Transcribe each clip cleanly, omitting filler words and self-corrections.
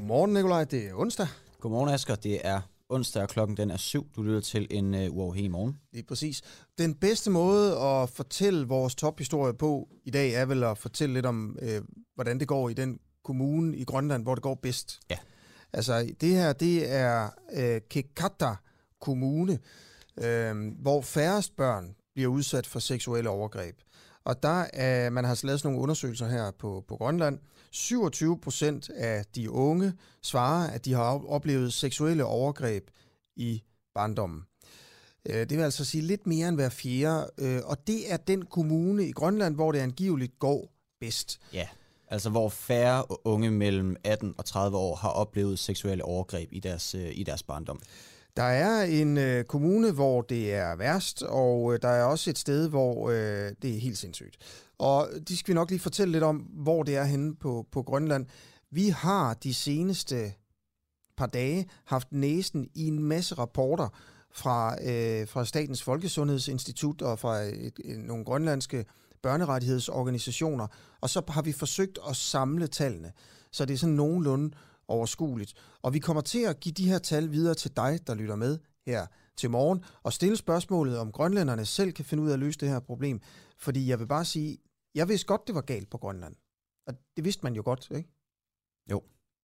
Godmorgen, Nikolaj. Det er onsdag. Godmorgen, Asger. Det er onsdag, og klokken den er 7. Du lytter til en uafhængig morgen. Det er præcis. Den bedste måde at fortælle vores tophistorie på i dag er vel at fortælle lidt om, hvordan det går i den kommune i Grønland, hvor det går bedst. Ja. Altså, det her, det er Qeqerta Kommune, hvor færrest børn bliver udsat for seksuelle overgreb. Og der man har lavet sådan nogle undersøgelser her på Grønland. 27% af de unge svarer, at de har oplevet seksuelle overgreb i barndommen. Det vil altså sige lidt mere end hver fjerde, og det er den kommune i Grønland, hvor det angiveligt går bedst. Ja, altså hvor færre unge mellem 18 og 30 år har oplevet seksuelle overgreb i deres barndom. Der er en kommune, hvor det er værst, og der er også et sted, hvor det er helt sindssygt. Og de skal vi nok lige fortælle lidt om, hvor det er henne på Grønland. Vi har de seneste par dage haft næsen i en masse rapporter fra Statens Folkesundhedsinstitut og fra nogle grønlandske børnerettighedsorganisationer, og så har vi forsøgt at samle tallene, så det er sådan nogenlunde overskueligt. Og vi kommer til at give de her tal videre til dig, der lytter med her til morgen, og stille spørgsmålet, om grønlænderne selv kan finde ud af at løse det her problem. Fordi jeg vil bare sige, jeg vidste godt, det var galt på Grønland. Og det vidste man jo godt, ikke? Jo.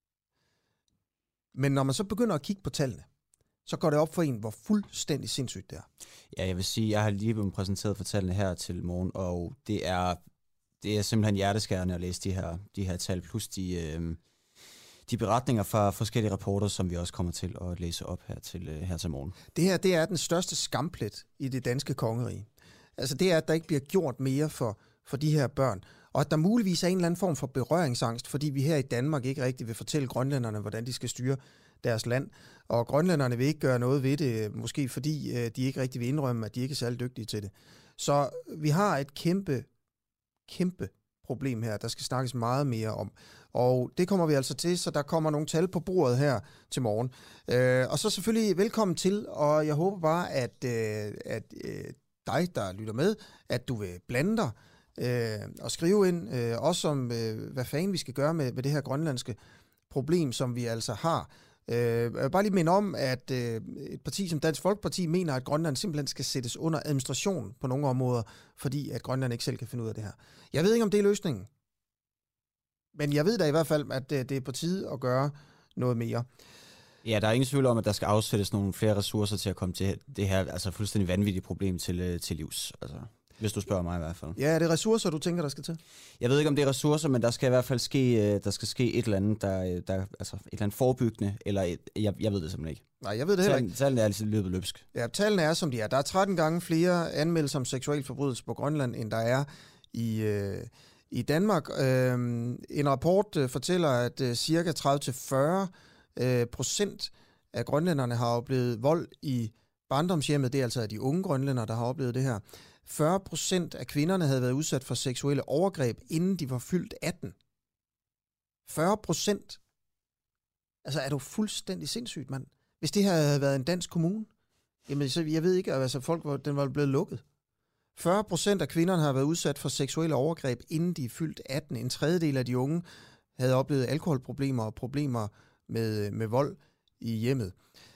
Men når man så begynder at kigge på tallene, så går det op for en, hvor fuldstændig sindssygt det er. Ja, jeg vil sige, jeg har lige blevet præsenteret for tallene her til morgen, og det er simpelthen hjerteskærende at læse de her tal, plus de beretninger fra forskellige rapporter, som vi også kommer til at læse op her til morgen. Det her, det er den største skamplet i det danske kongerige. Altså det er, at der ikke bliver gjort mere for de her børn. Og at der muligvis er en eller anden form for berøringsangst, fordi vi her i Danmark ikke rigtig vil fortælle grønlænderne, hvordan de skal styre deres land. Og grønlænderne vil ikke gøre noget ved det, måske fordi de ikke rigtig vil indrømme, at de ikke er særlig dygtige til det. Så vi har et kæmpe problem her, der skal snakkes meget mere om. Og det kommer vi altså til, så der kommer nogle tal på bordet her til morgen. Og så selvfølgelig velkommen til, og jeg håber bare, at dig, der lytter med, at du vil blande dig og skrive ind, også om, hvad fanden vi skal gøre med det her grønlandske problem, som vi altså har. Jeg vil bare lige minde om, at et parti som Dansk Folkeparti mener, at Grønland simpelthen skal sættes under administration på nogle områder, fordi at Grønland ikke selv kan finde ud af det her. Jeg ved ikke, om det er løsningen, men jeg ved da i hvert fald, at det er på tide at gøre noget mere. Ja, der er ingen tvivl om, at der skal afsættes nogle flere ressourcer til at komme til det her altså fuldstændig vanvittige problem til livs. Altså, hvis du spørger mig i hvert fald. Ja, er det ressourcer, du tænker, der skal til? Jeg ved ikke, om det er ressourcer, men der skal i hvert fald ske et eller andet, altså et eller andet forebyggende, eller jeg ved det simpelthen ikke. Nej, jeg ved det heller ikke. Tallene er altså løbet løbsk. Ja, tallene er, som de er. Der er 13 gange flere anmeldelser om seksualforbrydelse på Grønland, end der er i Danmark. En rapport fortæller, at cirka 30-40% af grønlænderne har oplevet vold i barndomshjemmet. Det er altså de unge grønlændere, der har oplevet det her. 40% af kvinderne havde været udsat for seksuelle overgreb, inden de var fyldt 18. 40%? Altså, er du fuldstændig sindssygt, mand? Hvis det her havde været en dansk kommune, jamen, så jeg ved ikke, altså den var blevet lukket. 40% af kvinderne har været udsat for seksuelle overgreb, inden de er fyldt 18. En tredjedel af de unge havde oplevet alkoholproblemer og problemer med vold i hjemmet.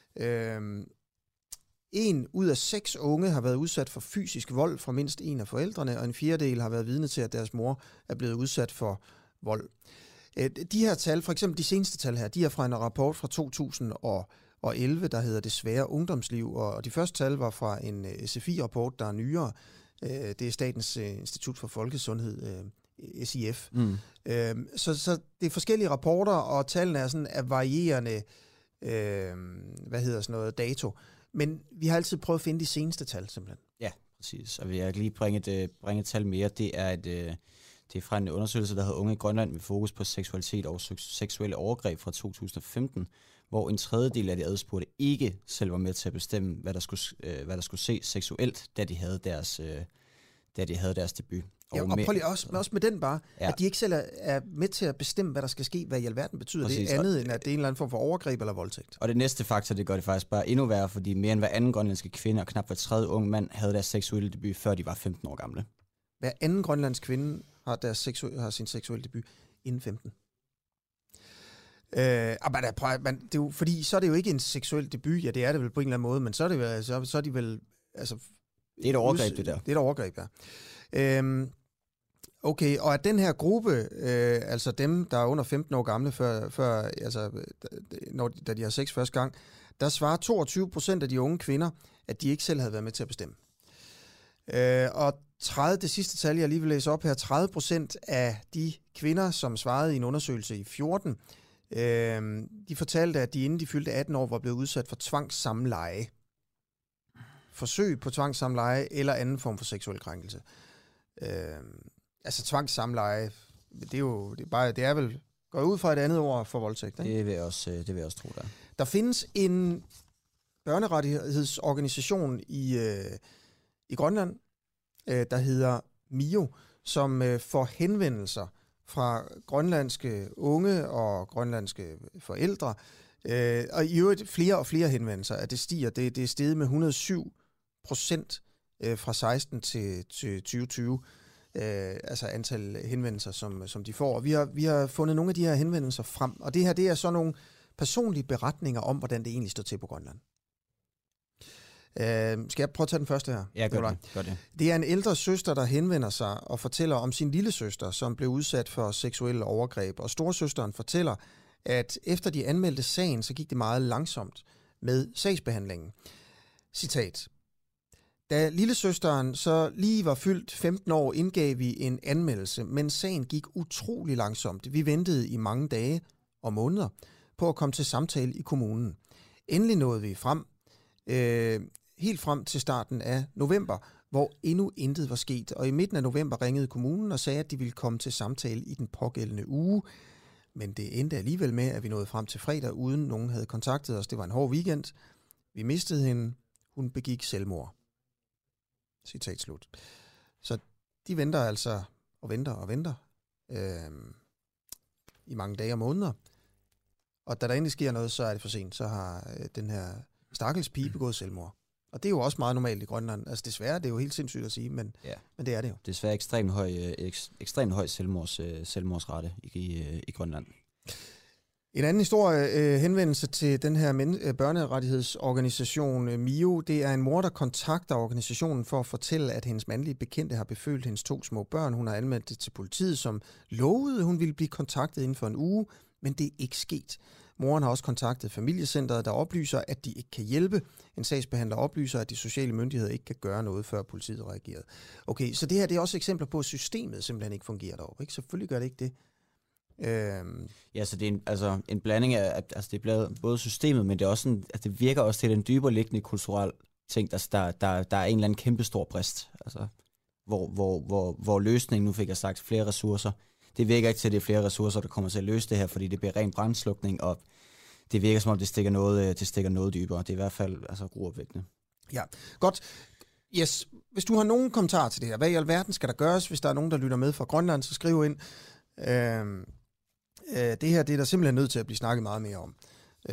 1 ud af 6 unge har været udsat for fysisk vold fra mindst en af forældrene, og en fjerdedel har været vidne til, at deres mor er blevet udsat for vold. De her tal, for eksempel de seneste tal her, de er fra en rapport fra 2011, der hedder Det svære ungdomsliv, og de første tal var fra en SFI-rapport, der er nyere. Det er Statens Institut for Folkesundhed, SIF. Så det er forskellige rapporter, og tallene er sådan af varierende dato. Men vi har altid prøvet at finde de seneste tal, simpelthen. Ja, præcis. Og vi har lige bringe et tal mere. Det er fra en undersøgelse, der hedder Unge i Grønland med fokus på seksualitet og seksuelle overgreb fra 2015, hvor en tredjedel af de adspurgte ikke selv var med til at bestemme, hvad der skulle ses seksuelt, da de havde deres debut. Og prøv lige også med den bare, ja. At de ikke selv er med til at bestemme, hvad der skal ske, hvad i alverden betyder. Præcis. Det andet, end at det er en eller anden form for overgreb eller voldtægt. Og det næste faktor, det gør det faktisk bare endnu værre, fordi mere end hver anden grønlandske kvinde og knap hver tredje unge mand havde deres seksuelle debut, før de var 15 år gamle. Hver anden grønlandsk kvinde har sin seksuelle debut inden 15. Men det er jo, fordi så er det jo ikke en seksuel debut, ja, det er det vel på en eller anden måde, men så er det vel, så er de vel, altså... Det er et overgreb, det der. Det er et overgreb, ja. Okay, og at den her gruppe, altså dem, der er under 15 år gamle, da de har sex første gang, der svarer 22% af de unge kvinder, at de ikke selv havde været med til at bestemme. Og det sidste tal, jeg lige vil læse op her, 30% af de kvinder, som svarede i en undersøgelse i 14, de fortalte, at de inden de fyldte 18 år, var blevet udsat for tvangssamleje. Forsøg på tvangssamleje eller anden form for seksuel krænkelse. Altså tvangssamleje, det er vel går ud fra et andet ord for voldtægt. Ikke? Det vil jeg også tro, der. Der findes en børnerettighedsorganisation i Grønland, der hedder MIO, som får henvendelser fra grønlandske unge og grønlandske forældre, og i øvrigt flere og flere henvendelser, at det stiger. Det er steget med 107% fra 16 til 2020, altså antal henvendelser, som de får. Og vi har fundet nogle af de her henvendelser frem, og det her, det er så nogle personlige beretninger om, hvordan det egentlig står til på Grønland. Skal jeg prøve at tage den første her? Ja, gør det. Det er en ældre søster, der henvender sig og fortæller om sin lille søster, som blev udsat for seksuelle overgreb. Og storesøsteren fortæller, at efter de anmeldte sagen, så gik det meget langsomt med sagsbehandlingen. Citat. Da lillesøsteren så lige var fyldt 15 år, indgav vi en anmeldelse, men sagen gik utrolig langsomt. Vi ventede i mange dage og måneder på at komme til samtale i kommunen. Endelig nåede vi frem, helt frem til starten af november, hvor endnu intet var sket. Og i midten af november ringede kommunen og sagde, at de ville komme til samtale i den pågældende uge. Men det endte alligevel med, at vi nåede frem til fredag, uden nogen havde kontaktet os. Det var en hård weekend. Vi mistede hende. Hun begik selvmord. Citat slut. Så de venter altså og venter i mange dage og måneder. Og da der endelig sker noget, så er det for sent. Så har den her stakkels pige begået selvmord. Og det er jo også meget normalt i Grønland. Altså desværre, det er jo helt sindssygt at sige, men det er det jo. Desværre ekstremt høj selvmordsrate i Grønland. En anden historie, henvendelse til den her børnerettighedsorganisation MIO, det er en mor, der kontakter organisationen for at fortælle, at hendes mandlige bekendte har befølt hendes 2 små børn. Hun har anmeldt det til politiet, som lovede, hun ville blive kontaktet inden for en uge, men det er ikke sket. Moren har også kontaktet familiecentret, der oplyser, at de ikke kan hjælpe. En sagsbehandler oplyser, at de sociale myndigheder ikke kan gøre noget, før politiet reagerede. Okay, så det her det er også eksempler på, at systemet simpelthen ikke fungerer derovre. Ikke? Selvfølgelig gør det ikke det. Ja, så det er en blanding af, altså det er både systemet, men det er også det virker også til en dybere liggende kulturel ting, der er en eller anden kæmpestor brist, altså hvor løsningen, nu fik jeg sagt, flere ressourcer. Det virker ikke til, at det er flere ressourcer, der kommer til at løse det her, fordi det bliver ren brandslukning, og det virker som om, det stikker noget dybere. Det er i hvert fald altså gruopvækkende. Ja, godt. Yes. Hvis du har nogen kommentarer til det her, hvad i alverden skal der gøres, hvis der er nogen, der lytter med fra Grønland, så skriv ind. Det her, det er der simpelthen nødt til at blive snakket meget mere om.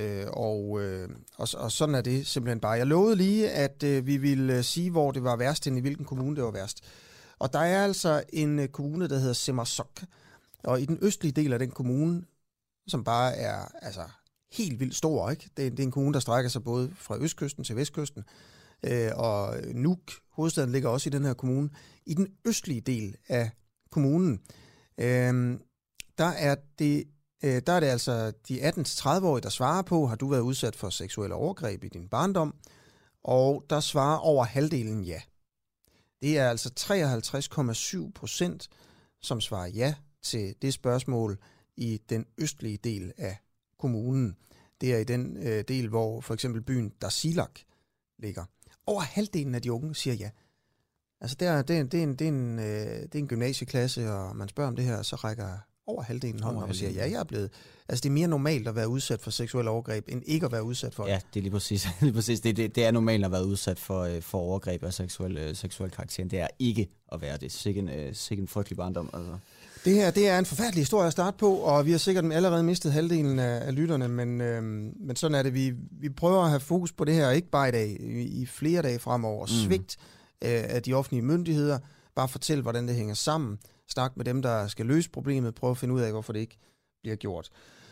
Og sådan er det simpelthen bare. Jeg lovede lige, at vi ville sige, hvor det var værst, end i hvilken kommune det var værst. Og der er altså en kommune, der hedder Sermersooq. Og i den østlige del af den kommune, som bare er altså helt vildt stor, ikke? Det er en kommune, der strækker sig både fra østkysten til vestkysten. Og Nuuk, hovedstaden, ligger også i den her kommune. I den østlige del af kommunen, der er det altså de 18-30-årige, der svarer på, har du været udsat for seksuelle overgreb i din barndom? Og der svarer over halvdelen ja. Det er altså 53,7%, som svarer ja til det spørgsmål i den østlige del af kommunen. Det er i den del, hvor for eksempel byen Darsilak ligger. Over halvdelen af de unge siger ja. Altså det er en gymnasieklasse, og man spørger om det her, så rækker over halvdelen hånden og siger, ja, jeg er blevet... Altså det er mere normalt at være udsat for seksuelle overgreb, end ikke at være udsat for det. Ja, det er lige præcis. Det er normalt at være udsat for overgreb af seksuel karakter. Det er ikke at være det. Sikke en frygtelig barndom. Altså. Det her, det er en forfærdelig historie at starte på, og vi har sikkert allerede mistet halvdelen af lytterne, men sådan er det. Vi prøver at have fokus på det her, ikke bare i dag, i flere dage fremover. Svigt af de offentlige myndigheder. Bare fortæl, hvordan det hænger sammen. Snak med dem, der skal løse problemet. Prøv at finde ud af, hvorfor det ikke bliver gjort.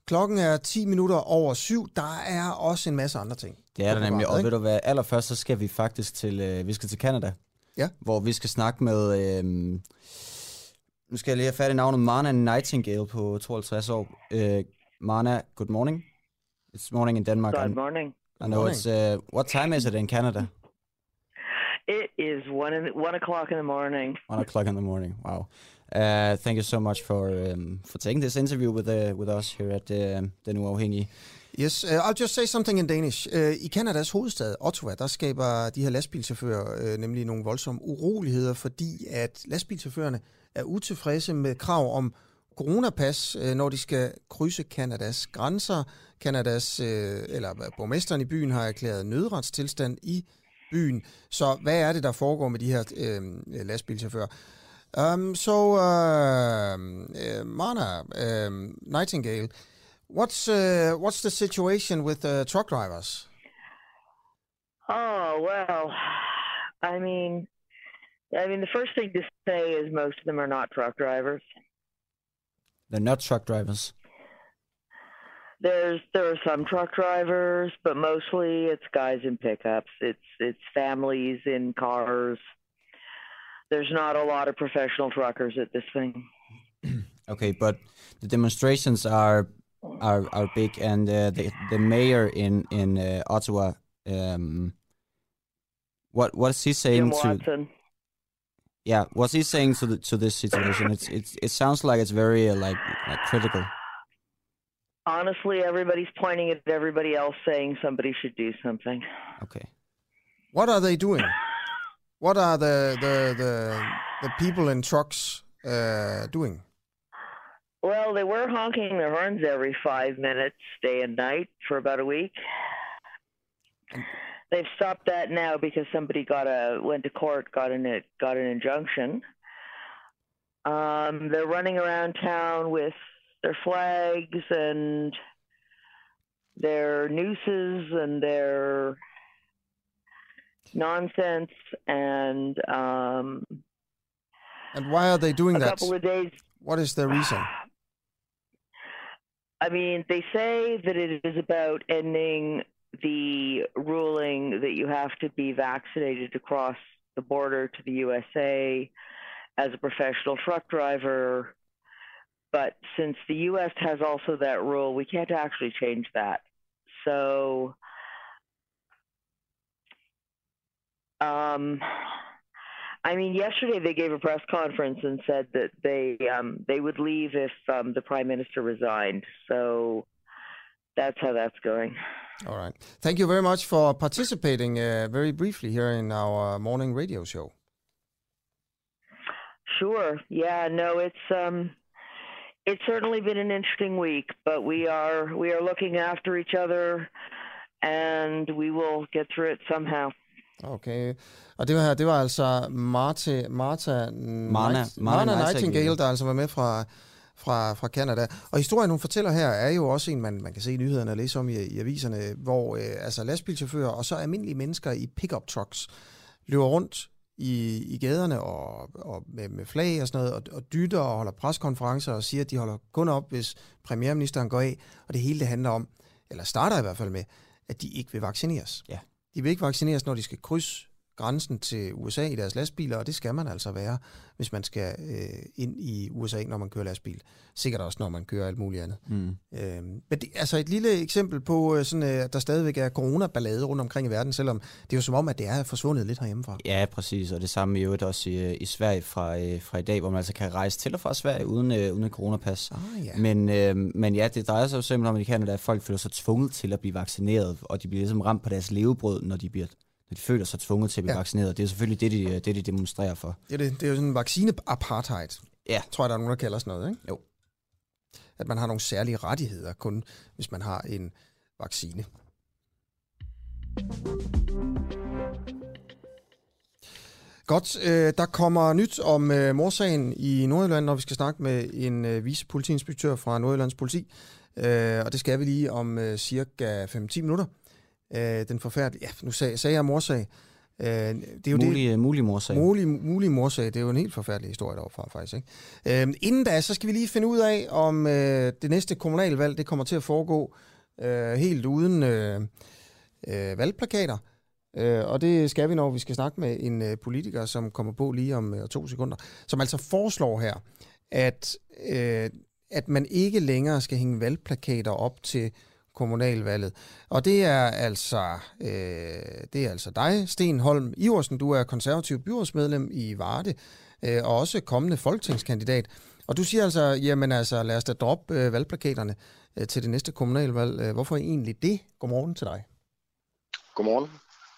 Klokken er 10 minutter over 7. Der er også en masse andre ting. Det er der nemlig, og ved du hvad, allerførst så skal vi faktisk til Canada, hvor vi skal snakke med, nu skal jeg lige have fat i navnet, Marna Nightingale på 52 år. Marna, good morning. It's morning in Denmark. Good morning. I know it's, what time is it in Canada? It is 1 o'clock in the morning. 1 o'clock in the morning, wow. Thank you so much for taking this interview with us here at Den Uafhængige. Yes, I'll just say something in Danish. I Kanadas hovedstad, Ottawa, der skaber de her lastbilchauffører nemlig nogle voldsomme uroligheder, fordi at lastbilchaufførerne er utilfredse med krav om coronapas, når de skal krydse Kanadas grænser. Borgmesteren i byen har erklæret nødretstilstand i byen. Så hvad er det, der foregår med de her lastbilchauffører? Marna Nightingale, what's the situation with the truck drivers? Oh, well, I mean, the first thing to say is most of them are not truck drivers. They're not truck drivers. There are some truck drivers, but mostly it's guys in pickups. It's families in cars. There's not a lot of professional truckers at this thing. Okay, but the demonstrations are big, and the mayor in Ottawa, what's he saying Jim Watson. Yeah, what's he saying to this situation? It sounds like it's very like critical. Honestly, everybody's pointing at everybody else, saying somebody should do something. Okay. What are they doing? What are the people in trucks doing? Well, they were honking their horns every 5 minutes, day and night, for about a week. They've stopped that now because somebody went to court, got an injunction. They're running around town with their flags and their nooses and their nonsense, and why are they doing that? A couple of days. What is the reason? I mean, they say that it is about ending the ruling that you have to be vaccinated to cross the border to the USA as a professional truck driver. But since the U.S. has also that rule, we can't actually change that. So, I mean, yesterday they gave a press conference and said that they would leave if the prime minister resigned. So that's how that's going. All right. Thank you very much for participating very briefly here in our morning radio show. Sure. Yeah. No, it's certainly been an interesting week, but we are looking after each other, and we will get through it somehow. Okay. Og det var altså Marna Nightingale, der altså var med fra Canada. Og historien, hun fortæller her, er jo også en, man kan se i nyhederne og læse om i aviserne, hvor altså lastbilchauffører og så almindelige mennesker i pickup trucks løber rundt i gaderne og med flag og sådan noget, og dytter og holder preskonferencer og siger, at de holder kun op, hvis premierministeren går af. Og det hele det handler om, eller starter i hvert fald med, at de ikke vil vaccineres. Ja. De vil ikke vaccineres, når de skal krydse grænsen til USA i deres lastbiler, og det skal man altså være, hvis man skal ind i USA, når man kører lastbil. Sikkert også, når man kører alt muligt andet. Men det, altså et lille eksempel på, sådan, at der stadigvæk er coronaballade rundt omkring i verden, selvom det er jo som om, at det er forsvundet lidt herhjemmefra. Ja, præcis, og det samme i øvrigt også i Sverige fra i dag, hvor man altså kan rejse til og fra Sverige uden coronapas. Ja. Men ja, det drejer sig jo simpelthen om i Canada, at folk føler sig tvunget til at blive vaccineret, og de bliver ligesom ramt på deres levebrød, når de føler sig tvunget til at blive vaccineret. Det er selvfølgelig det, de demonstrerer for. Det er jo sådan en vaccine-apartheid. Ja. Tror jeg, der er nogen, der kalder sådan noget, ikke? Jo. At man har nogle særlige rettigheder, kun hvis man har en vaccine. Godt, der kommer nyt om mordsagen i Nordjylland, når vi skal snakke med en vicepolitiinspektør fra Nordjyllands politi. Og det skal vi lige om cirka 5-10 minutter. Den forfærdelige, nu sagde jeg mordsag. Det er jo mulig morsag. Mulig morsag, det er jo en helt forfærdelig historie derfra, faktisk. Ikke? Inden da, så skal vi lige finde ud af, om det næste kommunalvalg, det kommer til at foregå helt uden valgplakater. Og det skal vi, når vi skal snakke med en politiker, som kommer på lige om 2 sekunder, som altså foreslår her, at man ikke længere skal hænge valgplakater op til kommunalvalget. Og det er altså dig, Sten Holm Iversen. Du er konservativ byrådsmedlem i Varde, og også kommende folketingskandidat. Og du siger altså, jamen altså, lad os da droppe valgplakaterne til det næste kommunalvalg. Hvorfor egentlig det? Godmorgen til dig. Godmorgen.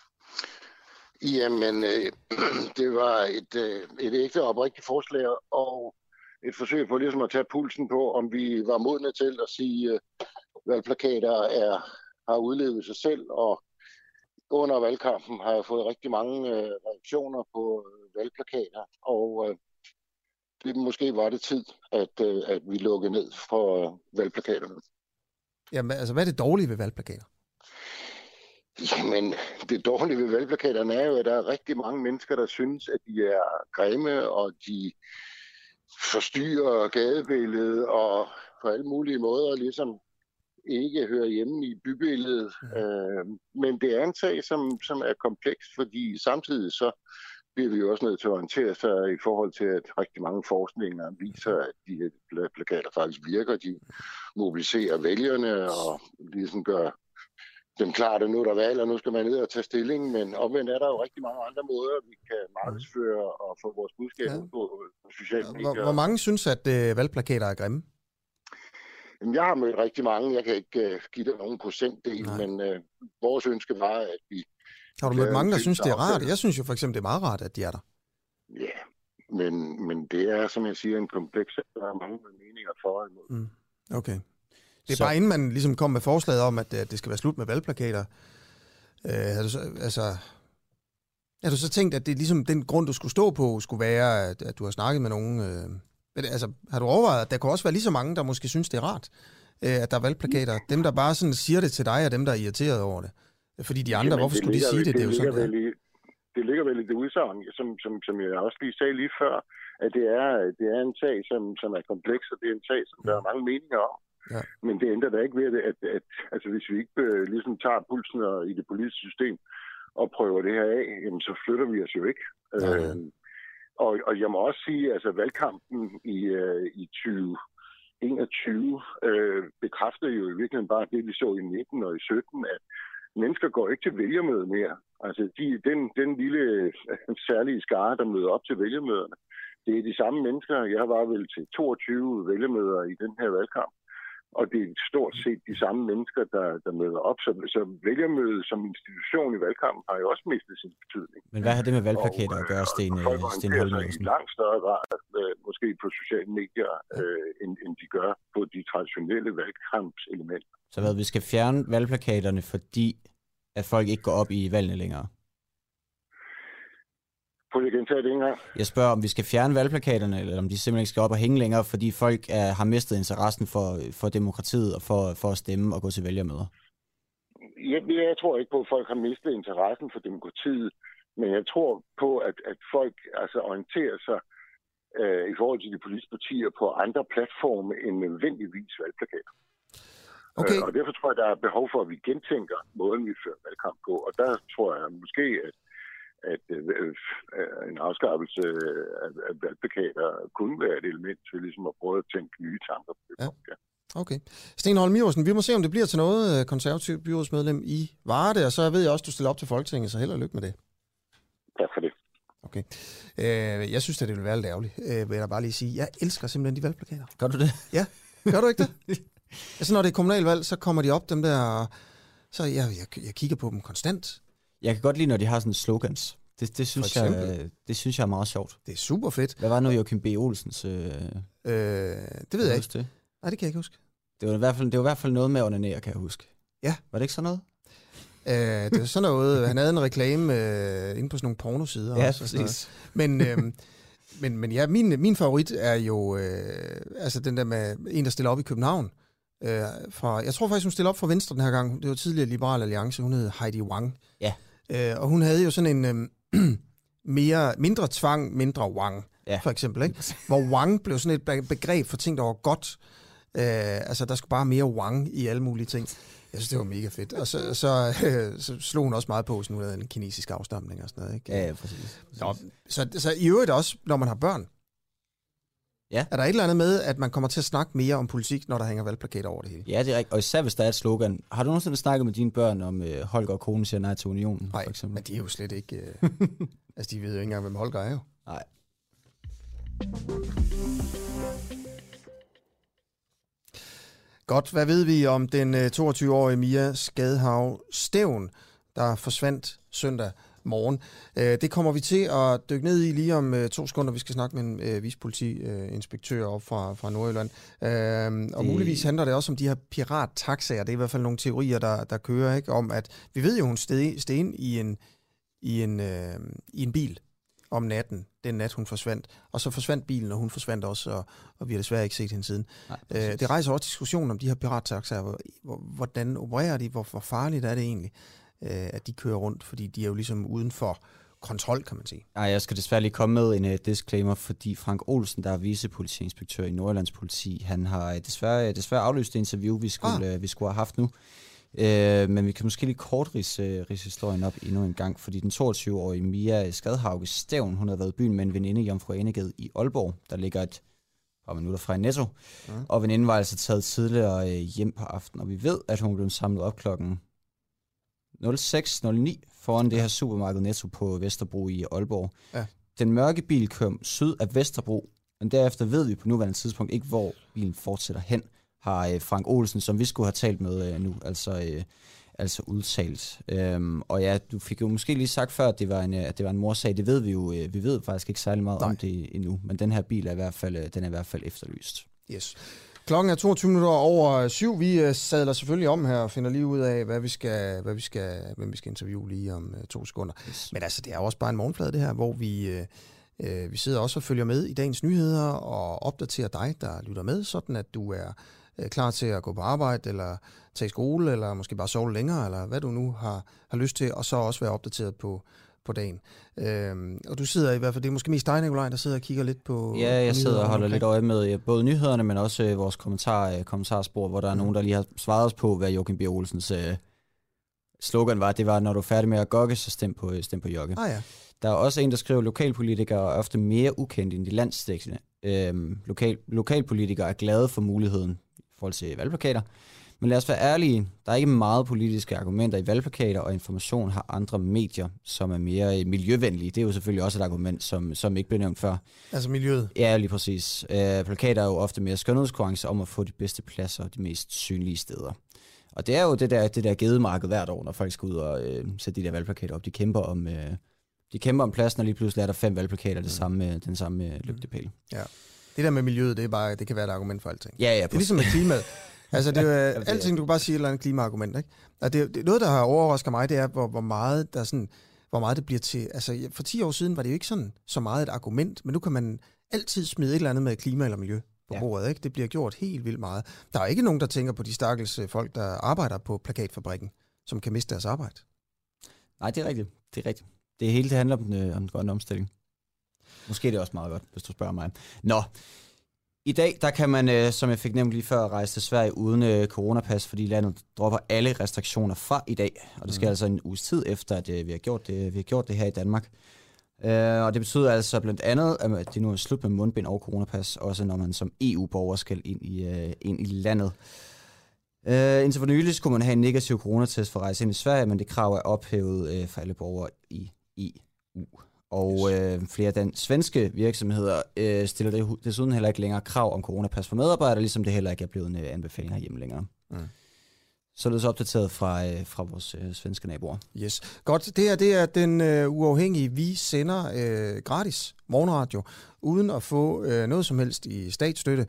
Jamen, det var et ægte oprigtigt forslag, og et forsøg på ligesom at tage pulsen på, om vi var modne til at sige, valgplakater har udlevet sig selv, og under valgkampen har jeg fået rigtig mange reaktioner på valgplakater, og det måske var det tid, at vi lukkede ned for valgplakaterne. Jamen, altså, hvad er det dårlige ved valgplakater? Jamen, det dårlige ved valgplakaterne er jo, at der er rigtig mange mennesker, der synes, at de er grimme, og de forstyrrer gadebilledet, og på alle mulige måder ligesom ikke hører hjemme i bybilledet. Men det er en sag, som er kompleks, fordi samtidig så bliver vi jo også nødt til at orientere sig i forhold til, at rigtig mange forskninger viser, at de her plakater faktisk virker. De mobiliserer vælgerne og ligesom gør dem klart, at nu er der valg, og nu skal man ned og tage stilling. Men omvendt er der jo rigtig mange andre måder, vi kan markedsføre og få vores budskab ud på sociale medier. Hvor mange synes, at valgplakater er grimme? Jeg har mødt rigtig mange. Jeg kan ikke give dig nogen procentdel, men vores ønske var, at vi... Har du mødt mange, der synes, det er rart? Jeg synes jo for eksempel, det er meget rart, at de er der. Ja, men det er, som jeg siger, en kompleks, der er mange meninger for og imod. Okay. Det er bare inden man ligesom kom med forslaget om, at det skal være slut med valgplakater. Har du så tænkt, at det ligesom den grund, du skulle stå på, skulle være, at du har snakket med nogen... har du overvejet, at der kunne også være lige så mange, der måske synes, det er rart, at der er valgplakater? Dem, der bare sådan siger det til dig, og dem, der er irriteret over det. Fordi de andre, hvorfor skulle de sige det? Det ligger vel i det udsagn, som jeg også lige sagde lige før, at det er en sag, som er kompleks, og det er en sag, som der er mange meninger om. Ja. Men det ændrer da ikke ved, at altså, hvis vi ikke ligesom tager pulsen i det politiske system og prøver det her af, jamen, så flytter vi os jo ikke. Og jeg må også sige, at altså, valgkampen i 2021 bekræftede jo i virkeligheden bare det, vi så i 19 og i 17, at mennesker går ikke til vælgermøde mere. Altså den lille særlige skare, der møder op til vælgermøderne, det er de samme mennesker. Jeg var vel til 22 vælgermøder i den her valgkamp. Og det er stort set de samme mennesker, der møder op. Så vælgermødet som institution i valgkampen har jo også mistet sin betydning. Men hvad har det med valgplakater at gøre, Sten Holm Iversen? I langt større grad, måske på sociale medier, end de gør på de traditionelle valgkampselementer. Så vi skal fjerne valgplakaterne, fordi at folk ikke går op i valgene længere? Prøv lige at gentage det engang. Jeg spørger, om vi skal fjerne valgplakaterne, eller om de simpelthen ikke skal op og hænge længere, fordi folk har mistet interessen for demokratiet og for at stemme og gå til vælgermøder. Jeg tror ikke på, at folk har mistet interessen for demokratiet, men jeg tror på, at folk altså orienterer sig i forhold til de politiske partier på andre platforme end nødvendigvis valgplakater. Okay. Og derfor tror jeg, der er behov for, at vi gentænker måden, vi fører valgkamp på. Og der tror jeg måske, at en afskaffelse af valgplakater kunne være et element til ligesom at prøve at tænke nye tanker på det. Ja. Okay. Sten Holm Iversen, vi må se, om det bliver til noget konservativ byrådsmedlem i Varde, og så ved jeg også, du stiller op til Folketinget, så held og lykke med det. Tak for det. Okay. Jeg synes, at det vil være lidt ærgerligt, vil jeg da bare lige sige. Jeg elsker simpelthen de valgplakater. Gør du det? Ja, gør du ikke det? Altså, når det er kommunalvalg, så kommer de op, dem der, så jeg kigger på dem konstant. Jeg kan godt lide, når de har sådan slogans. Det synes jeg er meget sjovt. Det er super fedt. Hvad var nu Joachim B. Olsens? Det ved jeg ikke. Det? Nej, det kan jeg ikke huske. Det var i hvert fald noget med onanere, kan jeg huske. Ja. Var det ikke sådan noget? Det var sådan noget. Han havde en reklame inde på sådan nogle pornosider. Ja, også, præcis. Men ja, min favorit er jo altså den der med en, der stiller op i København. Jeg tror faktisk, hun stiller op for Venstre den her gang. Det var tidligere Liberal Alliance. Hun hed Heidi Wang. Ja. Og hun havde jo sådan en mindre tvang, mindre wang, for eksempel. Ikke? Hvor wang blev sådan et begreb for ting, der var godt. Altså, der skulle bare mere wang i alle mulige ting. Jeg synes, det var mega fedt. Og så slog hun også meget på sådan noget af en kinesisk afstamning og sådan noget. Ikke? Ja, præcis. Nå, så i øvrigt også, når man har børn, er der et eller andet med, at man kommer til at snakke mere om politik, når der hænger valgplakater over det hele? Ja, det er rigtigt. Og især hvis der er et slogan. Har du nogensinde snakket med dine børn om Holger og konen siger nej til unionen? Nej, for eksempel? Men de er jo slet ikke... altså, de ved jo ikke engang, hvem Holger er jo. Nej. Godt, hvad ved vi om den 22-årige Mia Skadehav Stævn, der forsvandt søndag morgen? Det kommer vi til at dykke ned i lige om 2 sekunder. Vi skal snakke med en vicepolitiinspektør op fra Nordjylland. Og muligvis handler det også om de her pirattaxaer. Det er i hvert fald nogle teorier, der kører, ikke? Om at vi ved jo, hun steg ind i en bil om natten, den nat hun forsvandt, og så forsvandt bilen, og hun forsvandt også, og vi har desværre ikke set hende siden. Nej, det rejser også diskussion om de her pirattaxaer. Hvordan opererer de? Hvor farligt er det egentlig, at de kører rundt? Fordi de er jo ligesom uden for kontrol, kan man sige. Nej, jeg skal desværre lige komme med en disclaimer, fordi Frank Olsen, der er vicepolitiinspektør i Nordjyllands Politi, han har desværre aflyst det interview, vi skulle have haft nu. Men vi kan måske lige kort ridse historien op endnu en gang, fordi den 22-årige Mia Skadehav Stævn, hun havde været i byen med en veninde i Jomfru Anegade i Aalborg, der ligger et par minutter fra en Netto, og veninden var altså taget tidligere hjem på aftenen, og vi ved, at hun blev samlet op klokken 06:09 foran det her supermarked Netto på Vesterbro i Aalborg. Ja. Den mørke bil kom syd af Vesterbro, men derefter ved vi på nuværende tidspunkt ikke, hvor bilen fortsætter hen, har Frank Olsen, som vi skulle have talt med nu, altså udtalt. Og ja, du fik jo måske lige sagt før, at det var en morsag. Det ved vi jo. Vi ved faktisk ikke særlig meget om det endnu, men den her bil er i hvert fald efterlyst. Yes. Klokken er 22 minutter over 7. Vi sadler selvfølgelig om her og finder lige ud af, hvem vi skal interviewe lige om 2 sekunder. Yes. Men altså, det er også bare en morgenflade, det her, hvor vi sidder også og følger med i dagens nyheder og opdaterer dig, der lytter med, sådan at du er klar til at gå på arbejde, eller tage skole, eller måske bare sove længere, eller hvad du nu har lyst til, og så også være opdateret på dagen. Og du sidder i hvert fald, det er måske mest dig, Nikolaj, der sidder og kigger lidt på... Ja, jeg sidder og holder lidt øje med både nyhederne, men også vores kommentarspor, hvor der er nogen, der lige har svaret os på, hvad Joachim B. Olsens slogan var. Det var, når du er færdig med at gokke, så stem på Jokke. Ja. Der er også en, der skriver, lokalpolitikere er ofte mere ukendte end de landsdækkende. Lokalpolitikere er glade for muligheden i forhold til valgplakater. Men lad os være ærlige, der er ikke meget politiske argumenter i valgplakater, og information har andre medier, som er mere miljøvenlige. Det er jo selvfølgelig også et argument, som ikke blev nævnt før. Altså miljøet? Ja, lige præcis. Plakater er jo ofte mere skønhedskonkurrence om at få de bedste pladser og de mest synlige steder. Og det er jo det der gedemarked hvert år, når folk skal ud og sætte de der valgplakater op. De kæmper om pladsen, og lige pludselig er der 5 valgplakater, den samme lygtepæl. Ja. Det der med miljøet, det kan være et argument for alting. Ja, det er ligesom med klimaet. Altså, det er jo alting, du kan bare sige et eller andet klimaargument, ikke? Og det noget, der har overrasket mig, det er, hvor meget det bliver til... Altså, for 10 år siden var det jo ikke sådan så meget et argument, men nu kan man altid smide et eller andet med klima eller miljø på bordet, ikke? Det bliver gjort helt vildt meget. Der er ikke nogen, der tænker på de stakkels folk, der arbejder på plakatfabrikken, som kan miste deres arbejde. Nej, det er rigtigt. Det hele handler om den grønne omstilling. Måske er det også meget godt, hvis du spørger mig. Nå, i dag, der kan man, som jeg fik nævnt lige før, rejse til Sverige uden coronapas, fordi landet dropper alle restriktioner fra i dag. Og det skal altså en uges tid efter, at vi har gjort det her i Danmark. Og det betyder altså blandt andet, at det nu er slut med mundbind og coronapas, også når man som EU-borger skal ind i landet. Indtil for nylig skulle man have en negativ coronatest for at rejse ind i Sverige, men det krav er ophævet for alle borgere i EU. Og flere af svenske virksomheder stiller desuden heller ikke længere krav om coronapas for medarbejdere, ligesom det heller ikke er blevet en anbefaling herhjemme længere. Således opdateret fra vores svenske naboer. Yes. Godt, det er den uafhængige. Vi sender gratis morgenradio, uden at få noget som helst i statsstøtte.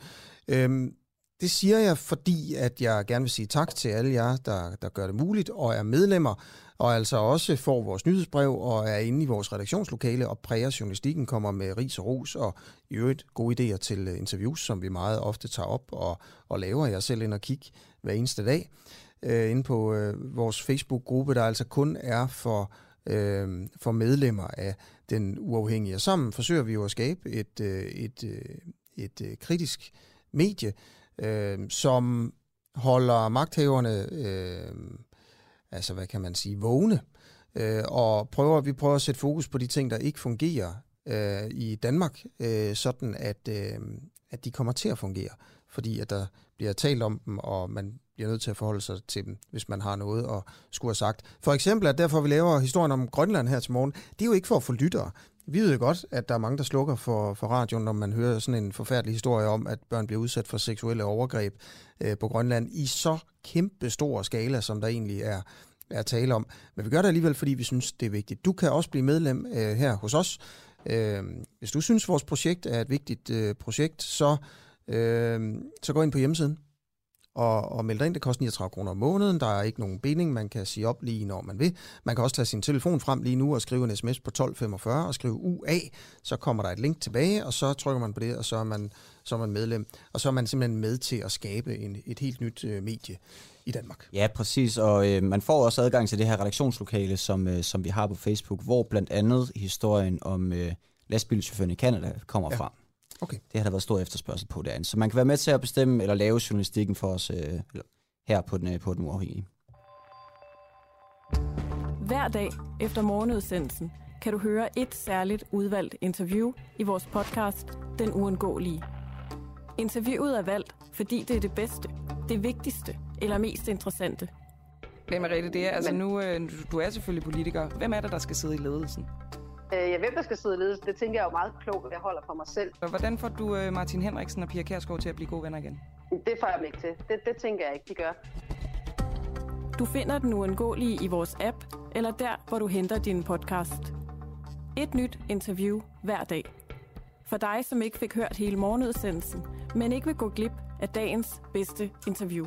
Det siger jeg, fordi at jeg gerne vil sige tak til alle jer, der gør det muligt og er medlemmer, og altså også får vores nyhedsbrev og er inde i vores redaktionslokale og præger journalistikken, kommer med ris og ros og i øvrigt gode idéer til interviews, som vi meget ofte tager op og laver. Jeg selv ind og kigge hver eneste dag inde på vores Facebook-gruppe, der altså kun er for for medlemmer af den uafhængige. Og sammen forsøger vi jo at skabe et kritisk medie, som holder magthaverne, altså hvad kan man sige, vågne, og vi prøver at sætte fokus på de ting, der ikke fungerer i Danmark, sådan at de kommer til at fungere, fordi at der bliver talt om dem, og man bliver nødt til at forholde sig til dem, hvis man har noget at skulle have sagt. For eksempel, at derfor vi laver historien om Grønland her til morgen, det er jo ikke for at få lyttere. Vi ved jo godt, at der er mange, der slukker for radioen, når man hører sådan en forfærdelig historie om, at børn bliver udsat for seksuelle overgreb på Grønland i så kæmpe stor skala, som der egentlig er tale om. Men vi gør det alligevel, fordi vi synes, det er vigtigt. Du kan også blive medlem her hos os. Hvis du synes, vores projekt er et vigtigt projekt, så gå ind på hjemmesiden og meld dig ind. Det koster 39 kroner om måneden. Der er ikke nogen binding. Man kan sige op lige, når man vil. Man kan også tage sin telefon frem lige nu og skrive en sms på 1245 og skrive UA. Så kommer der et link tilbage, og så trykker man på det, og så er man medlem. Og så er man simpelthen med til at skabe et helt nyt medie i Danmark. Ja, præcis. Og man får også adgang til det her redaktionslokale, som vi har på Facebook, hvor blandt andet historien om lastbilchaufføren i Canada kommer fra. Okay. Det har der været stor efterspørgsel på derinde. Så man kan være med til at bestemme eller lave journalistikken for os her på den uafhængige. Hver dag efter morgenudsendelsen kan du høre et særligt udvalgt interview i vores podcast Den Uundgåelige. Interviewet er valgt, fordi det er det bedste, det vigtigste eller mest interessante. Hvem er det? Altså nu, du er selvfølgelig politiker. Hvem er det, der skal sidde i ledelsen? Hvem der skal sidde i ledelsen, det tænker jeg jo meget klogt, at jeg holder for mig selv. Og hvordan får du Martin Henriksen og Pia Kjærsgaard til at blive gode venner igen? Det får jeg dem ikke til. Det tænker jeg ikke, de gør. Du finder Den Uundgåelige i vores app, eller der, hvor du henter din podcast. Et nyt interview hver dag. For dig, som ikke fik hørt hele morgenudsendelsen, men ikke vil gå glip af dagens bedste interview.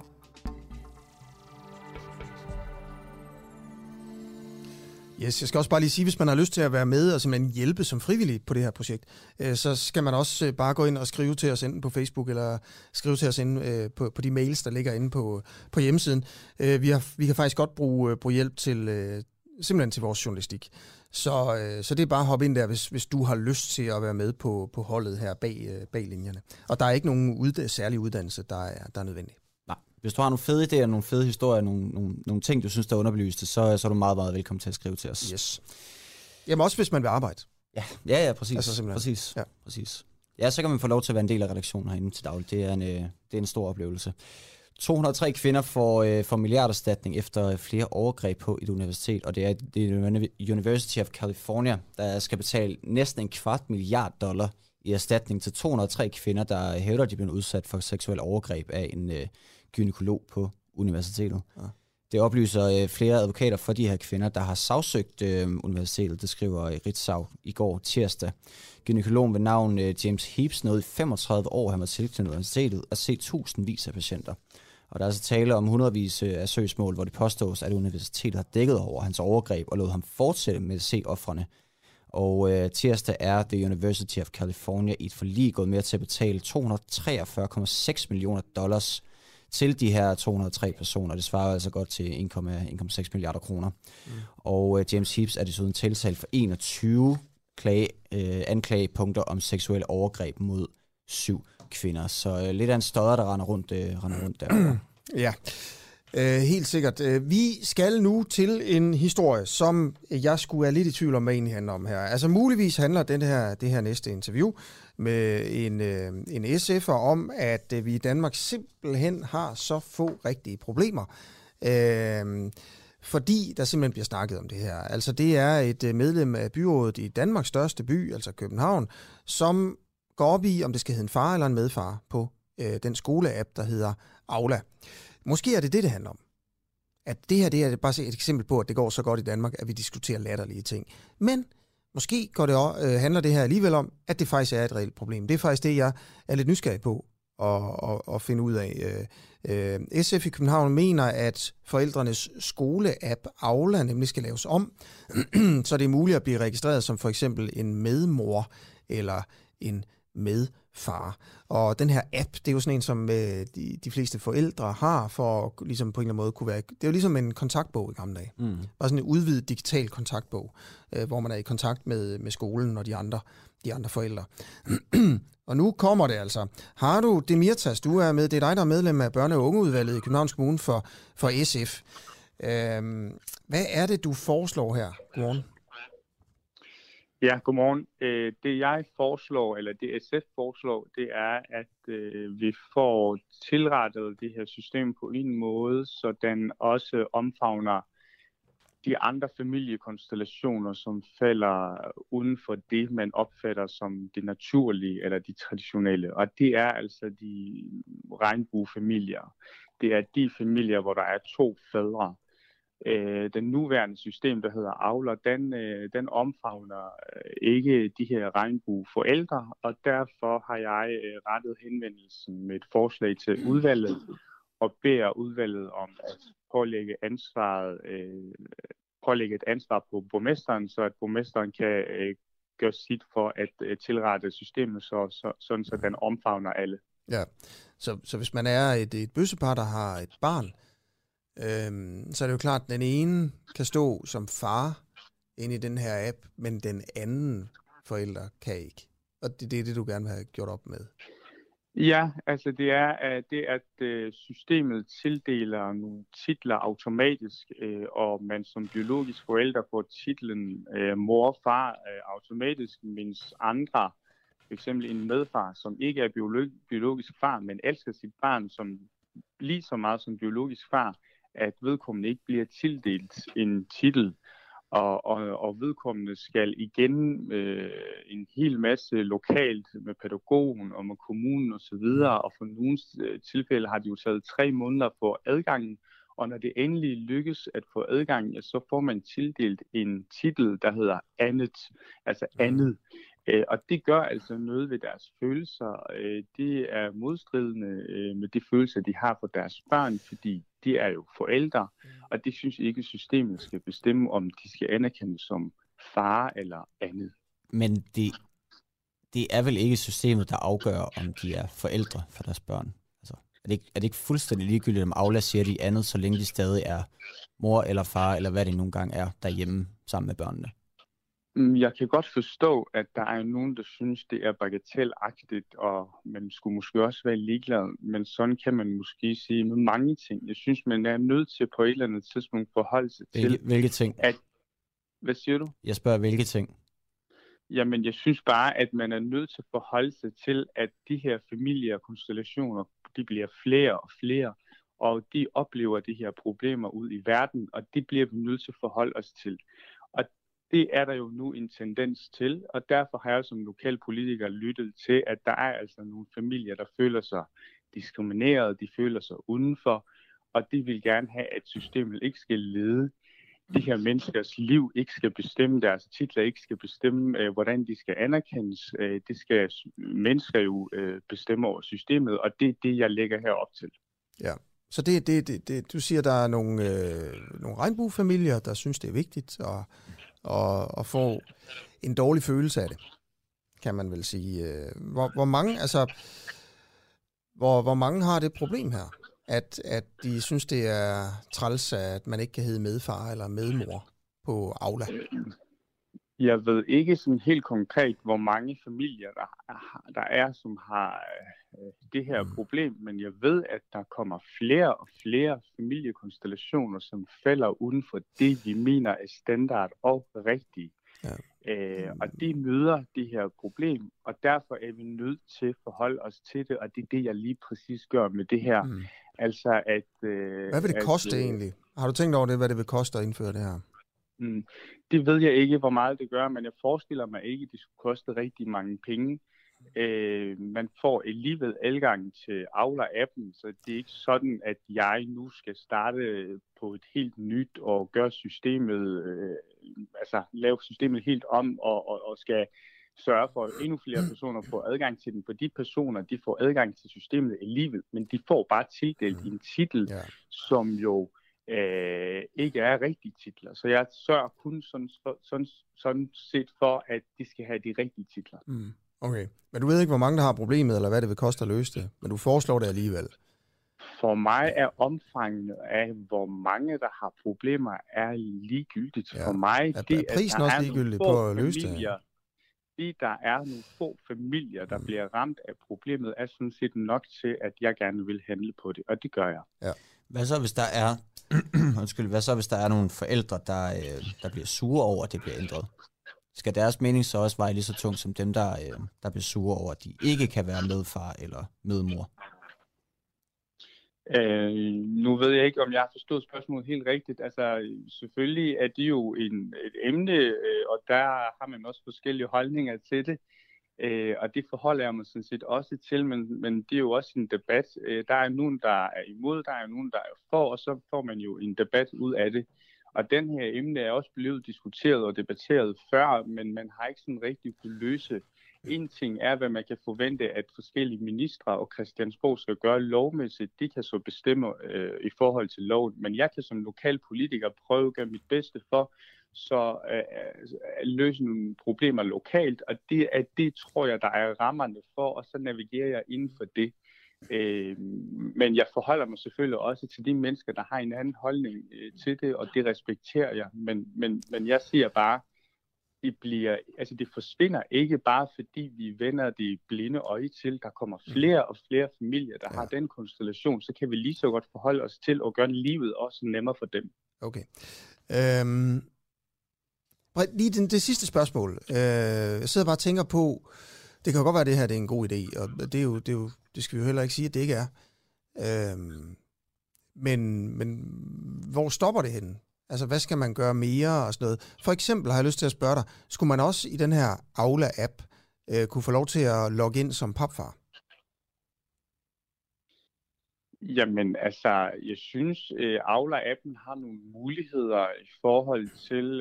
Yes, jeg skal også bare lige sige, hvis man har lyst til at være med og simpelthen hjælpe som frivillig på det her projekt, så skal man også bare gå ind og skrive til os enten på Facebook, eller skrive til os inde på de mails, der ligger inde på hjemmesiden. Vi kan faktisk godt bruge hjælp til simpelthen til vores journalistik. Så det er bare at hoppe ind der, hvis du har lyst til at være med på holdet her bag linjerne. Og der er ikke nogen særlig uddannelse, der er nødvendig. Nej. Hvis du har nogle fede idéer, nogle fede historier, nogle ting, du synes, der er underbelyste, så er du meget, meget velkommen til at skrive til os. Yes. Jamen også, hvis man vil arbejde. Ja, præcis. Altså Præcis. Ja, så kan man få lov til at være en del af redaktionen herinde til daglig. Det er en stor oplevelse. 203 kvinder får milliarderstatning efter flere overgreb på et universitet, og det er det University of California, der skal betale næsten $250 million i erstatning til 203 kvinder, der hævder, at de blev udsat for seksuel overgreb af en gynekolog på universitetet. Ja. Det oplyser flere advokater for de her kvinder, der har sagsøgt universitetet. Det skriver Ritzau i går tirsdag. Gynekologen ved navn James Heaps nåede i 35 år, han var tilknyttet universitetet, at se tusindvis af patienter. Og der er altså tale om hundredvis af søgsmål, hvor det påstås, at universitetet har dækket over hans overgreb og lod ham fortsætte med at se ofrene. Og tirsdag er The University of California i et forlig gået med til at betale $243,6 millioner til de her 203 personer. Det svarer altså godt til 1,6 milliarder kroner. Og James Heaps er desuden tiltalt for 21 anklagepunkter om seksuelle overgreb mod 7 kvinder. Så lidt af en stodder, der render rundt der. Ja, helt sikkert. Vi skal nu til en historie, som jeg skulle være lidt i tvivl om, hvad egentlig handler om her. Altså muligvis handler det her næste interview med en SF'er om, at vi i Danmark simpelthen har så få rigtige problemer. Fordi der simpelthen bliver snakket om det her. Altså det er et medlem af byrådet i Danmarks største by, altså København, som går op i, om det skal hedde en far eller en medfar på den skoleapp, der hedder Aula. Måske er det handler om. At det her det er bare et eksempel på, at det går så godt i Danmark, at vi diskuterer latterlige ting. Men måske handler det her alligevel om, at det faktisk er et reelt problem. Det er faktisk det, jeg er lidt nysgerrig på at finde ud af. SF i København mener, at forældrenes skoleapp Aula nemlig skal laves om, så det er muligt at blive registreret som for eksempel en medmor eller en far. Og den her app, det er jo sådan en, som de fleste forældre har, for ligesom på en eller anden måde kunne være... Det er jo ligesom en kontaktbog i gamle dage. Bare sådan en udvidet digital kontaktbog, hvor man er i kontakt med skolen og de andre forældre. Og nu kommer det altså. Har du Demirtas, du er med, det er dig, der er medlem af børne- og ungeudvalget i Københavns Kommune for SF. Hvad er det, du foreslår her? Godmorgen. Ja, godmorgen. Det jeg foreslår, eller det SF foreslår, det er, at vi får tilrettet det her system på en måde, så den også omfavner de andre familiekonstellationer, som falder uden for det, man opfatter som det naturlige eller de traditionelle. Og det er altså de regnbuefamilier. Det er de familier, hvor der er 2 fædre. Den nuværende system, der hedder Aula, den omfavner ikke de her regnbueforældre, og derfor har jeg rettet henvendelsen med et forslag til udvalget og beder udvalget om at pålægge et ansvar på borgmesteren, så at borgmesteren kan gøre sit for at tilrette systemet, sådan så den omfavner alle. Ja, så hvis man er et bøssepar, der har et barn, så er det jo klart, at den ene kan stå som far inde i den her app, men den anden forælder kan ikke. Og det er det, du gerne vil have gjort op med. Ja, altså det er, at systemet tildeler nogle titler automatisk, og man som biologisk forælder får titlen mor og far automatisk, mens andre, f.eks. en medfar, som ikke er biologisk far, men elsker sit barn som lige så meget som biologisk far, at vedkommende ikke bliver tildelt en titel, og vedkommende skal igen en hel masse lokalt med pædagogen og med kommunen osv., og for nogle tilfælde har de jo taget 3 måneder på adgangen, og når det endelig lykkes at få adgang, så får man tildelt en titel, der hedder andet, altså andet. Og det gør altså noget ved deres følelser. Det er modstridende med de følelser, de har for deres børn, fordi de er jo forældre, og det synes ikke, systemet skal bestemme, om de skal anerkendes som far eller andet. Men det er vel ikke systemet, der afgør, om de er forældre for deres børn? Altså, er det ikke fuldstændig ligegyldigt, om Aula siger de andet, så længe de stadig er mor eller far, eller hvad det nogle gange er derhjemme sammen med børnene? Jeg kan godt forstå, at der er nogen, der synes, det er bagatelagtigt, og man skulle måske også være ligeglad, men sådan kan man måske sige med mange ting. Jeg synes, man er nødt til på et eller andet tidspunkt forholde sig til... Hvilke ting? Hvad siger du? Jeg spørger, hvilke ting? Jamen, jeg synes bare, at man er nødt til at forholde sig til, at de her familier og konstellationer, de bliver flere og flere, og de oplever de her problemer ud i verden, og det bliver vi nødt til at forholde os til. Og det er der jo nu en tendens til, og derfor har jeg som lokalpolitiker lyttet til, at der er altså nogle familier, der føler sig diskrimineret, de føler sig udenfor, og de vil gerne have, at systemet ikke skal lede de her menneskers liv, ikke skal bestemme deres titler, ikke skal bestemme, hvordan de skal anerkendes. Det skal mennesker jo bestemme over systemet, og det er det, jeg lægger herop til. Ja, så du siger, der er nogle regnbuefamilier, der synes, det er vigtigt at få en dårlig følelse af det, kan man vel sige. Hvor mange har det problem her? At de synes, det er træls, at man ikke kan hedde medfar eller medmor på Aula? Jeg ved ikke sådan helt konkret, hvor mange familier der er, som har det her problem, men jeg ved, at der kommer flere og flere familiekonstellationer, som falder uden for det, vi mener er standard og rigtigt. Ja. Og de møder det her problem, og derfor er vi nødt til at forholde os til det, og det er det, jeg lige præcis gør med det her. Altså at... hvad vil det koste egentlig? Har du tænkt over det, hvad det vil koste at indføre det her? Det ved jeg ikke, hvor meget det gør, men jeg forestiller mig ikke, at det skulle koste rigtig mange penge. Man får alligevel adgang til Aula-appen, så det er ikke sådan, at jeg nu skal starte på et helt nyt og gøre systemet, lave systemet helt om og skal sørge for, at endnu flere personer får adgang til den. For de personer, de får adgang til systemet alligevel, men de får bare tildelt en titel, som jo ikke er rigtige titler. Så jeg sørger kun sådan set for, at de skal have de rigtige titler. Okay, men du ved ikke, hvor mange der har problemet, eller hvad det vil koste at løse det, men du foreslår det alligevel. For mig er omfanget af, hvor mange der har problemer, er ligegyldigt. For mig, det er prisen også ligegyldig på at løse det? Fordi der er nogle få familier, der bliver ramt af problemet, er sådan set nok til, at jeg gerne vil handle på det, og det gør jeg. Ja. Hvad så, hvis der er nogle forældre, der bliver sure over, at det bliver ændret? Skal deres mening så også veje lige så tungt som dem, der bliver sure over, at de ikke kan være medfar eller medmor? Nu ved jeg ikke, om jeg har forstået spørgsmålet helt rigtigt. Altså, selvfølgelig er det jo et emne, og der har man også forskellige holdninger til det. Og det forholder jeg mig sådan set også til, men det er jo også en debat. Der er nogen, der er imod, der er nogen, der er for, og så får man jo en debat ud af det. Og den her emne er også blevet diskuteret og debatteret før, men man har ikke sådan rigtig kunne løse. En ting er, hvad man kan forvente, at forskellige ministre og Christiansborg skal gøre lovmæssigt. De kan så bestemme i forhold til loven, men jeg kan som lokal politiker prøve at gøre mit bedste for så at løse nogle problemer lokalt, og det tror jeg, der er rammerne for, og så navigerer jeg inden for det. Men jeg forholder mig selvfølgelig også til de mennesker, der har en anden holdning til det, og det respekterer jeg. Men jeg siger bare, det forsvinder ikke bare fordi vi vender det blinde øje til. Der kommer flere og flere familier, der har den konstellation, så kan vi lige så godt forholde os til og gøre livet også nemmere for dem. Okay. Lige det sidste spørgsmål. Jeg sidder bare og tænker på, det kan jo godt være, at det her det er en god idé, og det skal vi jo heller ikke sige, at det ikke er. Men hvor stopper det henne? Altså, hvad skal man gøre mere og sådan noget? For eksempel har jeg lyst til at spørge dig, skulle man også i den her Aula-app kunne få lov til at logge ind som papfar? Jamen, altså, jeg synes, Aula-appen har nogle muligheder i forhold til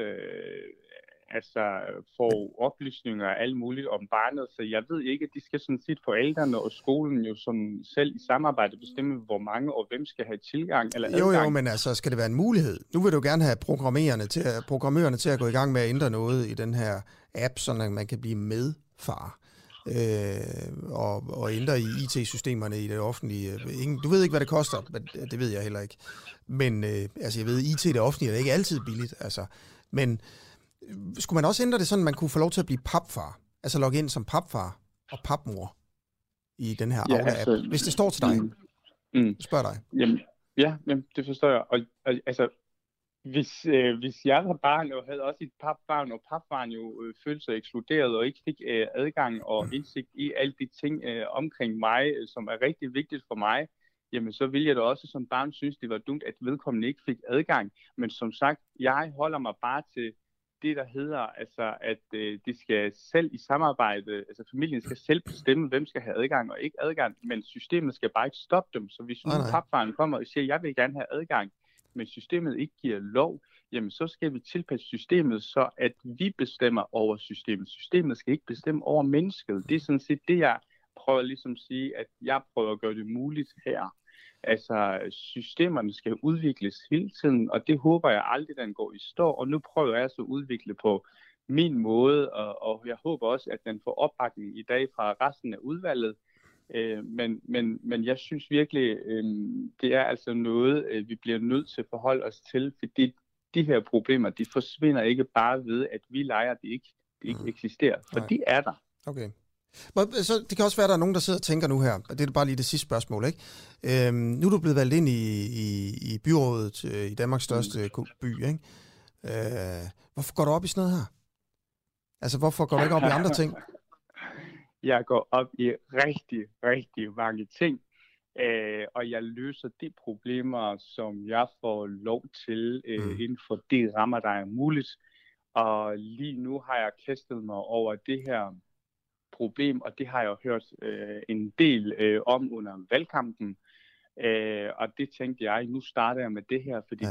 få oplysninger og alt muligt om barnet, så jeg ved ikke, at de skal sådan set forældrene og skolen jo sådan selv i samarbejde bestemme, hvor mange og hvem skal have tilgang eller adgang. Jo, men altså, skal det være en mulighed? Nu vil du gerne have programmørerne til at gå i gang med at ændre noget i den her app, så man kan blive medfar. Og ændre i IT-systemerne i det offentlige. Du ved ikke, hvad det koster, men det ved jeg heller ikke. Men jeg ved, IT i det offentlige er ikke altid billigt. Altså. Men skulle man også ændre det sådan, at man kunne få lov til at blive papfar? Altså logge ind som papfar og papmor i den her Aula-app, hvis det står til dig. Spørg dig. Jamen, det forstår jeg. Og altså, hvis jeg var barn og havde også et papbarn, og papbarn jo følte sig ekskluderet og ikke fik adgang og indsigt i alle de ting omkring mig, som er rigtig vigtigt for mig, jamen så ville jeg da også som barn synes, det var dumt, at vedkommende ikke fik adgang. Men som sagt, jeg holder mig bare til det, der hedder, altså, at de skal selv i samarbejde, altså familien skal selv bestemme, hvem skal have adgang og ikke adgang, men systemet skal bare ikke stoppe dem. Så hvis nu papfaren kommer og siger, jeg vil gerne have adgang, men systemet ikke giver lov, jamen så skal vi tilpasse systemet, så at vi bestemmer over systemet. Systemet skal ikke bestemme over mennesket. Det er sådan set det, jeg prøver ligesom at sige, at jeg prøver at gøre det muligt her. Altså, systemerne skal udvikles hele tiden, og det håber jeg aldrig, den går i stå. Og nu prøver jeg så at udvikle på min måde, og jeg håber også, at den får opbakning i dag fra resten af udvalget. Men jeg synes virkelig, det er altså noget, vi bliver nødt til at forholde os til, fordi de her problemer, de forsvinder ikke bare ved, at vi leger, det ikke eksisterer, for de er der. Okay. Så det kan også være, at der er nogen, der sidder og tænker nu her, og det er bare lige det sidste spørgsmål, ikke? Nu er du blevet valgt ind i byrådet i Danmarks største by, ikke? Hvorfor går du op i sådan noget her? Altså, hvorfor går du ikke op i andre ting? Jeg går op i rigtig, rigtig mange ting, og jeg løser de problemer, som jeg får lov til inden for de rammer, der er muligt. Og lige nu har jeg kastet mig over det her problem, og det har jeg jo hørt en del om under valgkampen. Og det tænkte jeg, nu starter jeg med det her, fordi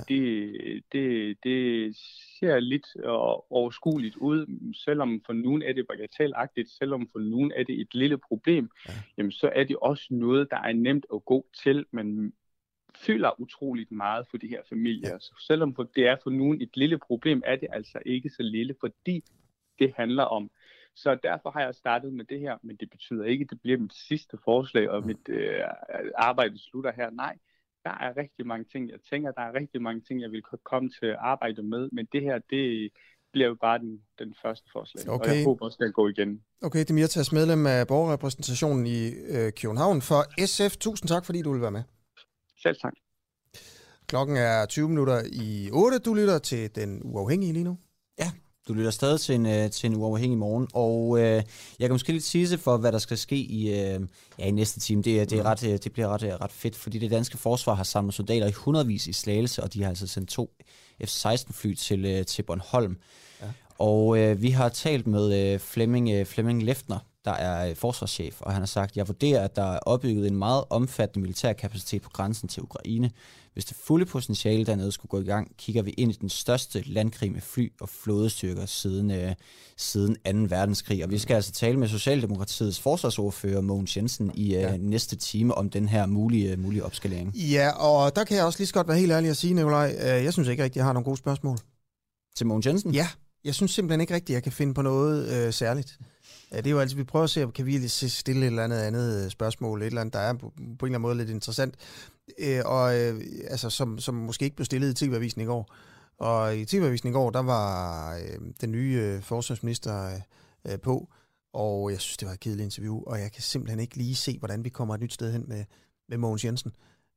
det ser lidt overskueligt ud, selvom for nogen er det bagatelagtigt, selvom for nogen er det et lille problem, jamen så er det også noget, der er nemt at gå til, men fylder utroligt meget for de her familier. Så selvom det er for nogen et lille problem, er det altså ikke så lille, fordi det handler om Så derfor har jeg startet med det her, men det betyder ikke, at det bliver mit sidste forslag, og mit arbejde slutter her. Nej, der er rigtig mange ting, jeg tænker, der er rigtig mange ting, jeg vil komme til at arbejde med, men det her, det bliver jo bare den første forslag, okay. Og jeg håber også, at det går igen. Okay, Demirtas, medlem af borgerrepræsentationen i København for SF. Tusind tak, fordi du vil være med. Selv tak. Klokken er 7:20. Du lytter til Den Uafhængige lige nu. Ja, du lytter stadig til en uafhængig morgen, og jeg kan måske lidt sige for, hvad der skal ske i næste time. Det bliver ret fedt, fordi det danske forsvar har samlet soldater i hundredvis i Slagelse, og de har altså sendt 2 F-16-fly til Bornholm. Ja. Og vi har talt med Flemming Leftner, der er forsvarschef, og han har sagt, jeg vurderer, at der er opbygget en meget omfattende militær kapacitet på grænsen til Ukraine. Hvis det fulde potentiale dernede skulle gå i gang, kigger vi ind i den største landkrig med fly og flådestyrker siden 2. verdenskrig. Og vi skal altså tale med Socialdemokratiets forsvarsordfører Mogens Jensen i næste time om den her mulige opskalering. Ja, og der kan jeg også lige så godt være helt ærlig at sige, Nikolaj, jeg synes ikke rigtig, jeg har nogle gode spørgsmål. Til Mogens Jensen? Ja, jeg synes simpelthen ikke rigtigt, jeg kan finde på noget særligt. Det er jo altid, vi prøver at se, kan vi stille et eller andet spørgsmål, et eller andet, der er på en eller anden måde lidt interessant, som måske ikke blev stillet i TV-avisen i går. Og i TV-avisen i går, der var den nye forsvarsminister på, og jeg synes, det var et kedeligt interview, og jeg kan simpelthen ikke lige se, hvordan vi kommer et nyt sted hen med Mogens Jensen.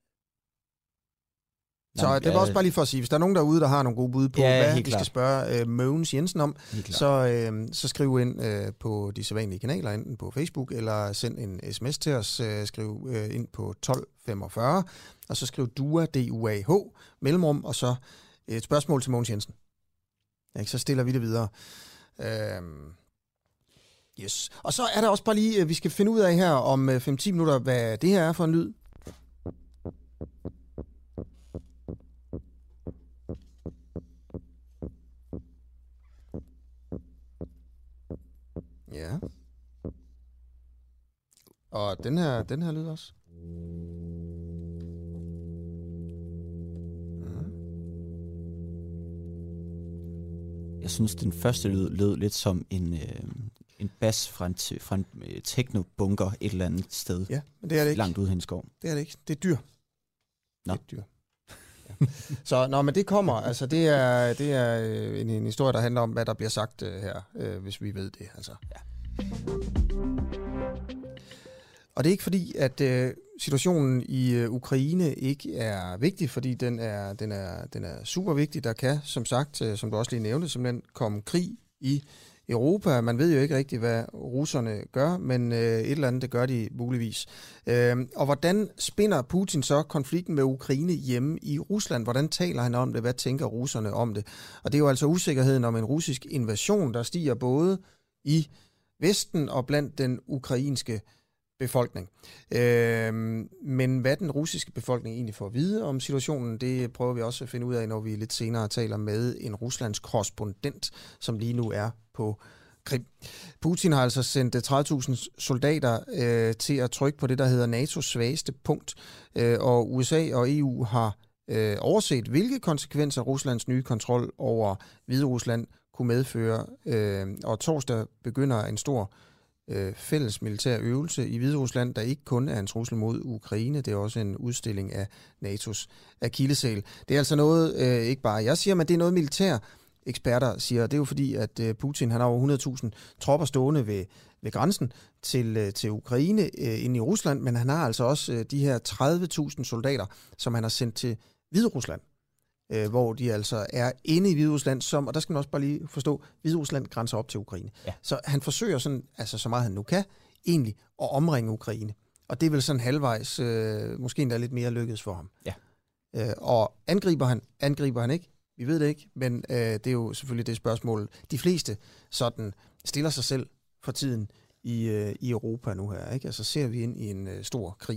Så det var også bare lige for at sige, hvis der er nogen derude, der har nogle gode bud på, hvad vi skal spørge Mogens Jensen om, så skriv ind på de sædvanlige kanaler, enten på Facebook, eller send en sms til os, skriv ind på 1245, og så skriv DUAH, D-U-A-H, mellemrum, og så et spørgsmål til Mogens Jensen. Så stiller vi det videre. Yes. Og så er der også bare lige, vi skal finde ud af her om 5-10 minutter, hvad det her er for en lyd. Ja. Og den her lyd også. Jeg synes, den første lyd lød lidt som en bas fra en techno-bunker et eller andet sted. Ja, men det er det ikke. Langt ude hen i skoven. Det er det ikke. Det er dyr. Nå. Det er dyr. Ja. Så, men det kommer. Altså, det er en historie, der handler om, hvad der bliver sagt her, hvis vi ved det. Altså. Ja. Og det er ikke fordi, at situationen i Ukraine ikke er vigtig, fordi den er super vigtig. Der kan, som sagt, som du også lige nævnte, simpelthen komme krig i Europa. Man ved jo ikke rigtigt, hvad russerne gør, men et eller andet, det gør de muligvis. Og hvordan spinder Putin så konflikten med Ukraine hjemme i Rusland? Hvordan taler han om det? Hvad tænker russerne om det? Og det er jo altså usikkerheden om en russisk invasion, der stiger både i Vesten og blandt den ukrainske befolkning. Men hvad den russiske befolkning egentlig får at vide om situationen, det prøver vi også at finde ud af, når vi lidt senere taler med en Ruslands korrespondent, som lige nu er på Krim. Putin har altså sendt 30.000 soldater til at trykke på det, der hedder NATO's svageste punkt, og USA og EU har overset, hvilke konsekvenser Ruslands nye kontrol over Hviderusland kunne medføre, og torsdag begynder en stor fælles militær øvelse i Hviderusland, der ikke kun er en trussel mod Ukraine, det er også en udstilling af NATO's akilleshæl. Det er altså noget, ikke bare jeg siger, men det er noget militær eksperter siger. Det er jo fordi, at Putin han har over 100.000 tropper stående ved grænsen til Ukraine inde i Rusland, men han har altså også de her 30.000 soldater, som han har sendt til Hviderusland, hvor de altså er inde i Hviderusland, og der skal man også bare lige forstå, Hviderusland grænser op til Ukraine. Ja. Så han forsøger sådan, altså så meget han nu kan, egentlig at omringe Ukraine. Og det er vel sådan halvvejs, måske endda lidt mere lykkedes for ham. Ja. Og angriber han ikke? Vi ved det ikke, men det er jo selvfølgelig det spørgsmål, de fleste sådan stiller sig selv for tiden i Europa nu her. Ikke? Altså ser vi ind i en stor krig.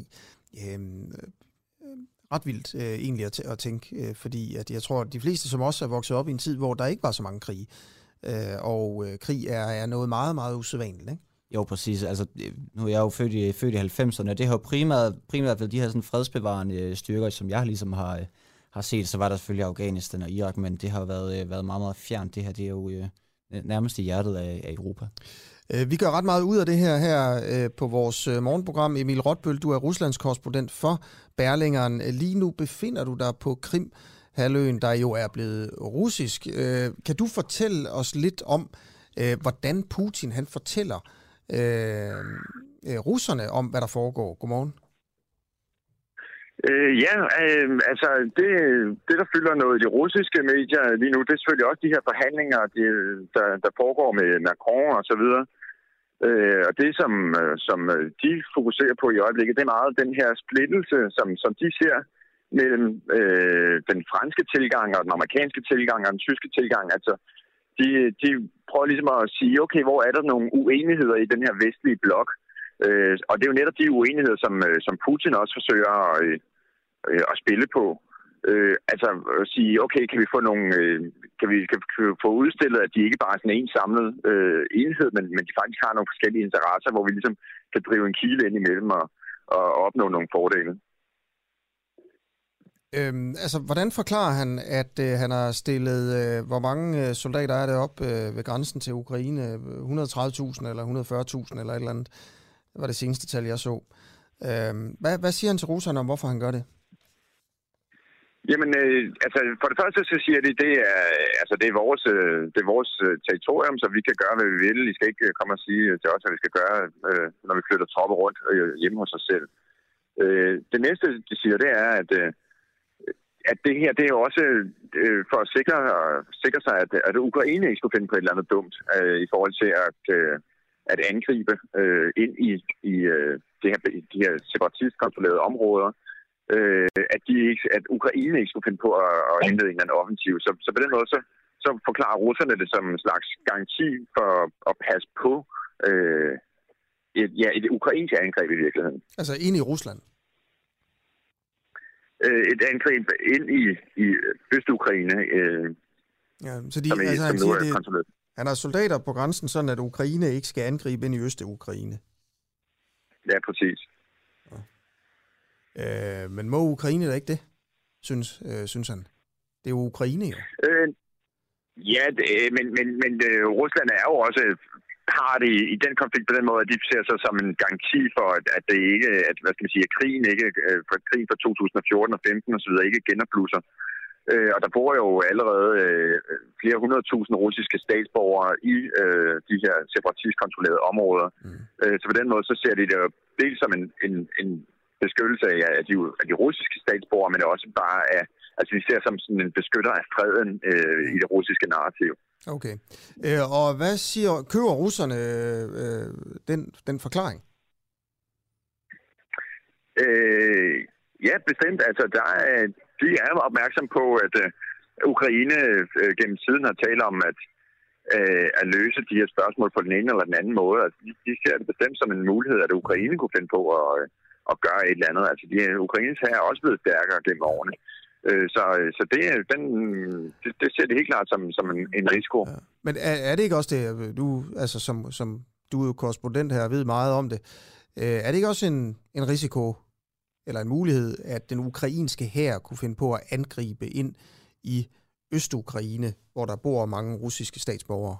Ret vildt egentlig at tænke, fordi at jeg tror, at de fleste, som også er vokset op i en tid, hvor der ikke var så mange krige, og krig er noget meget, meget usædvanligt, ikke? Jo, præcis. Altså, nu er jeg jo født i 90'erne, og det har jo primært været de her sådan fredsbevarende styrker, som jeg ligesom har set. Så var der selvfølgelig Afghanistan og Irak, men det har været meget, meget fjernt. Det her, det er jo nærmest i hjertet af Europa. Vi gør ret meget ud af det her på vores morgenprogram. Emil Rotbøl, du er Ruslands korrespondent for Berlingeren. Lige nu befinder du dig på Krim-halvøen, der jo er blevet russisk. Kan du fortælle os lidt om, hvordan Putin han fortæller russerne om, hvad der foregår? Godmorgen. Altså det der fylder noget i de russiske medier lige nu, det er selvfølgelig også de her forhandlinger, der foregår med Macron og så videre. Og det, som de fokuserer på i øjeblikket, det er meget den her splittelse, som de ser mellem den franske tilgang og den amerikanske tilgang og den tyske tilgang. Altså, de prøver ligesom at sige, okay, hvor er der nogle uenigheder i den her vestlige blok? Og det er jo netop de uenigheder, som Putin også forsøger at spille på. Altså at sige, okay, kan vi få nogle, kan vi få udstillet, at de ikke bare er sådan en samlet enhed, men de faktisk har nogle forskellige interesser, hvor vi ligesom kan drive en kile ind imellem og opnå nogle fordele. Altså, hvordan forklarer han, at han har stillet, hvor mange soldater er det op ved grænsen til Ukraine? 130.000 eller 140.000 eller et eller andet? Det var det seneste tal, jeg så. Hvad siger han til russerne om, hvorfor han gør det? Jamen, altså, for det første så siger de, det er vores territorium, så vi kan gøre, hvad vi vil. I skal ikke komme og sige til os, hvad vi skal gøre, når vi flytter tropper rundt hjemme hos os selv. Det næste, de siger, det er, at det her, det er jo også for at sikre sig, at Ukraine ikke skulle finde på et eller andet dumt i forhold til at angribe ind i de her separatistkontrollerede områder. At Ukraine ikke skulle finde på at indlede en eller anden offensiv. Så på den måde, så forklarer russerne det som en slags garanti for at passe på et ukrainsk angreb i virkeligheden. Altså ind i Rusland? Et angreb ind i Øst-Ukraine, ja, så de, som nu er kontrolleret. Han har soldater på grænsen, sådan at Ukraine ikke skal angribe ind i Øst-Ukraine. Ja, præcis. Men må Ukraine da ikke det, synes han? Det er jo Ukraine, jo. Men Rusland er jo også part i den konflikt på den måde, at de ser sig som en garanti for, at det ikke, at krigen fra 2014 og 15 og så videre ikke genopblusser. Og der bor jo allerede flere 100.000 russiske statsborgere i de her separatistkontrollerede områder. Så på den måde så ser de det jo dels som en beskyttelse af de russiske statsborgere, men også bare altså vi ser som sådan en beskytter af freden i det russiske narrativ. Okay. Og hvad køber russerne den forklaring? Ja, bestemt. Altså de er opmærksom på, at Ukraine gennem tiden har talt om at løse de her spørgsmål på den ene eller den anden måde. Altså, de ser det bestemt som en mulighed, at Ukraine kunne finde på at gøre et eller andet. Altså, Ukraines hær er også blevet stærkere gennem årene. Så det ser det helt klart som en risiko. Ja. Men er det ikke også det, du, altså som du er jo korrespondent her og ved meget om det, er det ikke også en risiko, eller en mulighed, at den ukrainske hær kunne finde på at angribe ind i Øst-Ukraine, hvor der bor mange russiske statsborgere?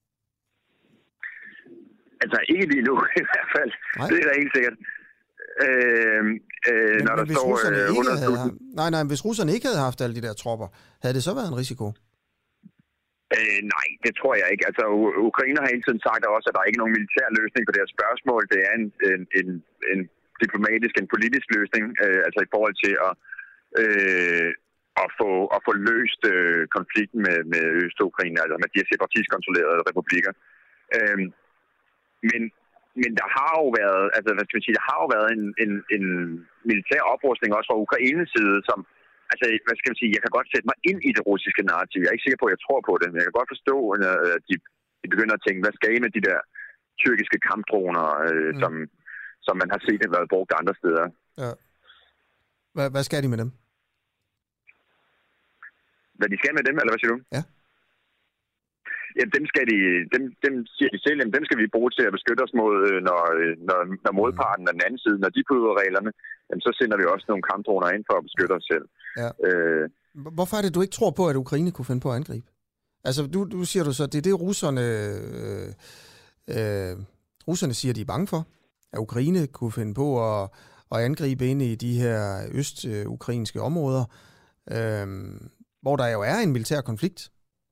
Altså ikke lige nu i hvert fald. Nej. Det er da helt sikkert. Når der står 100.000... hvis russerne ikke havde haft alle de der tropper, havde det så været en risiko? Nej, det tror jeg ikke. Altså, Ukraine har hele tiden sagt også, at der er ikke nogen militær løsning på det her spørgsmål. Det er en diplomatisk, en politisk løsning, altså i forhold til at få løst konflikten med Øst-Ukraine, altså med de her separatistkontrollerede republikker. Men der har jo været, altså hvad skal man sige, der har jo været en militær oprustning også fra Ukraines side, som, altså hvad skal man sige, jeg kan godt sætte mig ind i det russiske narrativ. Jeg er ikke sikker på, at jeg tror på det, men jeg kan godt forstå, at de begynder at tænke, hvad skal I med de der tyrkiske kampdroner, som man har set har været brugt andre steder. Ja. Hvad skal de med dem? Hvad de skal med dem, eller hvad siger du? Ja. Ja, dem siger de selv, dem skal vi bruge til at beskytte os mod, når modparten af den anden side, når de bryder reglerne, så sender vi også nogle kampdroner ind for at beskytte os selv. Ja. Hvorfor er det, du ikke tror på, at Ukraine kunne finde på at angribe? Altså, du siger du så, det er det russerne russerne siger, at de er bange for, at Ukraine kunne finde på at angribe ind i de her øst-ukrainske områder, hvor der jo er en militær konflikt.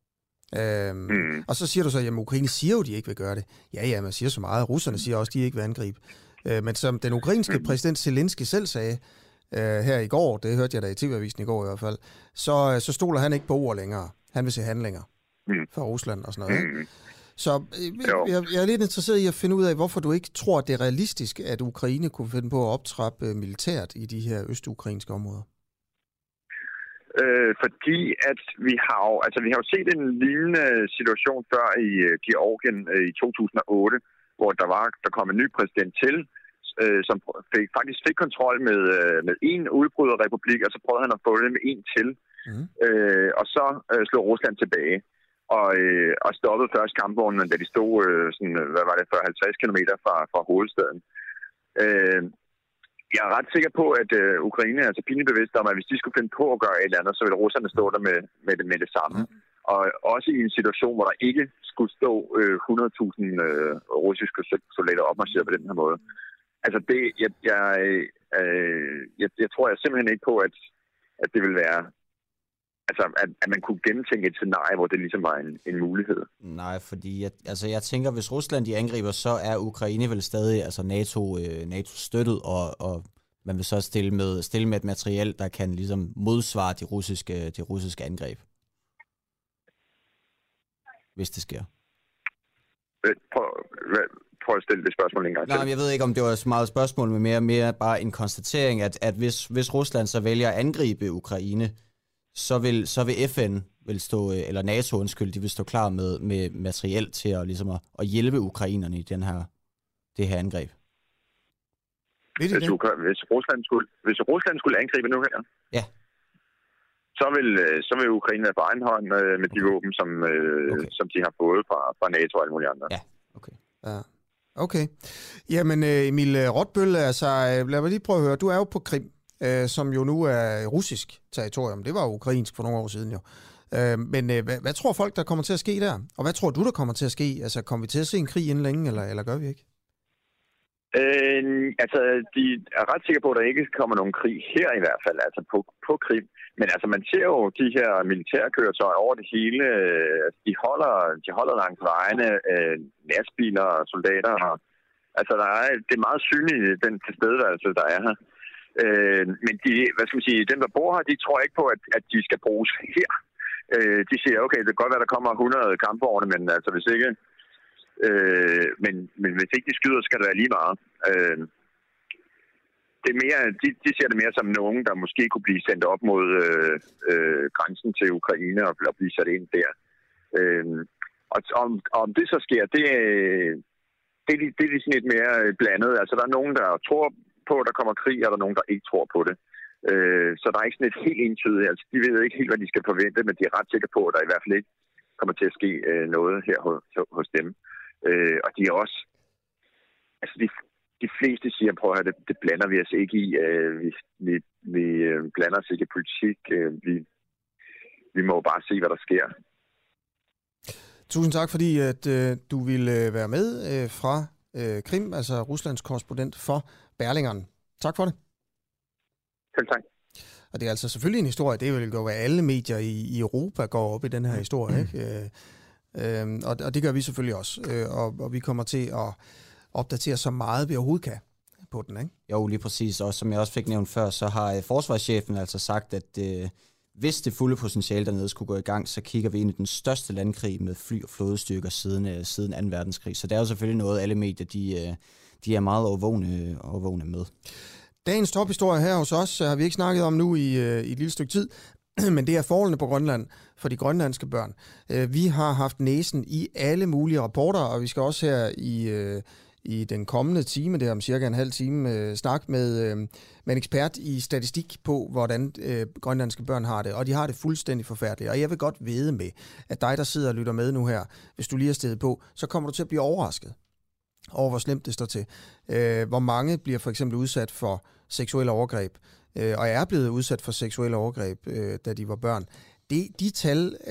Og så siger du så, at Ukraine siger jo, at de ikke vil gøre det. Ja, man siger så meget. Russerne siger også, at de ikke vil angribe. Men som den ukrainske præsident Zelensky selv sagde her i går, det hørte jeg da i TV-avisen i går i hvert fald, så stoler han ikke på ord længere. Han vil se handlinger fra Rusland og sådan noget. Så jeg er lidt interesseret i at finde ud af, hvorfor du ikke tror, at det er realistisk, at Ukraine kunne finde på at optrappe militært i de her østukrainske områder. Fordi at vi har jo set en lignende situation før i Georgien i 2008, hvor der kom en ny præsident til, som faktisk fik kontrol med en udbryderrepublik, og så prøvede han at få det med en til. Og så slog Rusland tilbage og stoppede først kampvognene, da de stod 50 km fra hovedstaden. Jeg er ret sikker på, at Ukraine er så pinligt bevidst om, at hvis de skulle finde på at gøre et eller andet, så ville russerne stå der med det samme. Og også i en situation, hvor der ikke skulle stå 100.000 russiske soldater opmarcheret på den her måde. Altså jeg tror simpelthen ikke på, at det vil være... Altså, at man kunne gennemtænke et scenarie, hvor det ligesom var en mulighed. Nej, fordi jeg tænker, hvis Rusland de angriber, så er Ukraine vel stadig NATO støttet, og man vil så stille med et materiel, der kan ligesom modsvare de russiske angreb. Hvis det sker. Prøv at stille det spørgsmål en gang til. Nej, jeg ved ikke, om det var så meget spørgsmål, men mere bare en konstatering, at hvis Rusland så vælger at angribe Ukraine, så vil FN eller NATO, de vil stå klar med materiel til at hjælpe ukrainerne i det her angreb. Hvis Rusland skulle angribe nu her, ja, så vil Ukraine være på egen hånd med de våben, som de har fået fra NATO og alle mulige andre. Ja, okay. Ja. Okay. Jamen Emil Rotbøl, lad mig lige prøve at høre. Du er jo på Krim, som jo nu er russisk territorium. Det var jo ukrainsk for nogle år siden jo. Men hvad tror folk, der kommer til at ske der? Og hvad tror du, der kommer til at ske? Altså, kommer vi til at se en krig inden længe, eller gør vi ikke? De er ret sikre på, at der ikke kommer nogen krig her i hvert fald, altså på Krim. Men altså, man ser jo de her militærkøretøjer over det hele. De holder langs vejene, lastbiler og soldater. Altså, det er meget synligt, den tilstedeværelse, der er her. Men dem, der bor her, de tror ikke på, at de skal bruges her. De siger, okay, det kan godt være, der kommer 100 kampvogne, men altså hvis ikke... Men hvis ikke de skyder, skal det være lige meget. Det er mere, de ser det mere som nogen, der måske kunne blive sendt op mod grænsen til Ukraine og blive sat ind der. Og om det så sker, det er sådan lidt mere blandet. Altså der er nogen, der tror på, at der kommer krig, og der er nogen, der ikke tror på det. Så der er ikke sådan et helt entydigt. Altså, de ved ikke helt, hvad de skal forvente, men de er ret sikre på, at der i hvert fald ikke kommer til at ske noget her hos dem. Og de er også... Altså, de fleste siger, prøv at høre, det blander vi os ikke i. Vi blander os ikke i politik. Vi må bare se, hvad der sker. Tusind tak, fordi at du ville være med fra Krim, altså Ruslands korrespondent for Berlingeren. Tak for det. Selv tak. Og det er altså selvfølgelig en historie, det vil jo være alle medier i Europa går op i den her historie, ikke? Og det gør vi selvfølgelig også, og vi kommer til at opdatere så meget vi overhovedet kan på den, ikke? Jo, lige præcis, og som jeg også fik nævnt før, så har forsvarschefen altså sagt, at hvis det fulde potentiale dernede skulle gå i gang, så kigger vi ind i den største landkrig med fly- og flådestyrker siden 2. verdenskrig. Så det er jo selvfølgelig noget, alle medier de er meget overvågne med. Dagens tophistorie her hos os har vi ikke snakket om nu i et lille stykke tid, men det er forholdene på Grønland for de grønlandske børn. Vi har haft næsen i alle mulige rapporter, og vi skal også her i den kommende time, det er om cirka en halv time, snakke med en ekspert i statistik på, hvordan grønlandske børn har det, og de har det fuldstændig forfærdeligt. Og jeg vil godt vide med, at dig, der sidder og lytter med nu her, hvis du lige er stedet på, så kommer du til at blive overrasket over, hvor slemt det står til. Hvor mange bliver for eksempel udsat for seksuelle overgreb, og er blevet udsat for seksuelle overgreb, da de var børn. De tal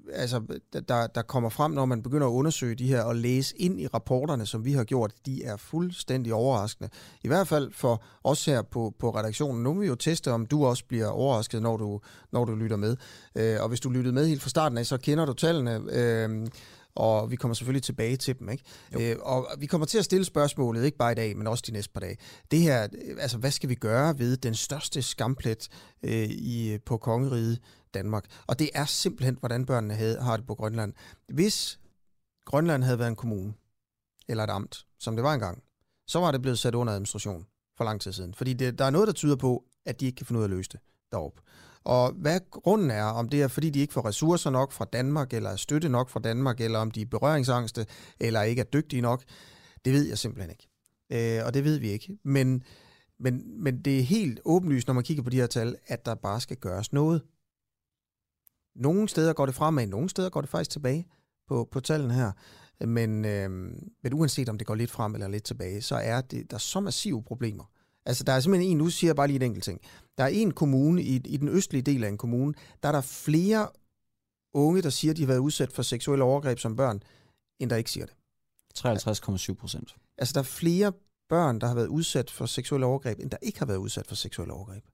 der kommer frem, når man begynder at undersøge de her og læse ind i rapporterne, som vi har gjort, de er fuldstændig overraskende. I hvert fald for os her på redaktionen. Nu vil vi jo teste, om du også bliver overrasket, når du lytter med. Og hvis du lyttede med helt fra starten af, så kender du tallene, og vi kommer selvfølgelig tilbage til dem, ikke? Og vi kommer til at stille spørgsmålet, ikke bare i dag, men også de næste par dage. Det her, altså hvad skal vi gøre ved den største skamplet på kongeriget Danmark? Og det er simpelthen, hvordan børnene har det på Grønland. Hvis Grønland havde været en kommune, eller et amt, som det var engang, så var det blevet sat under administration for lang tid siden. Fordi der er noget, der tyder på, at de ikke kan finde ud af at løse det deroppe. Og hvad grunden er, om det er, fordi de ikke får ressourcer nok fra Danmark, eller er støtte nok fra Danmark, eller om de er berøringsangste, eller ikke er dygtige nok, det ved jeg simpelthen ikke. Og det ved vi ikke. Men det er helt åbenlyst, når man kigger på de her tal, at der bare skal gøres noget. Nogle steder går det fremad, nogle steder går det faktisk tilbage på tallene her. Men uanset om det går lidt frem eller lidt tilbage, så er der så massive problemer. Altså, der er simpelthen nu siger jeg bare lige et enkelt ting. Der er en kommune, i den østlige del af en kommune, der er der flere unge, der siger, at de har været udsat for seksuelle overgreb som børn, end der ikke siger det. 53,7%. Altså, der er flere børn, der har været udsat for seksuelle overgreb, end der ikke har været udsat for seksuelle overgreb.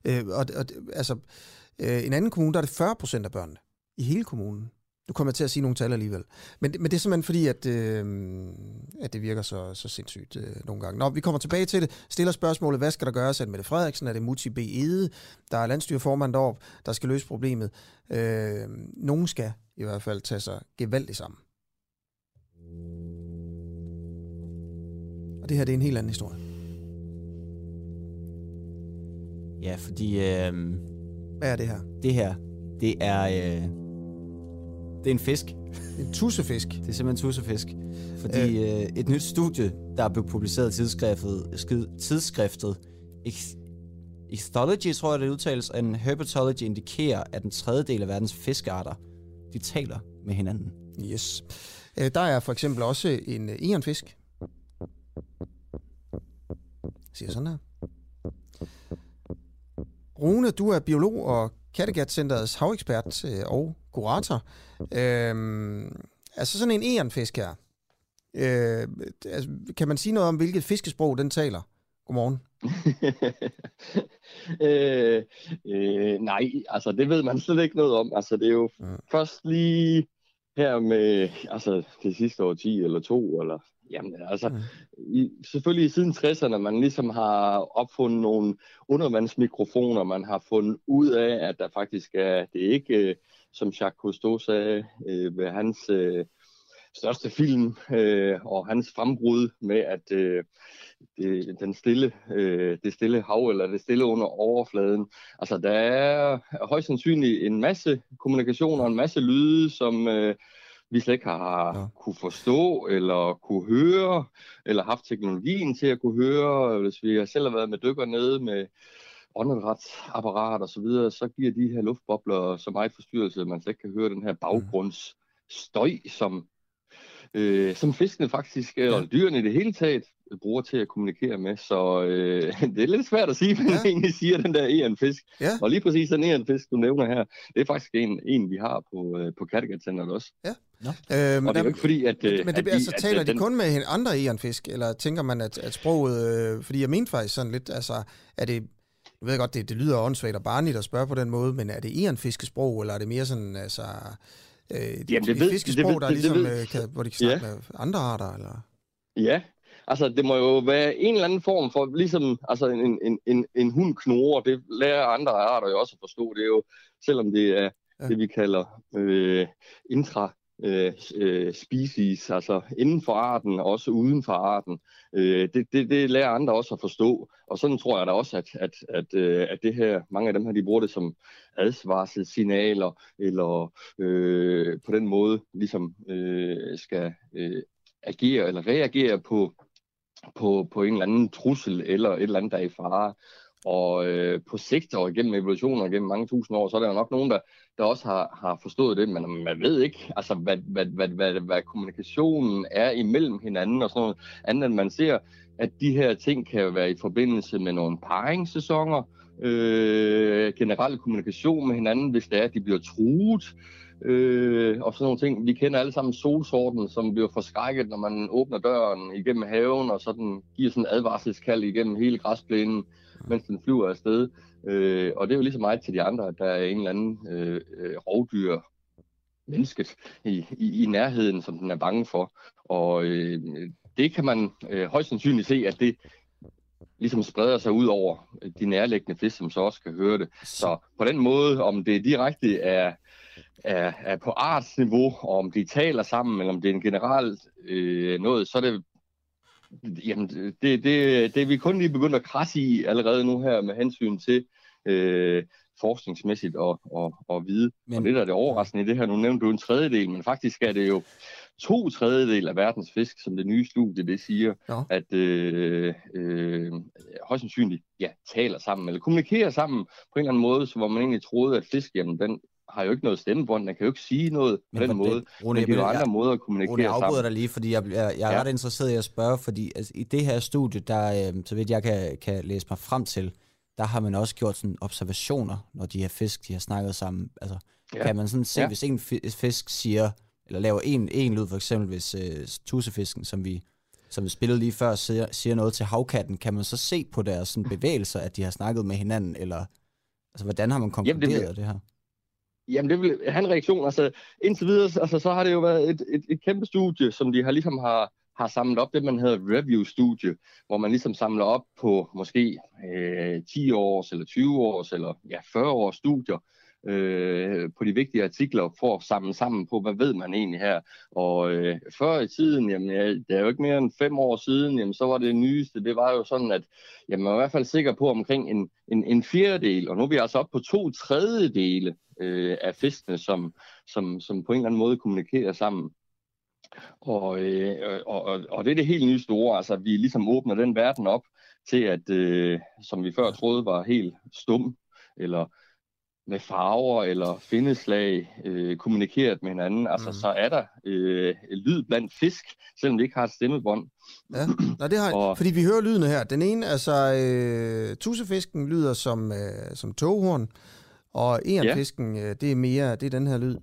En anden kommune, der er det 40% af børnene i hele kommunen. Du kommer til at sige nogle tal alligevel. Men det er simpelthen fordi, at det virker så sindssygt nogle gange. Nå, vi kommer tilbage til det. Stiller spørgsmålet, hvad skal der gøres? Er det Mette Frederiksen? Er det Mutti B. Egede? Der er landstyreformand deroppe, der skal løse problemet. Nogen skal i hvert fald tage sig gevaldigt sammen. Og det her, det er en helt anden historie. Ja, fordi... hvad er det her? Det her, det er... Det er en fisk. En tussefisk? Det er simpelthen en tussefisk. Fordi et nyt studie, der er blevet publiceret i tidsskriftet Ethology, tror jeg det udtales, and Herpetology indikerer, at en tredjedel af verdens fiskearter, de taler med hinanden. Yes. Der er for eksempel også en egernfisk. Siger sådan her. Rune, du er biolog og Kattegat-centerets havekspert og kurator. Altså sådan en egernfisk her. Kan man sige noget om, hvilket fiskesprog den taler? Godmorgen. Nej, altså det ved man slet ikke noget om. Altså det er jo først lige her med det sidste årti eller to, eller jamen altså selvfølgelig siden 60'erne, man ligesom har opfundet nogle undervandsmikrofoner, man har fundet ud af, at der faktisk er, det er ikke, som Jacques Cousteau sagde ved hans største film og hans frembrud med, at det stille hav, eller det stille under overfladen. Altså, der er højst sandsynligt en masse kommunikationer, en masse lyde, som vi slet ikke har kunne forstå, eller kunne høre, eller haft teknologien til at kunne høre. Hvis vi selv har været med dykker nede med åndedrætsapparat og så videre, så giver de her luftbobler så meget forstyrrelse, at man slet ikke kan høre den her baggrundsstøj, som fiskene faktisk, eller dyrene i det hele taget, bruger til at kommunikere med. Så det er lidt svært at sige, hvad man egentlig siger, den der egernfisk. Ja. Og lige præcis den egernfisk, du nævner her, det er faktisk en vi har på Kattegat-centeret også. Ja. Og det er jo ikke fordi, at... Men det, altså, taler de kun med andre egernfisk, eller tænker man, at sproget... fordi jeg mente faktisk sådan lidt, altså, er det... Jeg ved godt, det lyder åndssvagt og barnligt at spørge på den måde, men er det egernfiskesprog, eller er det mere sådan, altså... fiskesprog, der ligesom, hvor de kan snakke med andre arter, eller... Ja, altså det må jo være en eller anden form for, ligesom altså en hund knurrer, det lærer andre arter jo også at forstå. Det er jo, selvom det er det, vi kalder species, altså inden for arten og også uden for arten. Det lærer andre også at forstå. Og sådan tror jeg da også, at det her, mange af dem her, de bruger det som advarselssignaler, eller på den måde ligesom skal agere eller reagere på en eller anden trussel, eller et eller andet, der er i fare. Og på sigt og gennem evolutioner og gennem mange tusind år, så er der jo nok nogen, der også har forstået det, men man ved ikke, altså, hvad kommunikationen er imellem hinanden og sådan noget, andet end man ser, at de her ting kan være i forbindelse med nogle paringssæsoner, generel kommunikation med hinanden, hvis det er, at de bliver truet, og sådan nogle ting. Vi kender alle sammen solsorten, som bliver forskrækket, når man åbner døren igennem haven, og så den giver sådan en advarselskald igennem hele græsplænen, mens den flyver afsted. Og det er jo lige så meget til de andre, at der er en eller anden rovdyr, mennesket i nærheden, som den er bange for. Og det kan man højst sandsynligt se, at det ligesom spreder sig ud over de nærliggende fisk, som så også kan høre det. Så på den måde, om det direkte er på artsniveau, og om de taler sammen, eller om det er en generelt noget, så er det, jamen, det er vi kun lige begyndt at krasse i allerede nu her med hensyn til forskningsmæssigt og vide. Men, og det der er det overraskende i det her, nu nævnte du en tredjedel, men faktisk er det jo 2/3 af verdens fisk, som det nye studie det siger, at højst sandsynligt taler sammen, eller kommunikerer sammen på en eller anden måde, så hvor man egentlig troede, at fisk, jamen, den har jo ikke noget stemmebånd, den kan jo ikke sige noget på den måde, men det er jo andre måder at kommunikere sammen. Jeg afbryder dig lige, fordi jeg er ret interesseret i at spørge, fordi altså, i det her studie, der, så vidt jeg kan læse mig frem til, der har man også gjort sådan observationer, når de her fisk, de har snakket sammen. Altså, kan man sådan se, hvis en fisk siger, eller laver en lyd, for eksempel hvis tussefisken, som vi spillede lige før, siger noget til havkatten, kan man så se på deres sådan, bevægelser, at de har snakket med hinanden, eller altså, hvordan har man konkluderet det her? Jamen, det vil have en reaktion. Altså, indtil videre, altså, så har det jo været et kæmpe studie, som de har samlet op, det man hedder review-studie, hvor man ligesom samler op på måske 10 års, eller 20 års, eller 40 års studier på de vigtige artikler, for at samle sammen på, hvad ved man egentlig her. Og før i tiden, jamen, det er jo ikke mere end 5 år siden, jamen, så var det nyeste, det var jo sådan, at jamen, man var i hvert fald sikker på omkring en fjerdedel, og nu er vi altså oppe på 2/3 af fiskene, som på en eller anden måde kommunikerer sammen. Og det er det helt nye store, altså vi ligesom åbner den verden op til, at som vi før troede var helt stum, eller med farver eller findeslag kommunikeret med hinanden. Altså så er der lyd blandt fisk, selvom de ikke har et stemmebånd. Ja, nej, det har fordi vi hører lydene her. Den ene, altså tussefisken lyder som toghorn, og egernfisken, det er den her lyd.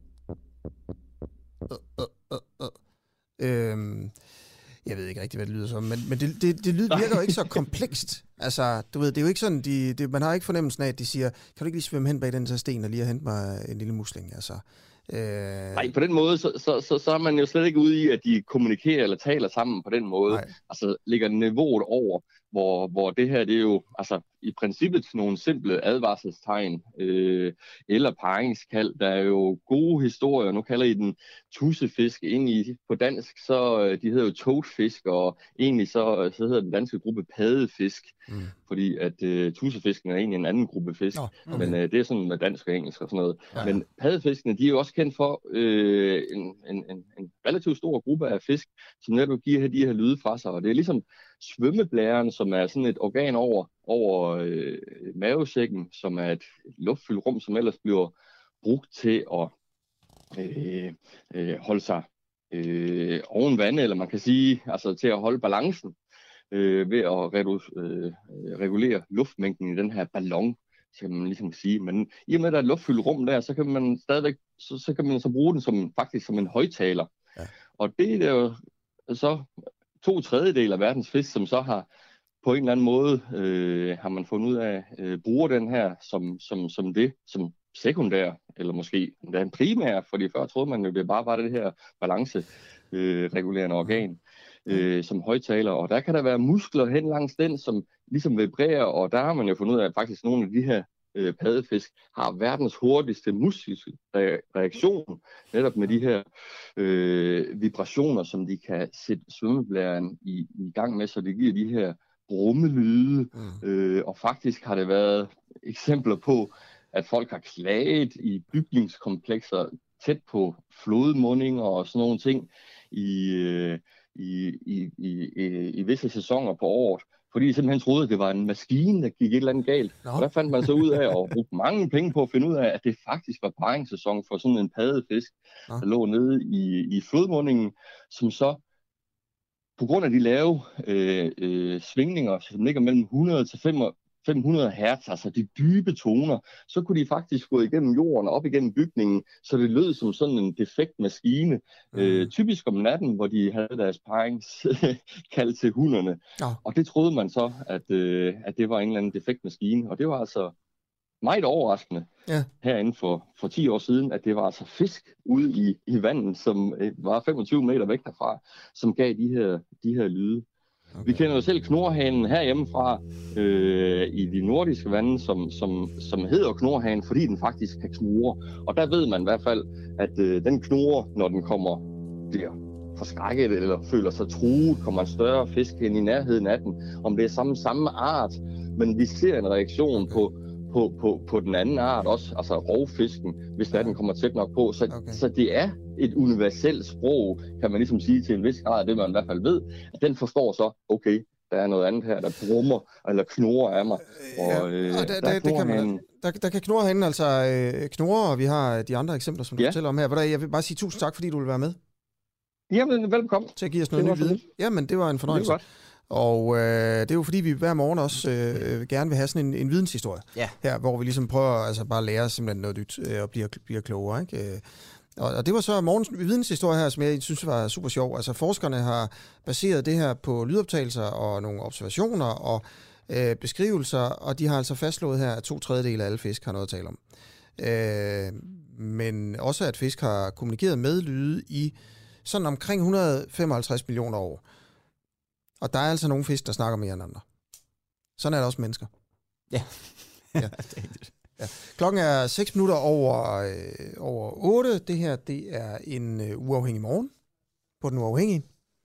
Jeg ved ikke rigtig, hvad det lyder som, men det lyd virker jo ikke så komplekst. Altså, du ved, det er jo ikke sådan, man har ikke fornemmelsen af, at de siger, kan du ikke lige svømme hen bag den her sten og lige hente mig en lille musling, altså. Nej, på den måde, så er man jo slet ikke ude i, at de kommunikerer eller taler sammen på den måde. Nej. Altså, ligger niveauet over, hvor det her, det er jo altså i princippet nogle simple advarselstegn eller paringskald. Der er jo gode historier. Nu kalder I den tussefisk. Egentlig på dansk, så de hedder jo toadfisk, og egentlig så hedder den danske gruppe paddefisk, fordi at tussefisken er egentlig en anden gruppe fisk. Okay. Men det er sådan med dansk og engelsk og sådan noget. Ja. Men paddefiskene, de er jo også kendt for en relativt stor gruppe af fisk, som netop giver de her lyde fra sig, og det er ligesom svømmeblæren, som er sådan et organ over mavesækken, som er et luftfyldt rum, som ellers bliver brugt til at holde sig oven vand, eller man kan sige, altså til at holde balancen ved at regulere luftmængden i den her ballon, så kan man ligesom sige. Men i og med, at der er et luftfyldt rum der, så kan man stadigvæk så kan man så bruge den faktisk som en højttaler. Ja. Og det er jo så 2/3 af verdens fisk, som så har på en eller anden måde har man fundet ud af bruger den her som sekundær, eller måske endda en primær, fordi før troede man jo, det bare var det her balanceregulerende organ som højttaler, og der kan der være muskler hen langs den, som ligesom vibrerer, og der har man jo fundet ud af, at faktisk nogle af de her paddefisk har verdens hurtigste muskelreaktion, netop med de her vibrationer, som de kan sætte svømmeblæren i gang med, så det giver de her brummelyde, og faktisk har det været eksempler på, at folk har klaget i bygningskomplekser tæt på flodmundinger og sådan nogle ting i visse sæsoner på året, fordi de simpelthen troede, at det var en maskine, der gik et eller andet galt. Og der fandt man så ud af, og brugte mange penge på at finde ud af, at det faktisk var paringssæson for sådan en paddefisk, der lå nede i flodmundingen, som så på grund af de lave svingninger, som ligger mellem 100 til 500 hertz, altså de dybe toner, så kunne de faktisk gå igennem jorden og op igennem bygningen, så det lød som sådan en defekt maskine. Typisk om natten, hvor de havde deres paringskald til hunderne. Og det troede man så, at det var en eller anden defekt maskine. Og det var altså meget overraskende herinde for 10 år siden, at det var altså fisk ude i vandet, som var 25 meter væk derfra, som gav de her lyde. Okay. Vi kender jo selv knorhanen herhjemmefra i de nordiske vande, som hedder knorhanen, fordi den faktisk kan knurre. Og der ved man i hvert fald, at den knurrer, når den bliver forskrækket eller føler sig truet, kommer en større fisk ind i nærheden af den. Om det er samme art, men vi ser en reaktion på den anden art også, altså rovfisken, hvis den kommer tæt nok på. Så det er et universelt sprog, kan man ligesom sige til en vis grad, det man i hvert fald ved, at den forstår så, okay, der er noget andet her, der brummer eller knurrer af mig. Og der kan knorhanen altså knurre, og vi har de andre eksempler, som du fortæller om her. Jeg vil bare sige tusind tak, fordi du vil være med. Jamen, velkommen. Til at give os noget ny viden. Jamen, det var en fornøjelse. Og det er jo fordi, vi hver morgen også gerne vil have sådan en videnshistorie her, hvor vi ligesom prøver altså bare at lære simpelthen noget nyt og bliver klogere, ikke? Og det var så morgens videnshistorie her, som jeg synes var super sjov. Altså forskerne har baseret det her på lydoptagelser og nogle observationer og beskrivelser, og de har altså fastslået her, at 2/3 af alle fisk har noget at tale om. Men også at fisk har kommunikeret med lyde i sådan omkring 155 millioner år. Og der er altså nogle fisk, der snakker mere end andre. Sådan er der også mennesker. Ja. Ja. Klokken er 6 minutter over 8. Det her, det er en uafhængig morgen på Den Uafhængige.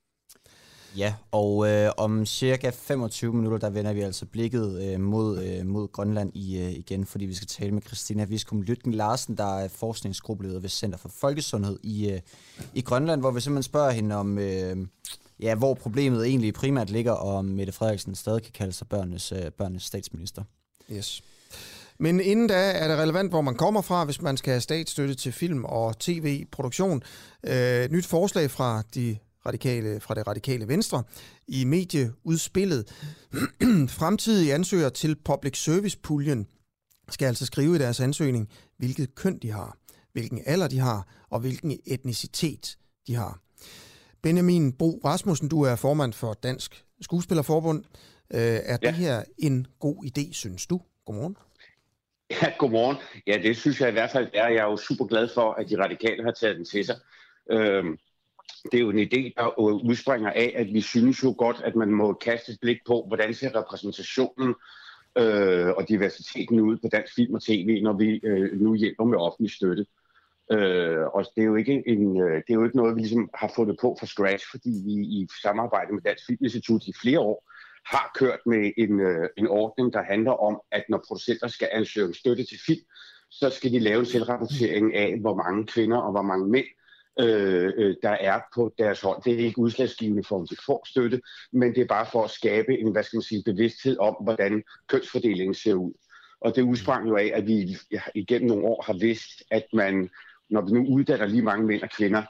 Ja, og om cirka 25 minutter, der vender vi altså blikket mod Grønland igen, fordi vi skal tale med Christina Viskum Lytken Larsen, der er forskningsgruppeleder ved Center for Folkesundhed i Grønland, hvor vi simpelthen spørger hende om, hvor problemet egentlig primært ligger, og om Mette Frederiksen stadig kan kalde sig børnenes statsminister. Yes. Men inden da er det relevant, hvor man kommer fra, hvis man skal have statsstøtte til film- og tv-produktion. Nyt forslag fra det radikale Venstre i medieudspillet. Fremtidige ansøgere til public service-puljen skal altså skrive i deres ansøgning, hvilket køn de har, hvilken alder de har og hvilken etnicitet de har. Benjamin Bro Rasmussen, du er formand for Dansk Skuespillerforbund. Er det her en god idé, synes du? Godmorgen. Ja, godmorgen. Ja, det synes jeg i hvert fald er. Jeg er jo super glad for, at de radikale har taget den til sig. Det er jo en idé, der udspringer af, at vi synes jo godt, at man må kaste et blik på, hvordan ser repræsentationen og diversiteten ud på dansk film og tv, når vi nu hjælper med offentlig støtte. Og det er jo ikke noget, vi ligesom har fundet på fra scratch, fordi vi i samarbejde med Dansk Filminstitut i flere år har kørt med en ordning, der handler om, at når producenter skal ansøge støtte til film, så skal de lave en selvrapportering af, hvor mange kvinder og hvor mange mænd der er på deres hold. Det er ikke udslagsgivende for, om de får støtte, men det er bare for at skabe en, bevidsthed om, hvordan kønsfordelingen ser ud. Og det udsprang jo af, at vi igennem nogle år har vidst, at man, når vi nu uddanner lige mange mænd og kvinder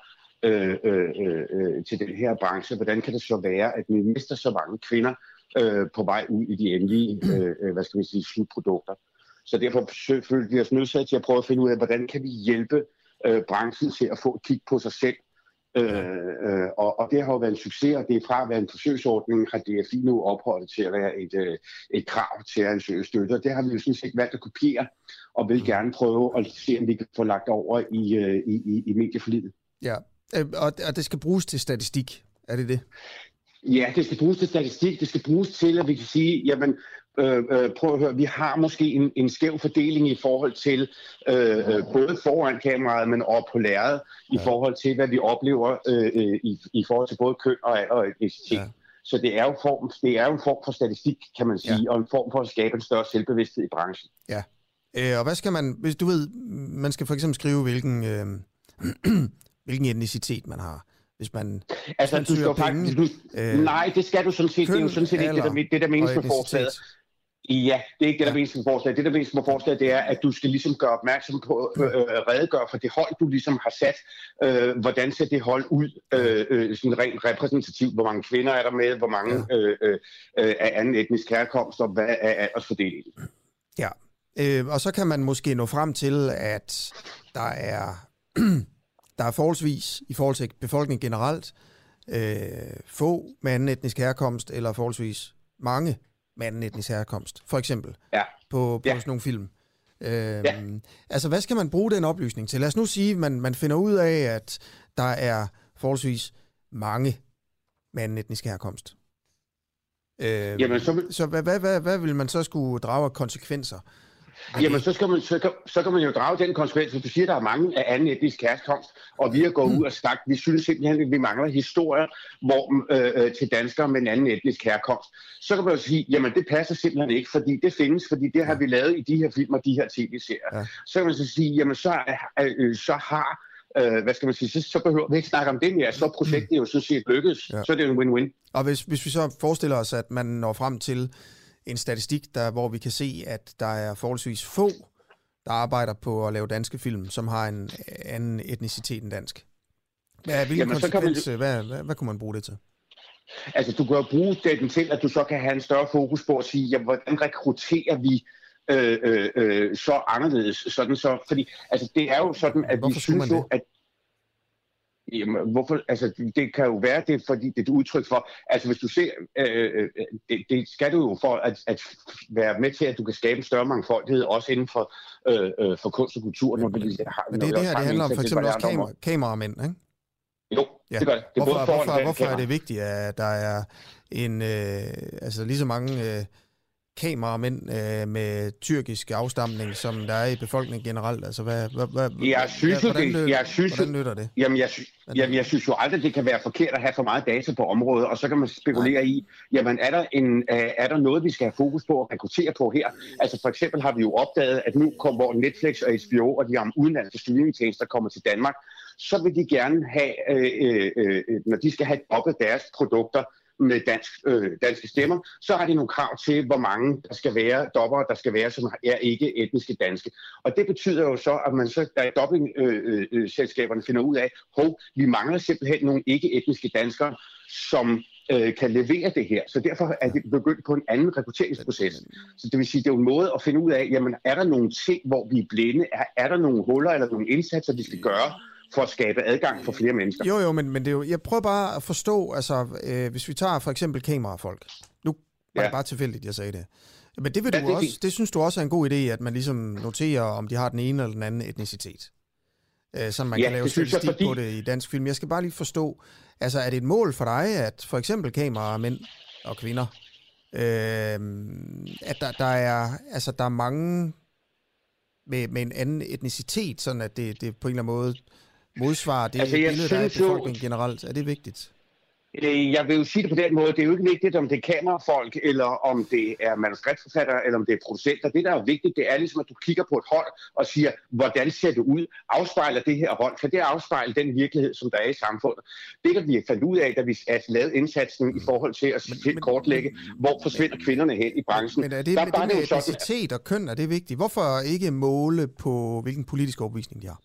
til den her branche, hvordan kan det så være, at vi mister så mange kvinder på vej ud i de endelige, slutprodukter. Så derfor følte vi os nødsat til at prøve at finde ud af, hvordan kan vi hjælpe branchen til at få et kig på sig selv. Og det har jo været en succes, og det er fra at være en forsøgsordning, har DFI nu ophøjet til at være et krav til at ansøge støtte. Og det har vi jo sådan set valgt at kopiere, og vil gerne prøve at se, om vi kan få lagt over i medieforliget. Ja, og det skal bruges til statistik, er det det? Ja, det skal bruges til statistik. Det skal bruges til, at vi kan sige, jamen, prøv at høre, vi har måske en skæv fordeling i forhold til både foran kameraet, men også på lærredet, i forhold til, hvad vi oplever i forhold til både køn og alder og etnicitet. Ja. Så det er jo en form for statistik, kan man sige, og en form for at skabe en større selvbevidsthed i branchen. Ja, og hvad skal man, hvis du ved, man skal for eksempel skrive, hvilken etnicitet man har, hvis man du skal faktisk... nej, det skal du sådan set. Det er jo sådan set ikke det, der menes med forslaget. Ja, det er ikke det, der menes med forslaget. Det, der menes med forslaget, det er, at du skal ligesom gøre opmærksom på, redegøre for det hold, du ligesom har sat. Hvordan ser det hold ud, sådan rent repræsentativt? Hvor mange kvinder er der med? Hvor mange af anden etnisk herkomst? Og hvad er aldersfordelingen? Ja, og så kan man måske nå frem til, at der er forholdsvis, i forhold til befolkningen generelt, få med anden etnisk herkomst, eller forholdsvis mange med anden etnisk herkomst, for eksempel, på sådan nogle film. Altså, hvad skal man bruge den oplysning til? Lad os nu sige, at man finder ud af, at der er forholdsvis mange med anden etnisk herkomst. Så hvad vil man så skulle drage af konsekvenser? Jamen, så kan man jo drage den konsekvens, hvis du siger, at der er mange af anden etnisk herkomst, og vi er gået ud og sagt, vi synes simpelthen, at vi mangler historier til danskere med en anden etnisk herkomst. Så kan man jo sige, jamen det passer simpelthen ikke, fordi det findes, fordi det har vi lavet i de her film og de her tv-serier. Ja. Så kan man så sige, jamen så har hvad skal man sige, så behøver vi ikke snakke om det mere, så er projektet jo sådan set lykkedes, så er det en win-win. Og hvis vi så forestiller os, at man når frem til en statistik, hvor vi kan se, at der er forholdsvis få, der arbejder på at lave danske film, som har en anden etnicitet end dansk. Hvad kunne man bruge det til? Altså, du kan jo bruge det til, at du så kan have en større fokus på at sige, jamen, hvordan rekrutterer vi så anderledes, sådan så, fordi altså, det er jo sådan, at vi synes jo, at jamen, hvorfor? Altså, det kan jo være det, fordi det er et udtryk for, altså hvis du ser, det skal du jo for at være med til, at du kan skabe en større mangfoldighed, også inden for kunst og kultur. Men det her, det handler om for eksempel også kameramænd, ikke? Jo, det gør det. Hvorfor er det vigtigt, at der er altså lige så mange kameramænd med tyrkisk afstamning, som der er i befolkningen generelt? Altså, hvordan nytter det? Jamen, jeg synes jo aldrig, det kan være forkert at have for meget data på området, og så kan man spekulere i, jamen, er der noget, vi skal have fokus på at rekruttere på her? Altså, for eksempel har vi jo opdaget, at nu hvor Netflix og HBO og de udenlandske streamingtjenester kommer til Danmark, så vil de gerne have, når de skal have dobbelt deres produkter, med danske stemmer, så har de nogle krav til, hvor mange der skal være, dobbere der skal være, som er ikke etniske danske. Og det betyder jo så, at man så, da dobbeltselskaberne finder ud af, vi mangler simpelthen nogle ikke-etniske danskere, som kan levere det her. Så derfor er det begyndt på en anden rekrutteringsproces. Så det vil sige, det er jo en måde at finde ud af, jamen er der nogle ting, hvor vi er blinde? Er der nogle huller eller nogle indsatser, vi skal gøre for at skabe adgang for flere mennesker? Jo, men det er jo, jeg prøver bare at forstå, altså hvis vi tager for eksempel kamerafolk. Nu var det bare tilfældigt, jeg sagde det. Men det vil du også, det synes du også er en god idé, at man ligesom noterer, om de har den ene eller den anden etnicitet. Så man kan lave statistik på det i dansk film. Jeg skal bare lige forstå, altså er det et mål for dig, at for eksempel kameramænd og kvinder, at der er mange med en anden etnicitet, sådan at det på en eller anden måde modsvarer det billede, der er i befolkningen generelt. Er det vigtigt? Jeg vil jo sige det på den måde, det er jo ikke vigtigt, om det er kamerafolk, eller om det er manuskriptforfattere, eller om det er producenter. Det, der er vigtigt, det er ligesom, at du kigger på et hold og siger, hvordan ser det ud? Afspejler det her hold? Kan det afspejle den virkelighed, som der er i samfundet? Det, der vi fandt ud af, da vi lavede indsatsen i forhold til at kortlægge, hvor forsvinder kvinderne hen i branchen. Men er det med etnicitet og køn, er det vigtigt? Hvorfor ikke måle på, hvilken politisk overbevisning de har?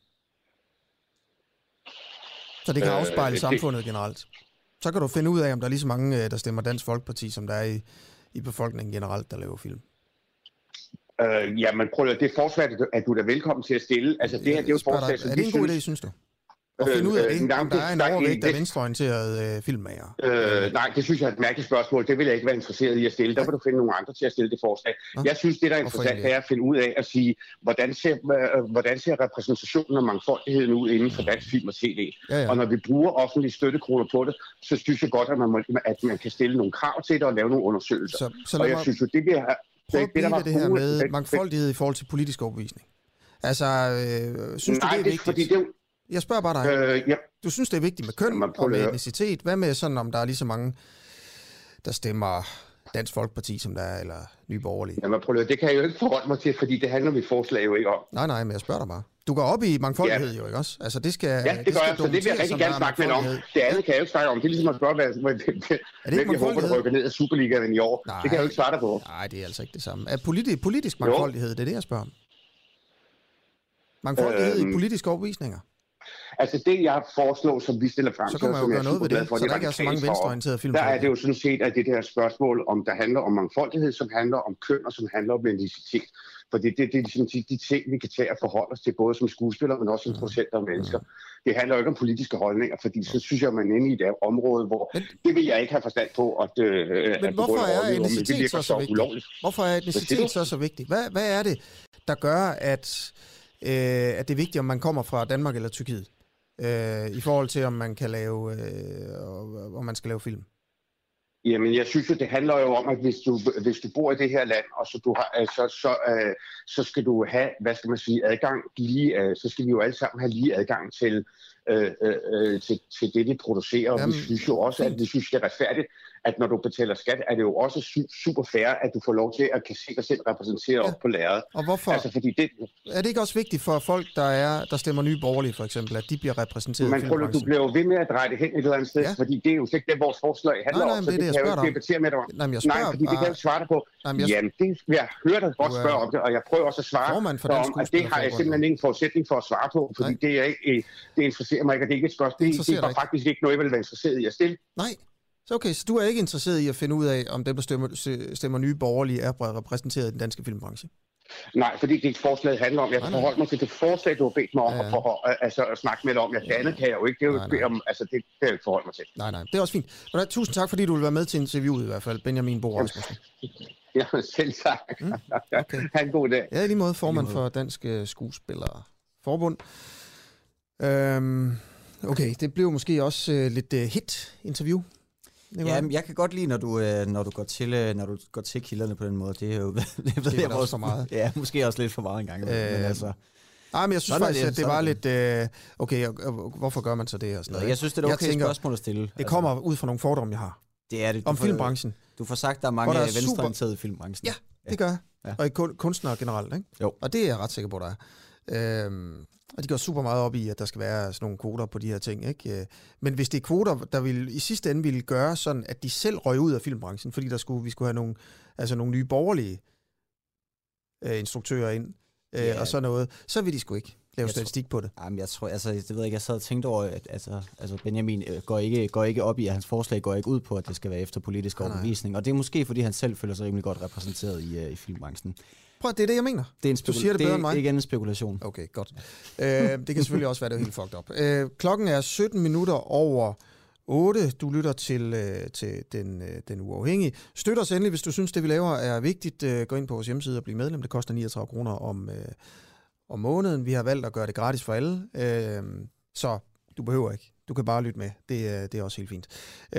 Så det kan afspejle samfundet generelt. Så kan du finde ud af, om der er lige så mange, der stemmer Dansk Folkeparti, som der er i befolkningen generelt, der laver film. Men prøv at det forslag, at du er velkommen til at stille. Altså, det her, det er jo forslag, som er det en god idé, synes du? Og finde ud af det, om der er en overvægt af venstreorienterede filmmager. Nej, det synes jeg er et mærkeligt spørgsmål. Det vil jeg ikke være interesseret i at stille. Der vil du finde nogle andre til at stille det forslag. Jeg synes, det der er interessant, er at finde ud af at sige, hvordan ser repræsentationen og mangfoldigheden ud inden for dansk film og tv. Og når vi bruger offentlige støttekroner på det, så synes jeg godt, at man kan stille nogle krav til det og lave nogle undersøgelser. Og jeg synes jo, det bliver... Prøv at blive det her med mangfoldighed i forhold til politisk overbevisning. Altså, synes du, det er vigtigt? Jeg spørger bare dig. Du synes, det er vigtigt med køn og med etnicitet. Hvad med sådan, om der er lige så mange, der stemmer Dansk Folkeparti, som der er, eller Nye Borgerlige? Jamen prøv at det kan jeg jo ikke forholde mig til, fordi det handler mit forslag jo ikke om. Nej, men jeg spørger dig bare. Du går op i mangfoldighed jo, ikke også? Altså, det skal, ja, det gør jeg, så det vil jeg rigtig gerne snakke med om. Det andet kan jeg jo ikke snakke om. Det er ligesom at spørge, hvem jeg håber, der rykker ned af Superligaen i år. Nej, det kan jeg jo ikke svare dig på. Nej, det er altså ikke det samme. Er politisk mangfoldighed, det er det, jeg spørger om? Mangfoldighed i politiske overbevisninger? Altså det, jeg foreslår, som vi stiller frem, så kan man jo gøre noget ved det, så der ikke er så mange venstreorienterede film. Der er det jo sådan set, at det der spørgsmål, om der handler om mangfoldighed, som handler om køn, og som handler om etnicitet. For det er ligesom de ting, vi kan tage og forholde os til, både som skuespillere, men også som producenter og mennesker. Det handler jo ikke om politiske holdninger, fordi så synes jeg, man er inde i et område, hvor det vil jeg ikke have forstand på. Men hvorfor er etnicitet så vigtigt? Hvorfor er etnicitet så vigtigt? Hvad er det, der gør, at det er vigtigt, om man kommer fra Danmark eller Tyrkiet, i forhold til, om man kan lave, om man skal lave film? Jamen, jeg synes jo, det handler jo om, at hvis du bor i det her land, og så skal du have, hvad skal man sige, adgang lige, så skal vi jo alle sammen have lige adgang til det, de producerer. Jamen, vi synes jo også, at det er retfærdigt, at når du betaler skat, er det jo også super fair, at du får lov til at kan se dig selv repræsenteret op på lærredet. Og hvorfor? Altså, fordi er det ikke også vigtigt for folk, der stemmer Nye Borgerlige, for eksempel, at de bliver repræsenteret i filmbranchen? Du bliver jo ved med at dreje det hen et eller andet sted, fordi det er jo ikke det, vores forslag handler om, så det kan jeg jo ikke debattere med dig om. Nej, fordi det kan jeg ikke svare dig på. Jamen, det vil jeg høre dig godt spørge om det, og jeg prøver også at svare om, at det har jeg simpelthen ingen forudsætning for at svare på, fordi det interesserer mig ikke, og det er ikke et spørgsmål. Det var faktisk ikke noget, jeg ville være interesseret i at stille. Nej. Så okay, så du er ikke interesseret i at finde ud af, om dem, der stemmer Nye Borgerlige, er repræsenteret i den danske filmbranche? Nej, fordi det forslaget handler om, jeg forholder mig til det forslag, du har bedt mig om at snakke med dig om. Det andet kan jeg jo ikke. Det er jo det kan jeg ikke forholde mig til. Nej, det er også fint. Og tusind tak, fordi du vil være med til interviewet i hvert fald, Benjamin Bo Rasmussen. Ja, selv tak. Okay. Ha' en god dag. Ja, i lige måde formand for Dansk Skuespillerforbund. Okay, det blev måske også lidt hit-interview. Ja, jeg kan godt lide, når du går til kilderne på den måde. Det er jo det er også for meget. Ja, måske også lidt for meget engang. Men altså. Men jeg synes faktisk, at det var lidt okay. Hvorfor gør man så det og sådan noget? Jeg synes, det er okay spørgsmål at stille. Det kommer ud fra nogle fordomme, jeg har. Det er det. Om filmbranchen. Du får sagt, der er mange venstreorienterede i filmbranchen. Ja, det gør jeg. Ja. Og i kunstnere generelt, ikke? Jo. Og det er jeg ret sikker på, der er. Og de går super meget op i, at der skal være sådan nogle kvoter på de her ting, ikke? Men hvis det er kvoter, der i sidste ende ville gøre sådan, at de selv røg ud af filmbranchen, fordi vi skulle have nogle nye borgerlige instruktører ind, og sådan noget, så vil de sgu ikke lave statistik på det. Jamen, jeg tror, det ved jeg ikke, jeg sad og tænkte over, at Benjamin går ikke op i, at hans forslag går ikke ud på, at det skal være efter politisk overbevisning, og det er måske, fordi han selv føler sig rimelig godt repræsenteret i filmbranchen. Prøv, det er det, jeg mener. Du siger det bedre end mig. Det er ikke en spekulation. Okay, godt. Det kan selvfølgelig også være, det er helt fucked up. Klokken er 17 minutter over 8. Du lytter til den uafhængige. Støt os endelig, hvis du synes, det vi laver er vigtigt. Gå ind på vores hjemmeside og bliv medlem. Det koster 39 kroner om måneden. Vi har valgt at gøre det gratis for alle. Så du behøver ikke. Du kan bare lytte med. Det er også helt fint.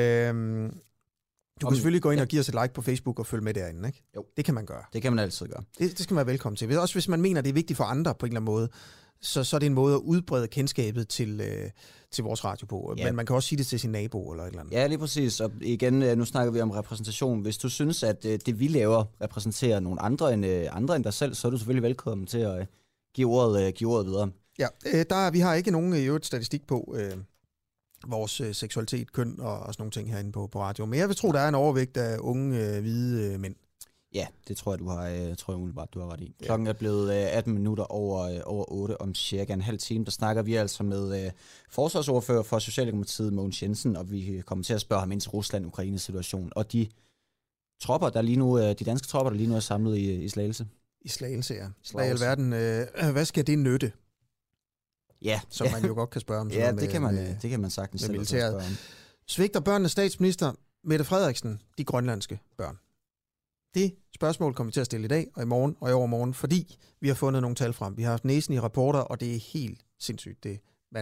Du kan selvfølgelig gå ind og give os et like på Facebook og følge med derinde, ikke? Jo. Det kan man gøre. Det kan man altid gøre. Det skal man være velkommen til. Også hvis man mener, det er vigtigt for andre på en eller anden måde, så er det en måde at udbrede kendskabet til vores radio på. Ja. Men man kan også sige det til sin nabo eller et eller andet. Ja, lige præcis. Og igen, nu snakker vi om repræsentation. Hvis du synes, at det vi laver repræsenterer nogle andre end dig selv, så er du selvfølgelig velkommen til at give ordet videre. Ja, vi har ikke nogen statistik på vores seksualitet, køn og sådan nogle ting herinde på radio. Men jeg vil tro, der er en overvægt af unge, hvide mænd. Ja, det tror jeg umiddelbart, du har ret i. Ja. Klokken er blevet 18 minutter over 8 om cirka en halv time. Der snakker vi altså med forsvarsordfører for Socialdemokratiet, Mogens Jensen, og vi kommer til at spørge ham ind til Rusland-Ukraines situation. Og de tropper, de danske tropper, der lige nu er samlet i Slagelse. I Slagelse, ja. Hvad i alverden, hvad skal det nytte? Ja. Som man jo godt kan spørge om. Ja, det kan man sagtens selv spørge om. Svigter børnenes statsminister Mette Frederiksen de grønlandske børn? Det spørgsmål kommer vi til at stille i dag, og i morgen og i overmorgen, fordi vi har fundet nogle tal frem. Vi har haft næsen i rapporter, og det er helt sindssygt, det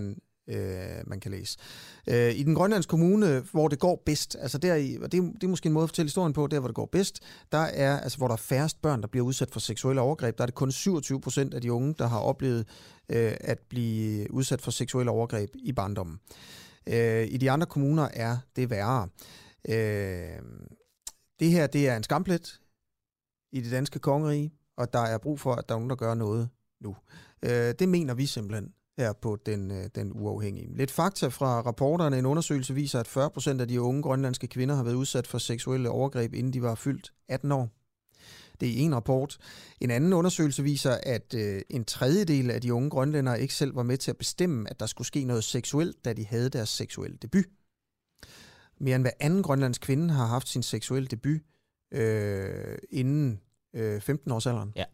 man kan læse. I den grønlandske kommune, hvor det går bedst, altså det er måske en måde at fortælle historien på, der hvor det går bedst, der er, altså hvor der er færrest børn, der bliver udsat for seksuelle overgreb, der er det kun 27% af de unge, der har oplevet at blive udsat for seksuelle overgreb i barndommen. I de andre kommuner er det værre. Det her, det er en skamplet i det danske kongerige, og der er brug for, at der er nogen, der gør noget nu. Det mener vi simpelthen her på den uafhængige. Lidt fakta fra rapporterne. En undersøgelse viser, at 40% af de unge grønlandske kvinder har været udsat for seksuelle overgreb, inden de var fyldt 18 år. Det er en rapport. En anden undersøgelse viser, at en tredjedel af de unge grønlændere ikke selv var med til at bestemme, at der skulle ske noget seksuelt, da de havde deres seksuelle debut. Mere end hver anden grønlandsk kvinde har haft sin seksuelle debut inden 15-årsalderen. Ja.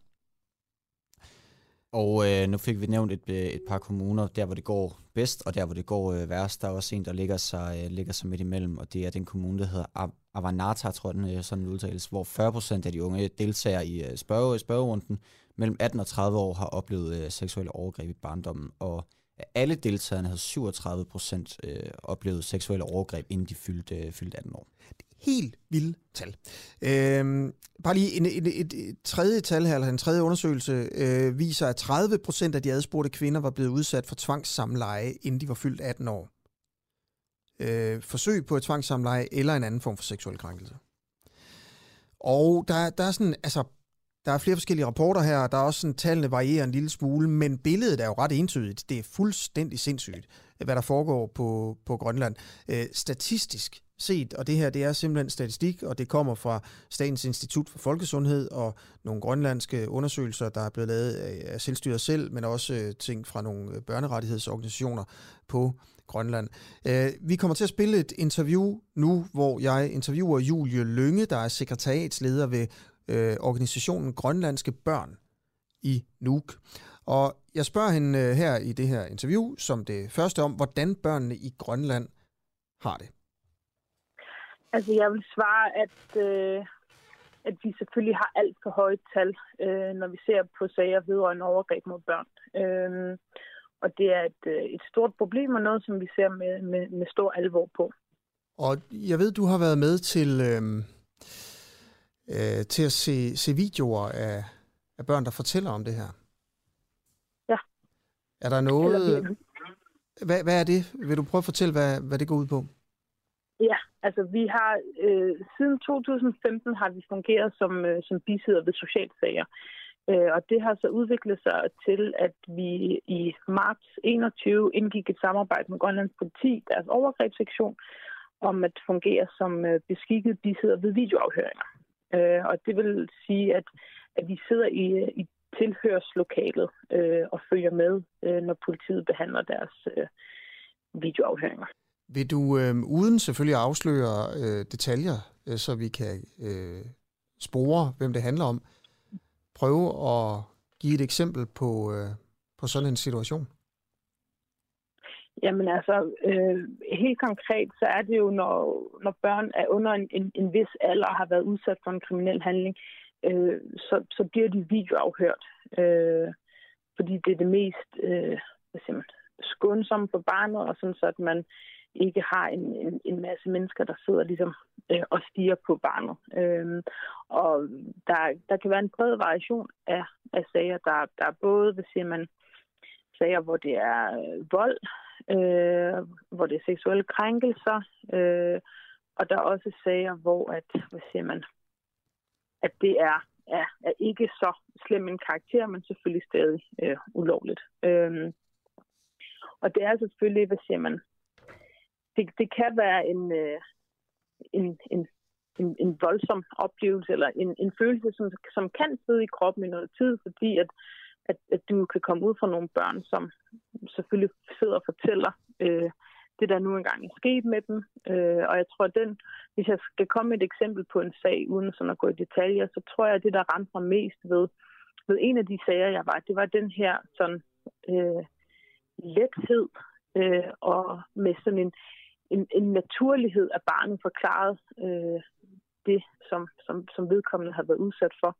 Og nu fik vi nævnt et par kommuner, der hvor det går bedst, og der hvor det går værst. Der er også en, der ligger sig midt imellem, og det er den kommune, der hedder Avanata, tror jeg, den sådan udtales, hvor 40% af de unge deltagere i spørgerunden mellem 18 og 30 år har oplevet seksuelle overgreb i barndommen, og alle deltagerne havde 37% oplevet seksuelle overgreb, inden de fyldte 18 år. Helt vildt tal. Bare lige et tredje tal her, eller en tredje undersøgelse, viser, at 30% af de adspurgte kvinder var blevet udsat for tvangssamleje, inden de var fyldt 18 år. Forsøg på et tvangssamleje eller en anden form for seksuel krænkelse. Og der er sådan, altså, der er flere forskellige rapporter her, der er også sådan, tallene varierer en lille smule, men billedet er jo ret entydigt. Det er fuldstændig sindssygt, hvad der foregår på Grønland. Statistisk set, og det her, det er simpelthen statistik, og det kommer fra Statens Institut for Folkesundhed og nogle grønlandske undersøgelser, der er blevet lavet af selvstyret selv, men også ting fra nogle børnerettighedsorganisationer på Grønland. Vi kommer til at spille et interview nu, hvor jeg interviewer Julie Lynge, der er sekretariatsleder ved organisationen Grønlandske Børn i Nuuk. Og jeg spørger hende her i det her interview, som det første om, hvordan børnene i Grønland har det. Altså, jeg vil svare, at vi selvfølgelig har alt for høje tal, når vi ser på sager vedrørende overgreb mod børn. Og det er et stort problem, og noget, som vi ser med stor alvor på. Og jeg ved, du har været med til at se videoer af børn, der fortæller om det her. Ja. Er der noget... Hvad er det? Vil du prøve at fortælle, hvad det går ud på? Ja, altså vi har siden 2015 har vi fungeret som bisidder ved socialsager. Og det har så udviklet sig til, at vi i marts 21 indgik et samarbejde med Grønlands Politi, deres overgrebssektion, om at fungere som beskikket bisidder ved videoafhøringer. Og det vil sige, at vi sidder i tilhørslokalet og følger med, når politiet behandler deres videoafhøringer. Vil du, uden selvfølgelig at afsløre detaljer, så vi kan spore, hvem det handler om, prøve at give et eksempel på sådan en situation? Jamen altså, helt konkret, så er det jo, når børn er under en vis alder og har været udsat for en kriminel handling, så bliver de videoafhørt. Fordi det er det mest skånsomme for barnet, og sådan så, at man ikke har en masse mennesker, der sidder ligesom og stiger på barnet. Og der kan være en bred variation af sager. Der er både, hvad siger man, sager, hvor det er vold, hvor det er seksuelle krænkelser, og der er også sager, hvor at det er ikke så slem en karakter, men selvfølgelig stadig ulovligt. Og det er selvfølgelig, hvad siger man, det kan være en voldsom oplevelse, eller en følelse, som kan sidde i kroppen i noget tid, fordi at du kan komme ud fra nogle børn, som selvfølgelig sidder og fortæller det, der nu engang er sket med dem. Og jeg tror, hvis jeg skal komme med et eksempel på en sag, uden sådan at gå i detaljer, så tror jeg, at det, der ramte mig mest ved en af de sager, jeg var, det var den her sådan lethed og med sådan en naturlighed af barnet forklaret det, som vedkommende har været udsat for.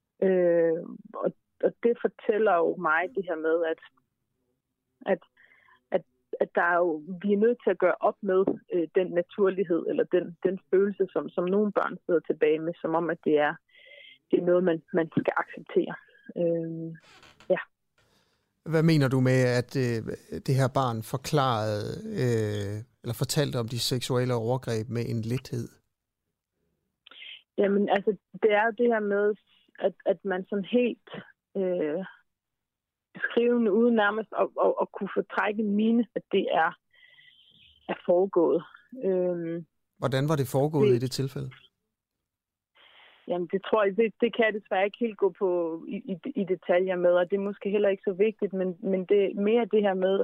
Og det fortæller jo mig det her med, at der er jo, vi er nødt til at gøre op med den naturlighed, eller den følelse, som nogle børn sidder tilbage med, som om, at det er noget, man skal acceptere. Ja. Hvad mener du med, at det her barn forklarede, eller fortalte om de seksuelle overgreb med en lethed? Jamen, altså, det er jo det her med, at man sådan helt beskrivende, uden nærmest at kunne fortrække mine, at det er foregået. Hvordan var det foregået i det tilfælde? Jamen, det tror jeg, det kan jeg desværre ikke helt gå på i detaljer med, og det er måske heller ikke så vigtigt, men det er mere det her med,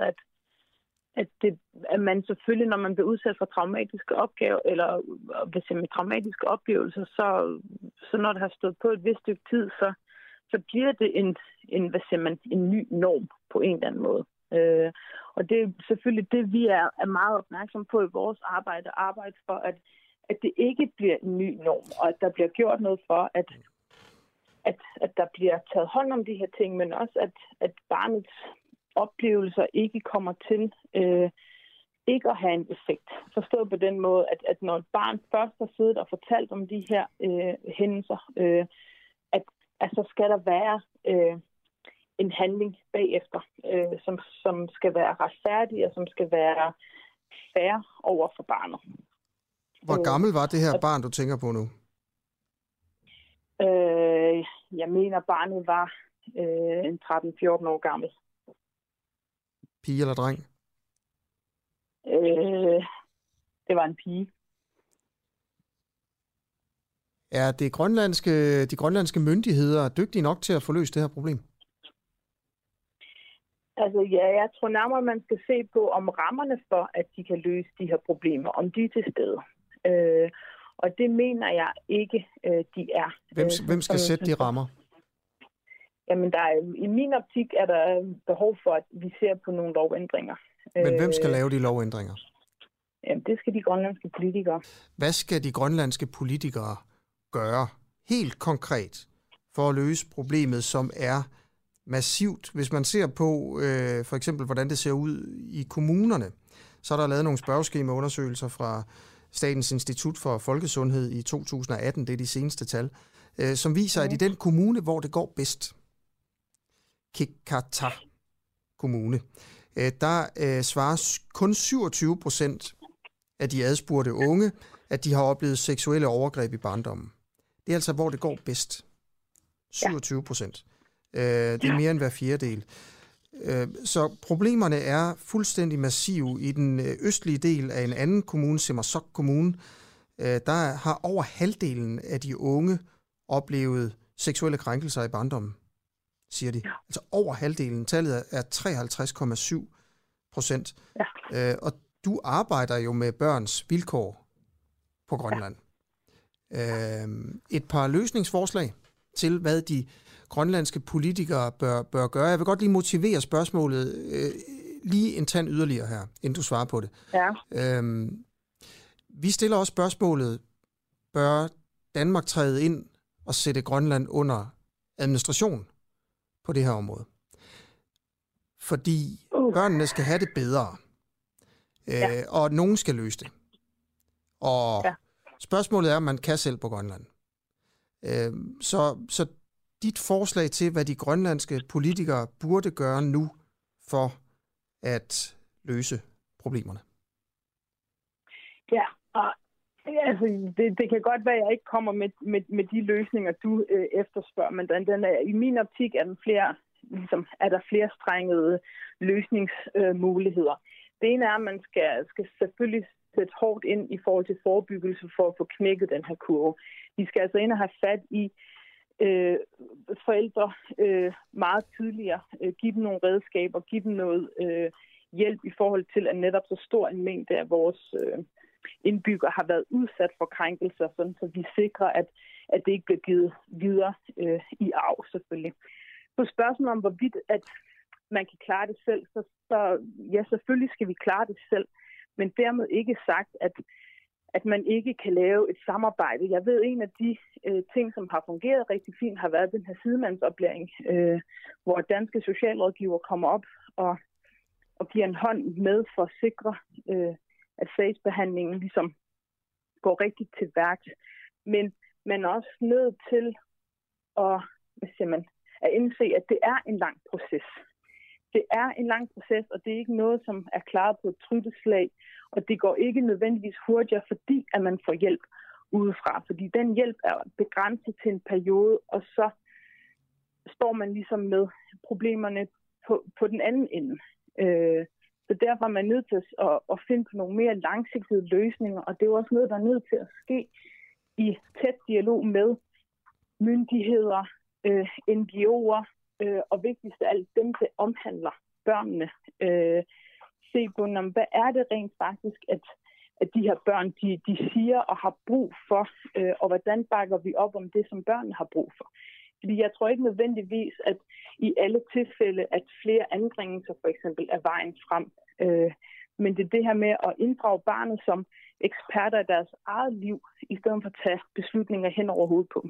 at man selvfølgelig, når man bliver udsat for traumatiske opgaver, eller med traumatiske oplevelser, så når det har stået på et vist stykke tid, så bliver det en ny norm på en eller anden måde. Og det er selvfølgelig det, vi er meget opmærksomme på i vores arbejde for, at det ikke bliver en ny norm, og at der bliver gjort noget for, at der bliver taget hånd om de her ting, men også, at barnets oplevelser ikke kommer til ikke at have en effekt. Forstået på den måde, at når et barn først har siddet og fortalt om de her hændelser, at så skal der være en handling bagefter, som skal være retfærdig og som skal være fair over for barnet. Hvor gammel var det her barn, du tænker på nu? Jeg mener, barnet var en 13-14 år gammel. Pige eller dreng? Det var en pige. Er de grønlandske myndigheder dygtige nok til at få løst det her problem? Altså ja, jeg tror nærmere, man skal se på, om rammerne for, at de kan løse de her problemer, om de er til stede. Og det mener jeg ikke, de er. Hvem skal sætte de rammer? Jamen, i min optik er der behov for, at vi ser på nogle lovændringer. Men hvem skal lave de lovændringer? Jamen, det skal de grønlandske politikere. Hvad skal de grønlandske politikere gøre helt konkret for at løse problemet, som er massivt? Hvis man ser på for eksempel, hvordan det ser ud i kommunerne, så er der lavet nogle spørgeskemaundersøgelser fra Statens Institut for Folkesundhed i 2018, det er de seneste tal, som viser, at i den kommune, hvor det går bedst, Kikata Kommune, der svarer kun 27% af de adspurgte unge, at de har oplevet seksuelle overgreb i barndommen. Det er altså, hvor det går bedst. 27%. Det er mere end hver fjerdedel. Så problemerne er fuldstændig massive. I den østlige del af en anden kommune, Sermersooq Kommune, der har over halvdelen af de unge oplevet seksuelle krænkelser i barndommen, siger de. Altså over halvdelen. Tallet er 53,7%. Og du arbejder jo med børns vilkår på Grønland. Et par løsningsforslag til, hvad de grønlandske politikere bør gøre. Jeg vil godt lige motivere spørgsmålet lige en tand yderligere her, inden du svarer på det. Ja. Vi stiller også spørgsmålet, bør Danmark træde ind og sætte Grønland under administration på det her område? Fordi børnene skal have det bedre, og nogen skal løse det. Og spørgsmålet er, om man kan selv på Grønland. Så dit forslag til, hvad de grønlandske politikere burde gøre nu for at løse problemerne? Ja, og altså, det kan godt være, at jeg ikke kommer med de løsninger, du efterspørger, men den er, i min optik er der flere strengede løsningsmuligheder. Det ene er, at man skal selvfølgelig sætte hårdt ind i forhold til forebyggelse for at få knækket den her kurve. Vi skal altså ind og have fat i forældre meget tidligere, give dem nogle redskaber, give dem noget hjælp i forhold til, at netop så stor en mængde af vores indbyggere har været udsat for krænkelser, sådan så vi sikrer, at det ikke bliver givet videre i arv selvfølgelig. På spørgsmålet om, hvorvidt at man kan klare det selv, så ja, selvfølgelig skal vi klare det selv, men dermed ikke sagt, at man ikke kan lave et samarbejde. Jeg ved, en af de ting, som har fungeret rigtig fint, har været den her sidemandsoplæring, hvor danske socialrådgiver kommer op og giver en hånd med for at sikre, at sagsbehandlingen ligesom går rigtigt til værks. Men man er også nødt til at indse, at det er en lang proces. Det er en lang proces, og det er ikke noget, som er klaret på et trylleslag, og det går ikke nødvendigvis hurtigere, fordi at man får hjælp udefra. Fordi den hjælp er begrænset til en periode, og så står man ligesom med problemerne på den anden ende. Så derfor er man nødt til at finde på nogle mere langsigtede løsninger, og det er jo også noget, der er nødt til at ske i tæt dialog med myndigheder, NGO'er, og vigtigst af alt dem, der omhandler børnene. Se på, hvad er det rent faktisk, at de her børn, de siger og har brug for, og hvordan bakker vi op om det, som børnene har brug for. Fordi jeg tror ikke nødvendigvis, at i alle tilfælde, at flere anbringelser for eksempel er vejen frem. Men det er det her med at inddrage barnet som eksperter i deres eget liv, i stedet for at tage beslutninger hen over hovedet på dem.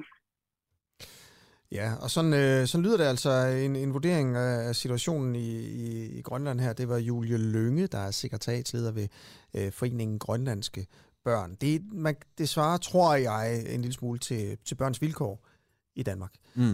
Ja, og sådan lyder det altså en vurdering af situationen i Grønland her. Det var Julie Lynge, der er sekretariatsleder ved Foreningen Grønlandske Børn. Det svarer, tror jeg, en lille smule til børns vilkår i Danmark.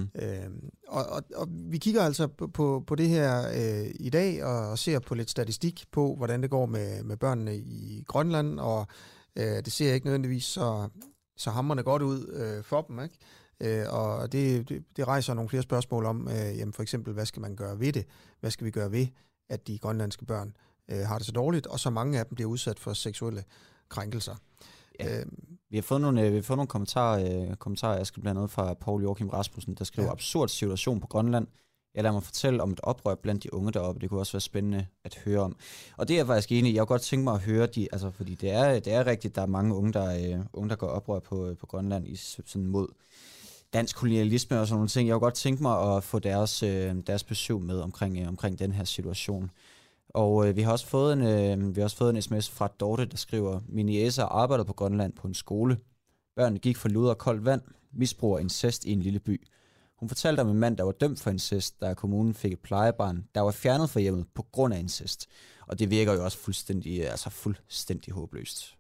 Og vi kigger altså på det her i dag og ser på lidt statistik på, hvordan det går med børnene i Grønland, og det ser ikke nødvendigvis så hamrende godt ud for dem, ikke? Og det rejser nogle flere spørgsmål om, jamen for eksempel, hvad skal man gøre ved det? Hvad skal vi gøre ved, at de grønlandske børn har det så dårligt, og så mange af dem bliver udsat for seksuelle krænkelser? Ja. Vi har fået nogle kommentarer, jeg skal blandt andet fra Poul Joachim Rasmussen, der skriver, absurd situation på Grønland. Jeg lader mig fortælle om et oprør blandt de unge deroppe. Det kunne også være spændende at høre om. Og det er jeg faktisk enig i. Jeg kunne godt tænke mig at høre fordi det er rigtigt, der er mange unge, der går oprør på Grønland i sådan mod dansk kolonialisme og sådan nogle ting. Jeg kunne godt tænke mig at få deres besøg med omkring den her situation. Og vi har også fået en sms fra Dorte, der skriver: Min niece arbejder på Grønland på en skole. Børnene gik for lud og koldt vand, misbrug og incest i en lille by. Hun fortalte om en mand, der var dømt for incest, da kommunen fik et plejebarn, der var fjernet fra hjemmet på grund af incest. Og det virker jo også fuldstændig håbløst.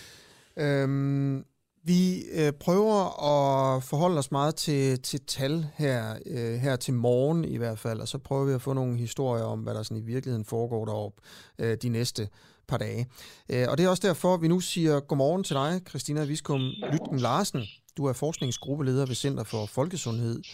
Vi prøver at forholde os meget til tal her til morgen i hvert fald, og så prøver vi at få nogle historier om, hvad der sådan i virkeligheden foregår deroppe de næste par dage. Og det er også derfor, vi nu siger godmorgen til dig, Christina Viskum Lytken Larsen. Du er forskningsgruppeleder ved Center for Folkesundhed.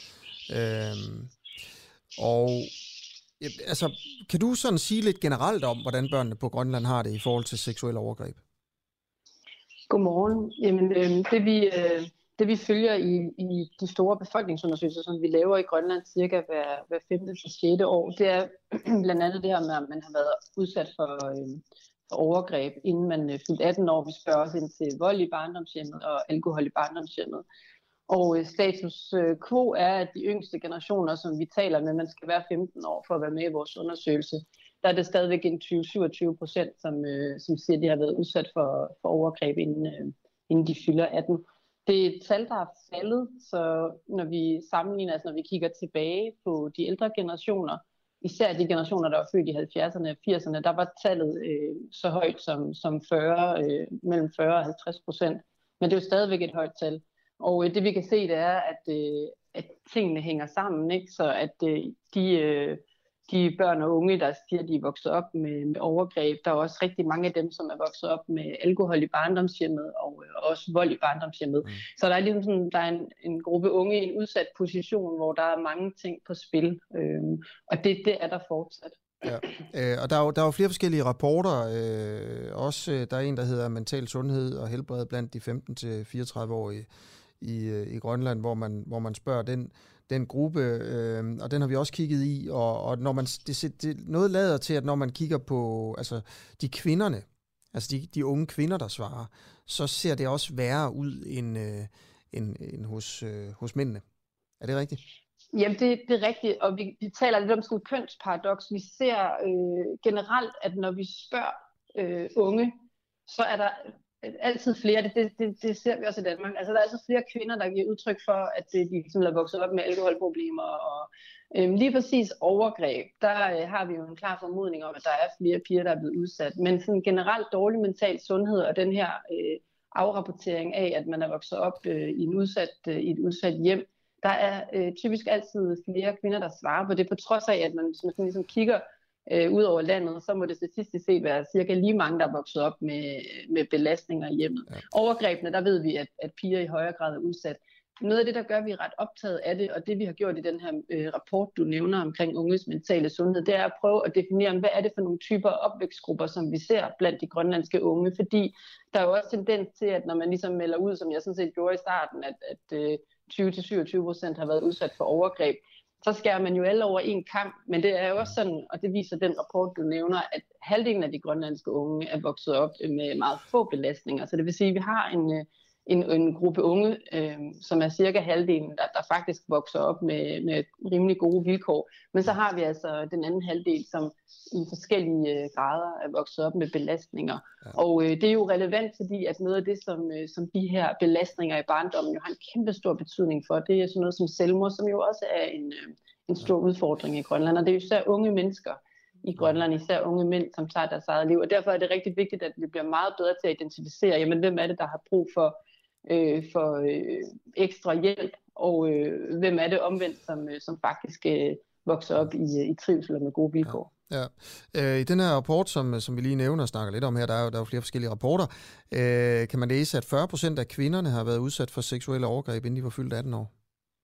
Kan du sådan sige lidt generelt om, hvordan børnene på Grønland har det i forhold til seksuelle overgreb? Godmorgen. Jamen, det vi følger i de store befolkningsundersøgelser, som vi laver i Grønland cirka hver 5. til 6. år, det er blandt andet det her med, at man har været udsat for overgreb, inden man fyldte 18 år. Vi spørger også ind til vold i barndomshjemmet og alkohol i barndomshjemmet. Og status quo er, at de yngste generationer, som vi taler med, man skal være 15 år for at være med i vores undersøgelse, der er det stadigvæk en 20-27%, som siger, at de har været udsat for overgreb, inden de fylder 18. Det er et tal, der er faldet, så når vi sammenligner, altså når vi kigger tilbage på de ældre generationer, især de generationer, der var født i 70'erne og 80'erne, der var tallet så højt som 40, mellem 40 og 50%. Men det er jo stadigvæk et højt tal. Og det vi kan se, det er, at tingene hænger sammen, ikke? Så at de børn og unge, der siger, at de er vokset op med overgreb, der er også rigtig mange af dem, som er vokset op med alkohol i barndomshjemmet og også vold i barndomshjemmet. Så der er ligesom sådan, der er en gruppe unge i en udsat position, hvor der er mange ting på spil, og det er der fortsat. Ja. Og der er jo flere forskellige rapporter. Også der er en, der hedder Mental Sundhed og Helbred blandt de 15-34-årige i Grønland, hvor man spørger den gruppe, og den har vi også kigget i, og når man noget lader til, at når man kigger på de kvinderne, altså de unge kvinder, der svarer, så ser det også værre ud end hos mændene. Er det rigtigt? Jamen, det er rigtigt, og vi taler lidt om sådan et kønsparadoks. Vi ser generelt, at når vi spørger unge, så er der altid flere, det ser vi også i Danmark. Altså, der er altid flere kvinder, der giver udtryk for, at de ligesom er vokset op med alkoholproblemer og lige præcis overgreb. Der har vi jo en klar formodning om, at der er flere piger, der er blevet udsat. Men sådan generelt dårlig mental sundhed og den her afrapportering af, at man er vokset op i et udsat hjem, der er typisk altid flere kvinder, der svarer på det, på trods af, at man, hvis man ligesom kigger ud over landet, så må det statistisk set være cirka lige mange, der er vokset op med belastninger i hjemmet. Ja. Overgrebene, der ved vi, at piger i højere grad er udsat. noget af det, der gør, at vi er ret optaget af det, og det vi har gjort i den her rapport, du nævner omkring unges mentale sundhed, det er at prøve at definere, hvad er det for nogle typer opvækstgrupper, som vi ser blandt de grønlandske unge, fordi der er jo også tendens til, at når man ligesom melder ud, som jeg sådan set gjorde i starten, at 20-27% har været udsat for overgreb, så skærer man jo alle over en kamp, men det er jo også sådan, og det viser den rapport, du nævner, at halvdelen af de grønlandske unge er vokset op med meget få belastninger. Så det vil sige, at vi har en gruppe unge, som er cirka halvdelen, der faktisk vokser op med rimelig gode vilkår. Men så har vi altså den anden halvdel, som i forskellige grader er vokset op med belastninger. Ja. Og det er jo relevant, fordi at noget af det, som de her belastninger i barndommen jo har en kæmpe stor betydning for, det er sådan noget som selvmord, som jo også er en stor udfordring i Grønland. Og det er jo især unge mennesker i Grønland, især unge mænd, som tager deres eget liv. Og derfor er det rigtig vigtigt, at vi bliver meget bedre til at identificere, jamen, hvem er det, der har brug for ekstra hjælp, og hvem er det omvendt, som faktisk vokser op i trivsel og med gode vilkår. Ja. I den her rapport, som vi lige nævner og snakker lidt om her, der er jo flere forskellige rapporter, kan man læse, at 40% af kvinderne har været udsat for seksuelle overgreb, inden de var fyldt 18 år.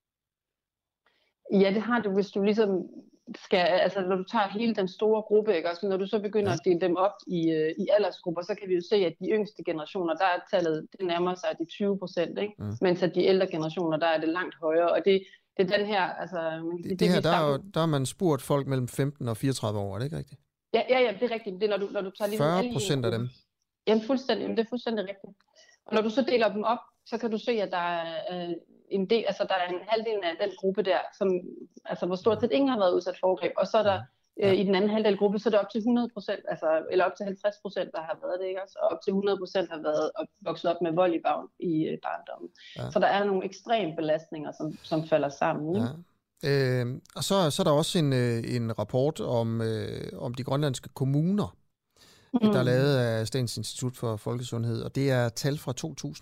Ja, det har du, hvis du ligesom altså når du tager hele den store gruppe, ikke? Også når du så begynder at dele dem op i aldersgrupper, så kan vi jo se, at de yngste generationer, der er tallet, det nærmer sig de 20%, ikke? Mens at de ældre generationer, der er det langt højere, og det er den her, altså... Man kan sige, det her, der har man spurgt folk mellem 15 og 34 år, er det ikke rigtigt? Ja, det er rigtigt. Det er, når du tager lige 40% af dem? Jamen, det er fuldstændig rigtigt. Og når du så deler dem op, så kan du se, at der er en del, altså der er en halvdel af den gruppe der, som, altså hvor stort set ingen har været udsat for overgreb, og så er der i den anden halvdel gruppe, så er det op til 100%, altså, eller op til 50%, der har været det, ikke også? Og op til 100% har været vokset op med vold i barndommen. Ja. Så der er nogle ekstreme belastninger, som falder sammen. Ja. Og så er der også en rapport om de grønlandske kommuner, der er lavet af Statens Institut for Folkesundhed, og det er tal fra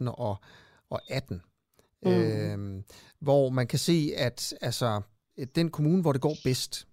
2018. Hvor man kan se, at altså, den kommune, hvor det går bedst,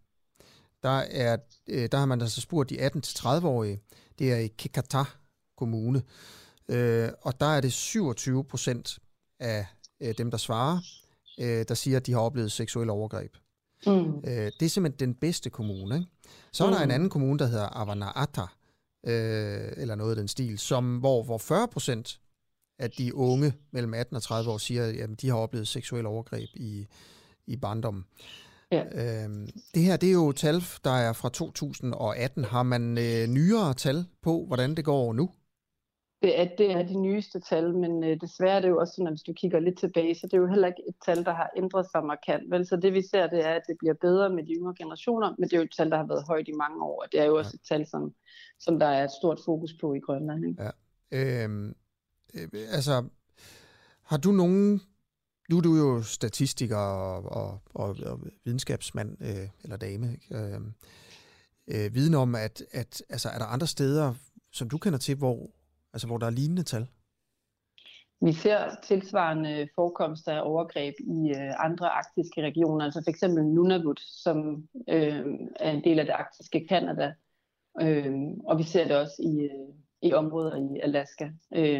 der har man altså spurgt de 18-30-årige, det er i Kekata Kommune, og der er det 27% af dem, der svarer, der siger, at de har oplevet seksuelle overgreb. Det er simpelthen den bedste kommune. Ikke? Så er der en anden kommune, der hedder Avanaata, eller noget af den stil, hvor 40% at de unge mellem 18 og 30 år siger, at de har oplevet seksuelle overgreb i barndommen. Ja. Det her, det er jo tal, der er fra 2018. Har man nyere tal på, hvordan det går nu? Det er de nyeste tal, men desværre er det jo også sådan, at hvis du kigger lidt tilbage, så det er jo heller ikke et tal, der har ændret sig markant. Vel? Så det vi ser, det er, at det bliver bedre med de yngre generationer, men det er jo et tal, der har været højt i mange år, og det er jo også et tal, som der er et stort fokus på i Grønland. Ikke? Ja. Altså, har du nogen... Nu er du jo statistiker og videnskabsmand eller dame, ikke? Viden om, at altså, er der andre steder, som du kender til, hvor der er lignende tal? Vi ser tilsvarende forekomster af overgreb i andre arktiske regioner, altså f.eks. Nunavut, som er en del af det arktiske Canada, og vi ser det også i områder i Alaska.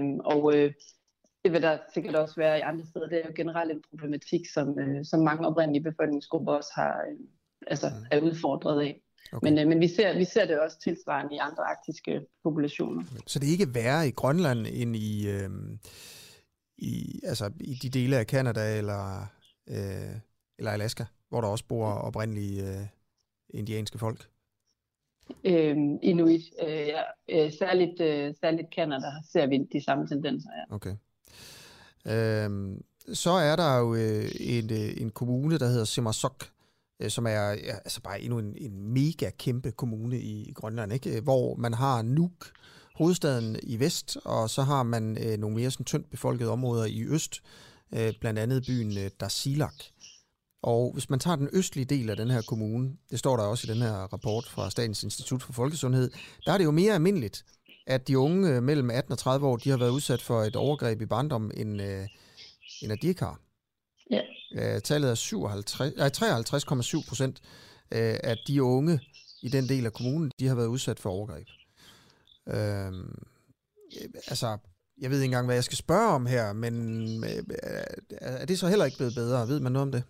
Det vil der sikkert også være i andre steder. Det er jo generelt en problematik, som mange oprindelige befolkningsgrupper også har, er udfordret af. Okay. Men vi ser det også tilsvarende i andre arktiske populationer. Så det er ikke værre i Grønland end i de dele af Canada eller Alaska, hvor der også bor oprindelige indianske folk? Inuit. Særligt Canada ser vi de samme tendenser. Ja. Okay. Så er der jo en kommune, der hedder Simasok, som er altså bare endnu en mega kæmpe kommune i Grønland, ikke? Hvor man har Nuuk, hovedstaden i vest, og så har man nogle mere sådan tyndt befolkede områder i øst, blandt andet byen Darsilak. Og hvis man tager den østlige del af den her kommune, det står der også i den her rapport fra Statens Institut for Folkesundhed, der er det jo mere almindeligt, at de unge mellem 18 og 30 år, de har været udsat for et overgreb i barndom end at de ikke har. Ja. Tallet er 53,7% af de unge i den del af kommunen, de har været udsat for overgreb. Altså, Jeg ved ikke engang, hvad jeg skal spørge om her, men er det så heller ikke blevet bedre? Ved man noget om det?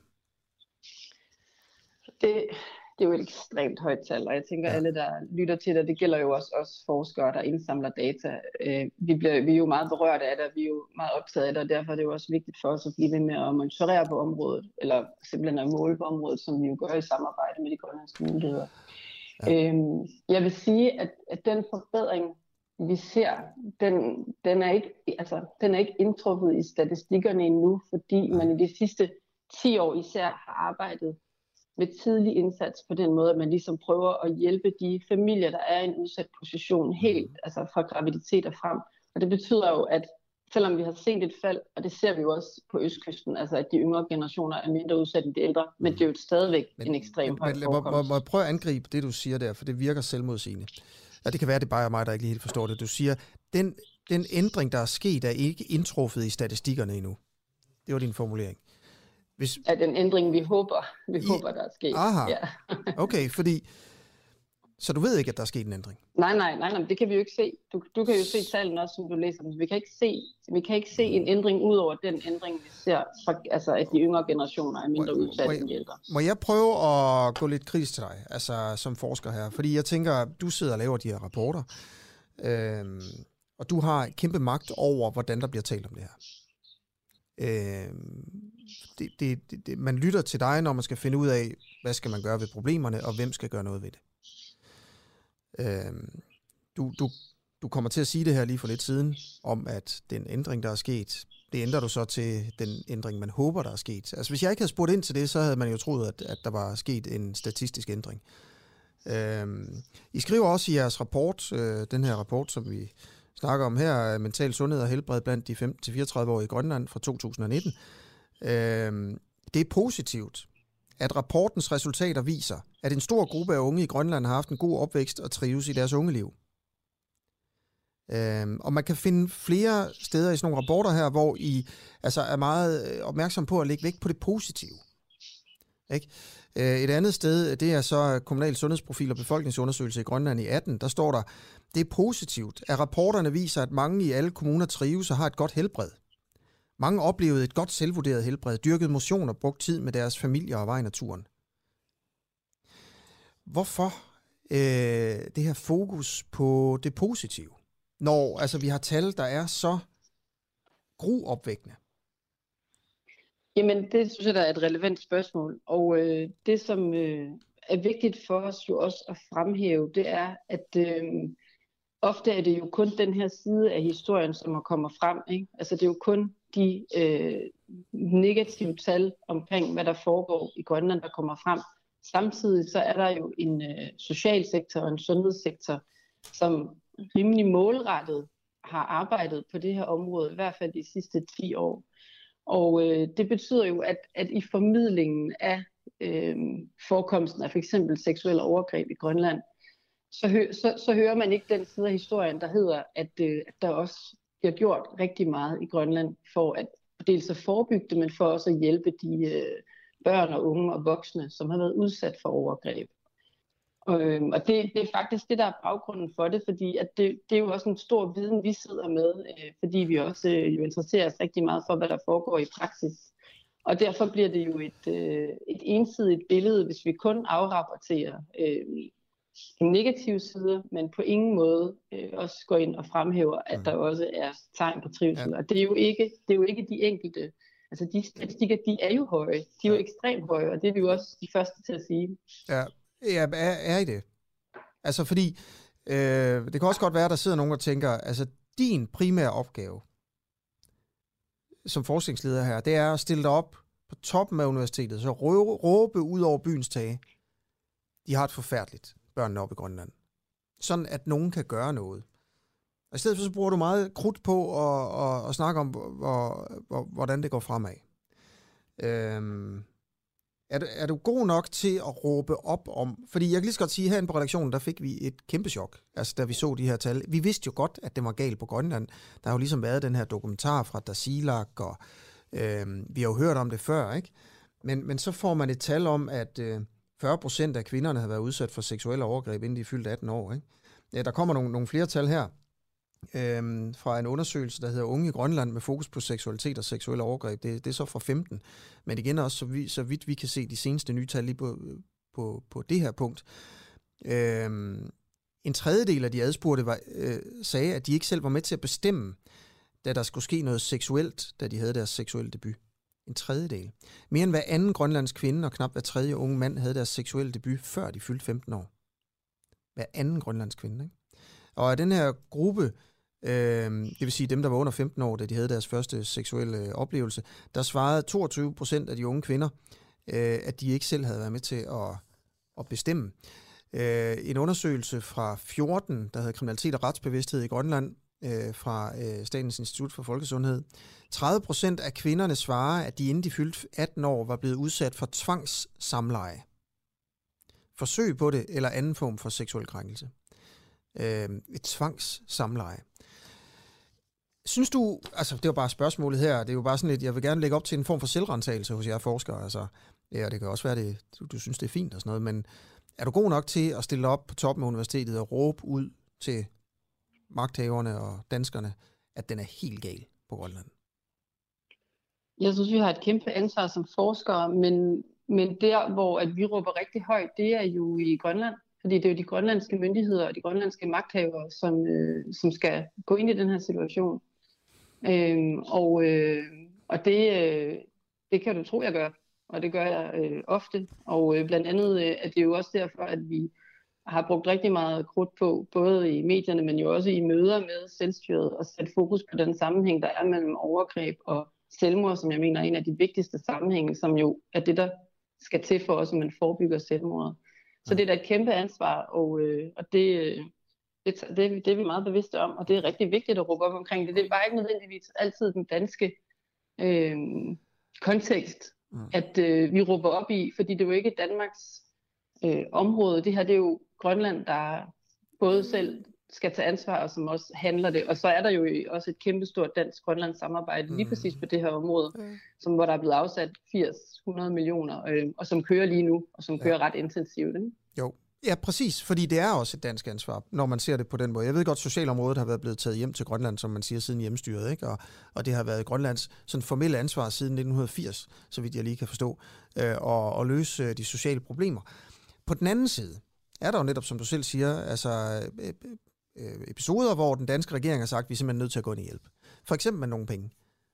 Det er jo et ekstremt højt tal, og jeg tænker, alle, der lytter til det, det gælder jo også os forskere, der indsamler data. Vi er jo meget berørt af det, og vi er jo meget optaget af det, og derfor er det jo også vigtigt for os at blive ved med at monitorere på området, eller simpelthen at måle på området, som vi jo gør i samarbejde med de grønlandske myndigheder. Ja. Jeg vil sige, at den forbedring, vi ser, den er ikke indtruffet i statistikkerne endnu, fordi man i de sidste 10 år især har arbejdet med tidlig indsats på den måde, at man ligesom prøver at hjælpe de familier, der er i en udsat position helt, altså fra graviditet og frem. Og det betyder jo, at selvom vi har set et fald, og det ser vi jo også på Østkysten, altså at de yngre generationer er mindre udsat end de ældre, men det er jo stadigvæk en ekstrem høj forekomst. Må jeg prøve at angribe det, du siger der, for det virker selvmodsigende. Ja, det kan være, det bare er mig, der ikke lige helt forstår det. Du siger, den ændring, der er sket, er ikke indtruffet i statistikkerne endnu. Det var din formulering. Ja, den ændring, vi håber, der er sket. Aha, ja. Okay, fordi... Så du ved ikke, at der er sket en ændring? Nej, det kan vi jo ikke se. Du kan jo se tallene også, som du læser dem. Vi kan ikke se en ændring ud over den ændring, vi ser, altså at de yngre generationer er mindre udsatte end de ældre. Må jeg prøve at gå lidt kritisk til dig, altså som forsker her? Fordi jeg tænker, du sidder og laver de her rapporter, og du har kæmpe magt over, hvordan der bliver talt om det her. Man lytter til dig, når man skal finde ud af, hvad skal man gøre ved problemerne, og hvem skal gøre noget ved det. Du kommer til at sige det her lige for lidt siden, om at den ændring, der er sket, det ændrer du så til den ændring, man håber, der er sket. Altså hvis jeg ikke havde spurgt ind til det, så havde man jo troet, at der var sket en statistisk ændring. I skriver også i jeres rapport, den her rapport, som vi snakker om her, mental sundhed og helbred blandt de 15-34-årige i Grønland fra 2019. Det er positivt, at rapportens resultater viser, at en stor gruppe af unge i Grønland har haft en god opvækst og trives i deres ungeliv. Og man kan finde flere steder i sådan nogle rapporter her, hvor I altså er meget opmærksom på at lægge vægt på det positive. Ikke? Et andet sted, det er så kommunal sundhedsprofil og befolkningsundersøgelse i Grønland i 18. Der står der, det er positivt, at rapporterne viser, at mange i alle kommuner trives og har et godt helbred. Mange oplevede et godt selvvurderet helbred, dyrket motion og brugt tid med deres familier og var i naturen. Hvorfor det her fokus på det positive, når altså, vi har tal, der er så gruopvækkende? Jamen, det synes jeg, der er et relevant spørgsmål. Og det, som er vigtigt for os jo også at fremhæve, det er, at ofte er det jo kun den her side af historien, som kommer frem. Ikke? Altså, det er jo kun de negative tal omkring, hvad der foregår i Grønland, der kommer frem. Samtidig så er der jo en socialsektor og en sundhedssektor, som rimelig målrettet har arbejdet på det her område, i hvert fald de sidste 10 år. Og det betyder jo, at i formidlingen af forekomsten af f.eks. seksuelle overgreb i Grønland, så hører man ikke den side af historien, der hedder, at der også bliver gjort rigtig meget i Grønland for at dels at forebygge det, men for også at hjælpe de børn og unge og voksne, som har været udsat for overgreb. Og det er faktisk det, der er baggrunden for det, fordi at det er jo også en stor viden, vi sidder med, fordi vi også jo interesserer os rigtig meget for, hvad der foregår i praksis. Og derfor bliver det jo et ensidigt billede, hvis vi kun afrapporterer de negative sider, men på ingen måde også går ind og fremhæver, at der også er tegn på trivsel. Ja. Og det er jo ikke de enkelte. Altså de statistikker, de er jo høje. De er jo ekstremt høje, og det er vi jo også de første til at sige. Ja, er I det? Altså fordi, det kan også godt være, at der sidder nogen og tænker, altså din primære opgave som forskningsleder her, det er at stille dig op på toppen af universitetet, så råbe ud over byens tage. De har et forfærdeligt, børnene oppe i Grønland. Sådan at nogen kan gøre noget. Og i stedet for så bruger du meget krudt på at snakke om, hvordan det går fremad. Er du god nok til at råbe op om, fordi jeg kan lige så godt sige, at herinde på redaktionen, der fik vi et kæmpe chok, altså da vi så de her tal. Vi vidste jo godt, at det var galt på Grønland. Der har jo ligesom været den her dokumentar fra Tasiilaq, og vi har jo hørt om det før, ikke? Men så får man et tal om, at 40% af kvinderne har været udsat for seksuelle overgreb, inden de er fyldt 18 år, ikke? Ja, der kommer nogle flere tal her. fra en undersøgelse, der hedder Unge i Grønland med fokus på seksualitet og seksuelle overgreb. Det er så fra 15. Men igen også, så vidt vi kan se de seneste nye tal lige på det her punkt. En tredjedel af de adspurgte sagde, at de ikke selv var med til at bestemme, da der skulle ske noget seksuelt, da de havde deres seksuelle debut. En tredjedel. Mere end hver anden grønlandsk kvinde og knap hver tredje unge mand havde deres seksuelle debut, før de fyldte 15 år. Hver anden grønlandsk kvinde, ikke? Og af den her gruppe, det vil sige dem, der var under 15 år, da de havde deres første seksuelle oplevelse, der svarede 22% af de unge kvinder, at de ikke selv havde været med til at bestemme. En undersøgelse fra 14, der hedder Kriminalitet og retsbevidsthed i Grønland, fra Statens Institut for Folkesundhed. 30% af kvinderne svarer, at de inden de fyldte 18 år var blevet udsat for tvangssamleje. Forsøg på det, eller anden form for seksuel krænkelse. Et tvangssamleje. Synes du, altså det var bare spørgsmålet her, det er jo bare sådan lidt, jeg vil gerne lægge op til en form for selvrensagelse hos jer forskere, altså, ja, og det kan også være, det, du synes, det er fint og sådan noget, men er du god nok til at stille dig op på toppen af universitetet og råbe ud til magthaverne og danskerne, at den er helt gal på Grønland? Jeg synes, vi har et kæmpe ansvar som forskere, men der, hvor at vi råber rigtig højt, det er jo i Grønland. Fordi det er jo de grønlandske myndigheder og de grønlandske magthavere, som skal gå ind i den her situation. Og det kan du tro, jeg gør. Og det gør jeg ofte. Og blandt andet er det jo også derfor, at vi har brugt rigtig meget krudt på, både i medierne, men jo også i møder med selvstyret, og sætte fokus på den sammenhæng, der er mellem overgreb og selvmord, som jeg mener er en af de vigtigste sammenhænge, som jo er det, der skal til for os, at man forebygger selvmord. Så det er da et kæmpe ansvar, og det er vi meget bevidste om, og det er rigtig vigtigt at råbe op omkring det. Det er bare ikke nødvendigvis altid den danske kontekst, at vi råber op i, fordi det er jo ikke Danmarks område. Det her, det er jo Grønland, der både selv skal tage ansvar, og som også handler det. Og så er der jo også et kæmpestort dansk-Grønland samarbejde lige præcis på det her område, hvor der er blevet afsat 80-100 millioner, og som kører lige nu, og som kører ret intensivt. Ikke? Jo, ja, præcis, fordi det er også et dansk ansvar, når man ser det på den måde. Jeg ved godt, at socialområdet har været blevet taget hjem til Grønland, som man siger, siden hjemmestyret, ikke? Og det har været Grønlands sådan formelle ansvar siden 1980, så vidt jeg lige kan forstå, og løse de sociale problemer. På den anden side er der jo netop, som du selv siger, altså episoder, hvor den danske regering har sagt, at vi er simpelthen nødt til at gå ind i hjælp. For eksempel med nogle penge.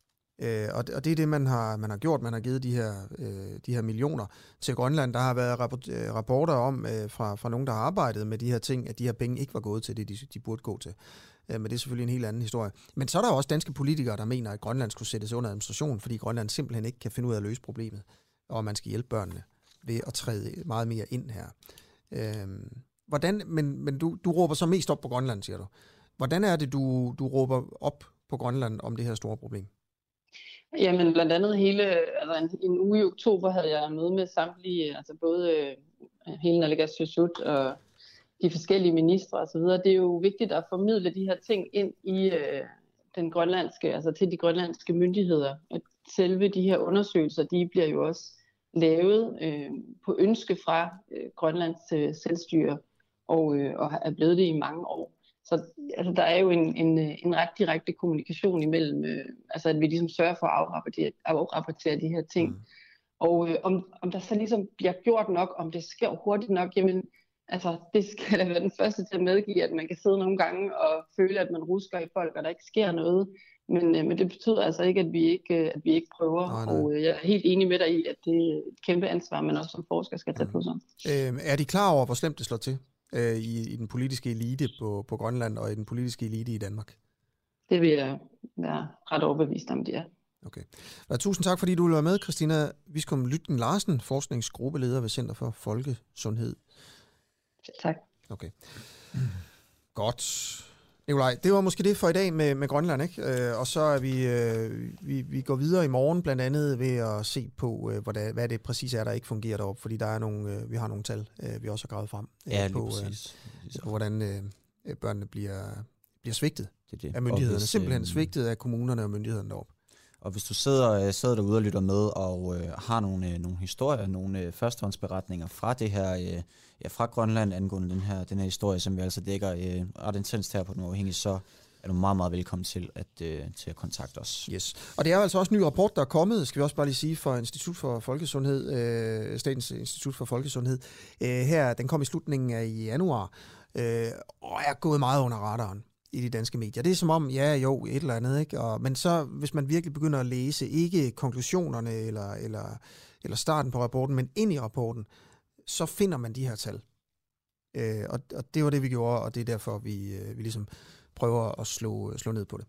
Og det er det, man har gjort. Man har givet de her millioner til Grønland. Der har været rapporter om fra nogen, der har arbejdet med de her ting, at de her penge ikke var gået til det, de burde gå til. Men det er selvfølgelig en helt anden historie. Men så er der også danske politikere, der mener, at Grønland skulle sættes under administration, fordi Grønland simpelthen ikke kan finde ud af at løse problemet, og man skal hjælpe børnene ved at træde meget mere ind her. Hvordan, men du råber så mest op på Grønland, siger du. Hvordan er det, du råber op på Grønland om det her store problem? Jamen blandt andet en uge i oktober havde jeg møde med samtlige, altså både hele Naalakkersuisut og de forskellige ministre osv. Det er jo vigtigt at formidle de her ting ind i den grønlandske, altså til de grønlandske myndigheder. At selve de her undersøgelser, de bliver jo også lavet på ønske fra Grønlands selvstyre og er blevet det i mange år. Så altså, der er jo en ret direkte kommunikation imellem, altså at vi ligesom sørger for at afrapportere de her ting. Og om der så ligesom bliver gjort nok, om det sker hurtigt nok, jamen altså det skal da være den første til at medgive, at man kan sidde nogle gange og føle, at man rusker i folk, og der ikke sker noget. Men det betyder altså ikke, at vi ikke prøver. Nej. Og jeg er helt enig med dig i, at det er et kæmpe ansvar, man også som forsker skal tage på sig. Er de klar over, hvor slemt det slår til i den politiske elite på Grønland og i den politiske elite i Danmark? Det vil jeg være ret overbevist om, det er. Okay. Tusind tak, fordi du ville være med, Christina Viskum Lytken Larsen, forskningsgruppeleder ved Center for Folkesundhed. Tak. Okay. Godt. Nikolaj, det var måske det for i dag med Grønland, ikke? Og så er vi går videre i morgen, blandt andet ved at se på, hvad det præcis er, der ikke fungerer deroppe, fordi der er vi har nogle tal, vi også har gravet frem på hvordan børnene bliver svigtet af myndighederne. Simpelthen svigtet af kommunerne og myndighederne deroppe. Og hvis du sidder derude og lytter med og har nogle historier, nogle førstehåndsberetninger fra det her, fra Grønland angående den her historie, som vi altså dækker ret intenst her på Den Uafhængige, så er du meget, meget velkommen til at kontakte os. Yes. Og det er altså også en ny rapport, der er kommet, skal vi også bare lige sige, fra Institut for Folkesundhed, Statens Institut for Folkesundhed. Her, den kom i slutningen af januar, og er gået meget under radaren i de danske medier. Det er som om, et eller andet, ikke? Men så, hvis man virkelig begynder at læse, ikke konklusionerne eller starten på rapporten, men ind i rapporten, så finder man de her tal. Og det var det, vi gjorde, og det er derfor, vi ligesom prøver at slå ned på det.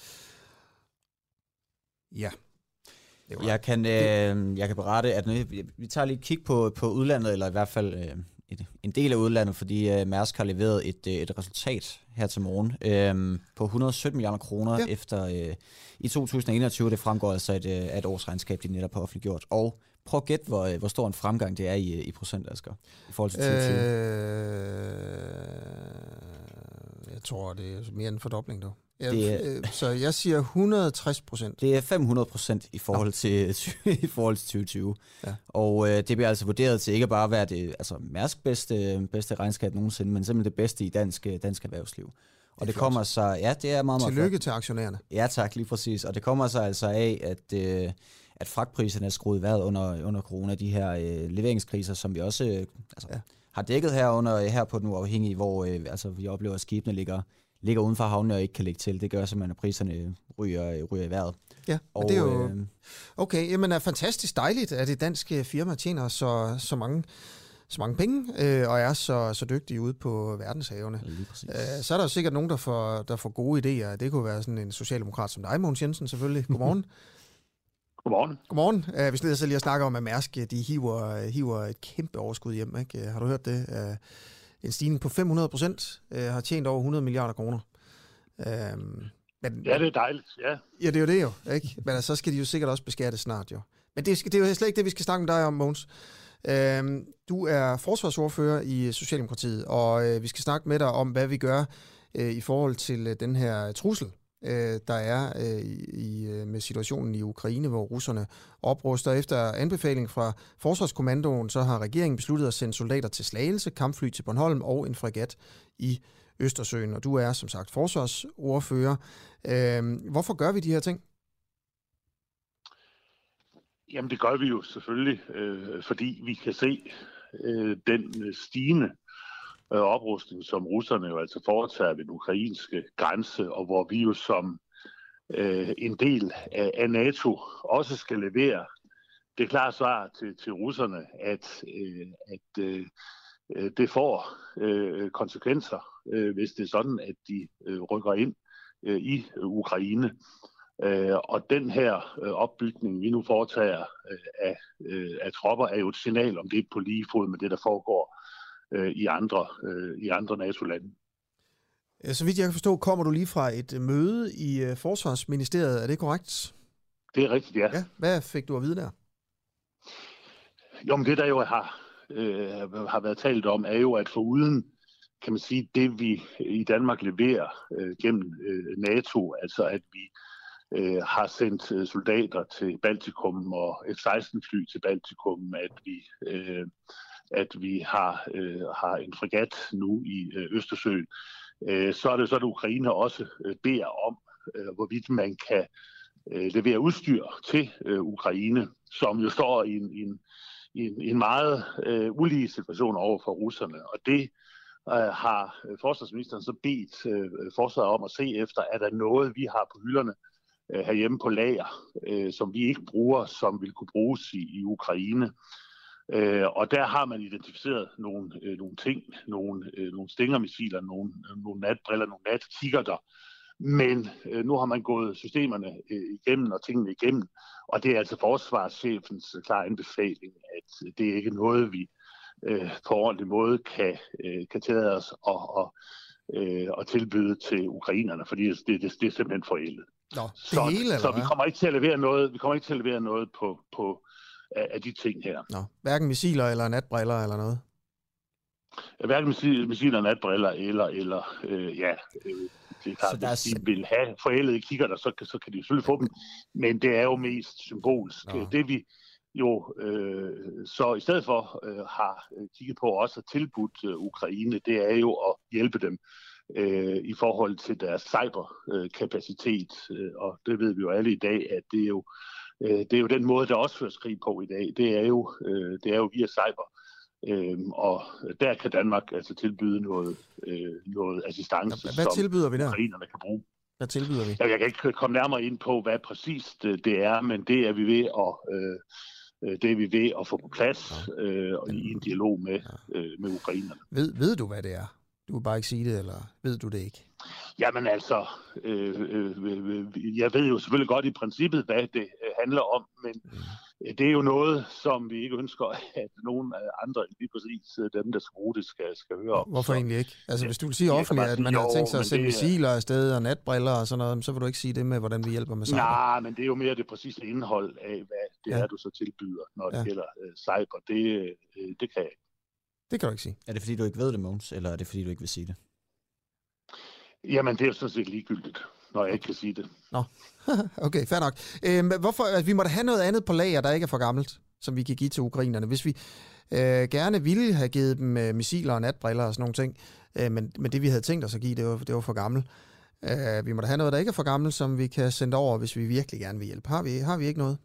Ja. Jeg kan berette, at vi tager lige et kig på udlandet, eller i hvert fald en del af udlandet, fordi Mærsk har leveret et resultat her til morgen på 117 milliarder kroner efter i 2021. Det fremgår altså et årsregnskab, de netop har offentliggjort. Og prøv at gætte, hvor stor en fremgang det er i procent, Asger, i forhold til 2020. Jeg tror, det er mere en fordobling, dog. Så jeg siger 160%. Det er 500% i forhold til 2020. Ja. Og det bliver altså vurderet til ikke bare at være det Mærsk bedste regnskab nogensinde, men simpelthen det bedste i dansk erhvervsliv. Og det kommer så, det er meget, meget tillykke til aktionærerne. Ja tak, lige præcis. Og det kommer så altså af, at fragtpriserne er skruet i vejret under corona, de her leveringskriser, som vi også har dækket her på Den Uafhængige, hvor vi oplever, at skibene ligger uden for havnene og ikke kan lægge til. Det gør simpelthen, at priserne ryger i vejret. Ja, og det er jo... Okay, jamen er fantastisk dejligt, at det danske firma tjener så mange penge, og er så dygtige ude på verdenshavene. Så er der jo sikkert nogen, der får gode idéer. Det kunne være sådan en socialdemokrat som dig, Mogens Jensen, selvfølgelig. Godmorgen. Godmorgen. Vi skal lige snakke om, at Mærsk de hiver et kæmpe overskud hjem. Ikke? Har du hørt det? En stigning på 500%, har tjent over 100 milliarder kroner. Men, ja, det er dejligt, ja. Ja, det er jo det jo, ikke? Men så skal de jo sikkert også beskattes snart, jo. Men det er jo slet ikke det, vi skal snakke med dig om, Mogens. Du er forsvarsordfører i Socialdemokratiet, og vi skal snakke med dig om, hvad vi gør i forhold til den her trussel, der er med situationen i Ukraine, hvor russerne opruster. Efter anbefaling fra Forsvarskommandoen, så har regeringen besluttet at sende soldater til Slagelse, kampfly til Bornholm og en fregat i Østersøen. Og du er som sagt forsvarsordfører. Hvorfor gør vi de her ting? Jamen det gør vi jo selvfølgelig, fordi vi kan se den stigende oprustning, som russerne jo altså foretager ved den ukrainske grænse, og hvor vi jo som en del af NATO også skal levere det klare svar til russerne, at det får konsekvenser, hvis det er sådan, at de rykker ind i Ukraine. Og den her opbygning, vi nu foretager af tropper, er jo et signal om det på lige fod med det, der foregår i andre NATO-lande. Så vidt jeg kan forstå, kommer du lige fra et møde i Forsvarsministeriet. Er det korrekt? Det er rigtigt, ja. Hvad fik du at vide der? Jo, men det der jo har været talt om, er jo, at foruden, kan man sige, det vi i Danmark leverer gennem NATO, altså at vi har sendt soldater til Baltikum og F-16-fly til Baltikum, at vi har en fregat nu i Østersøen, så er det Ukraine også beder om, hvorvidt man kan levere udstyr til Ukraine, som jo står i en meget ulige situation over for russerne. Og det har forsvarsministeren så bedt forsvaret om at se efter, er der noget, vi har på hylderne herhjemme på lager, som vi ikke bruger, som vil kunne bruges i Ukraine. Og der har man identificeret nogle ting, nogle stængermissiler, nogle natbriller, nogle natkikkerter. Men nu har man gået systemerne igennem og tingene igennem, og det er altså forsvarschefens klare anbefaling, at det ikke er noget, vi på ordentlig måde kan tillade os og tilbyde til ukrainerne, fordi det er simpelthen forældet. Så vi kommer ikke til at levere noget, på af de ting her. Hverken missiler eller natbriller eller noget? Hverken missiler, natbriller eller det er klart, hvis de vil have forældede kikkerter, så kan de selvfølgelig få dem, men det er jo mest symbolisk. Det vi jo så i stedet for har kigget på også at tilbudt Ukraine, det er jo at hjælpe dem i forhold til deres cyberkapacitet. Og det ved vi jo alle i dag, at det er jo den måde, der også føres krig på i dag. Det er jo via cyber. Og der kan Danmark altså tilbyde noget assistance, hvad tilbyder vi der? Som ukrainerne kan bruge. Hvad tilbyder vi? Jeg kan ikke komme nærmere ind på, hvad præcist det er, men det er vi ved at få på plads i en dialog med ukrainerne. Ved du, hvad det er? Du vil bare ikke sige det, eller ved du det ikke? Jamen altså, jeg ved jo selvfølgelig godt i princippet, hvad det handler om, men det er jo noget, som vi ikke ønsker, at nogen andre, lige præcis dem, der skal bruge det, skal høre om. Hvorfor egentlig ikke? Altså, hvis du vil sige offentligt, at man har tænkt sig at sende missiler afsted og natbriller og sådan noget, så vil du ikke sige det med, hvordan vi hjælper med cyber? Nej, men det er jo mere det præcise indhold af, hvad det er, du så tilbyder, når det gælder cyber. Det kan jeg ikke. Det kan du ikke sige. Er det fordi, du ikke ved det, Mogens, eller er det fordi, du ikke vil sige det? Jamen, det er jo sådan set ligegyldigt, når jeg ikke kan sige det. Nå, okay, fair nok. Hvorfor? Vi må da have noget andet på lager, der ikke er for gammelt, som vi kan give til ukrainerne. Hvis vi gerne ville have givet dem missiler og natbriller og sådan nogle ting, men det vi havde tænkt os at give, det var for gammelt. Vi må da have noget, der ikke er for gammelt, som vi kan sende over, hvis vi virkelig gerne vil hjælpe. Har vi ikke noget?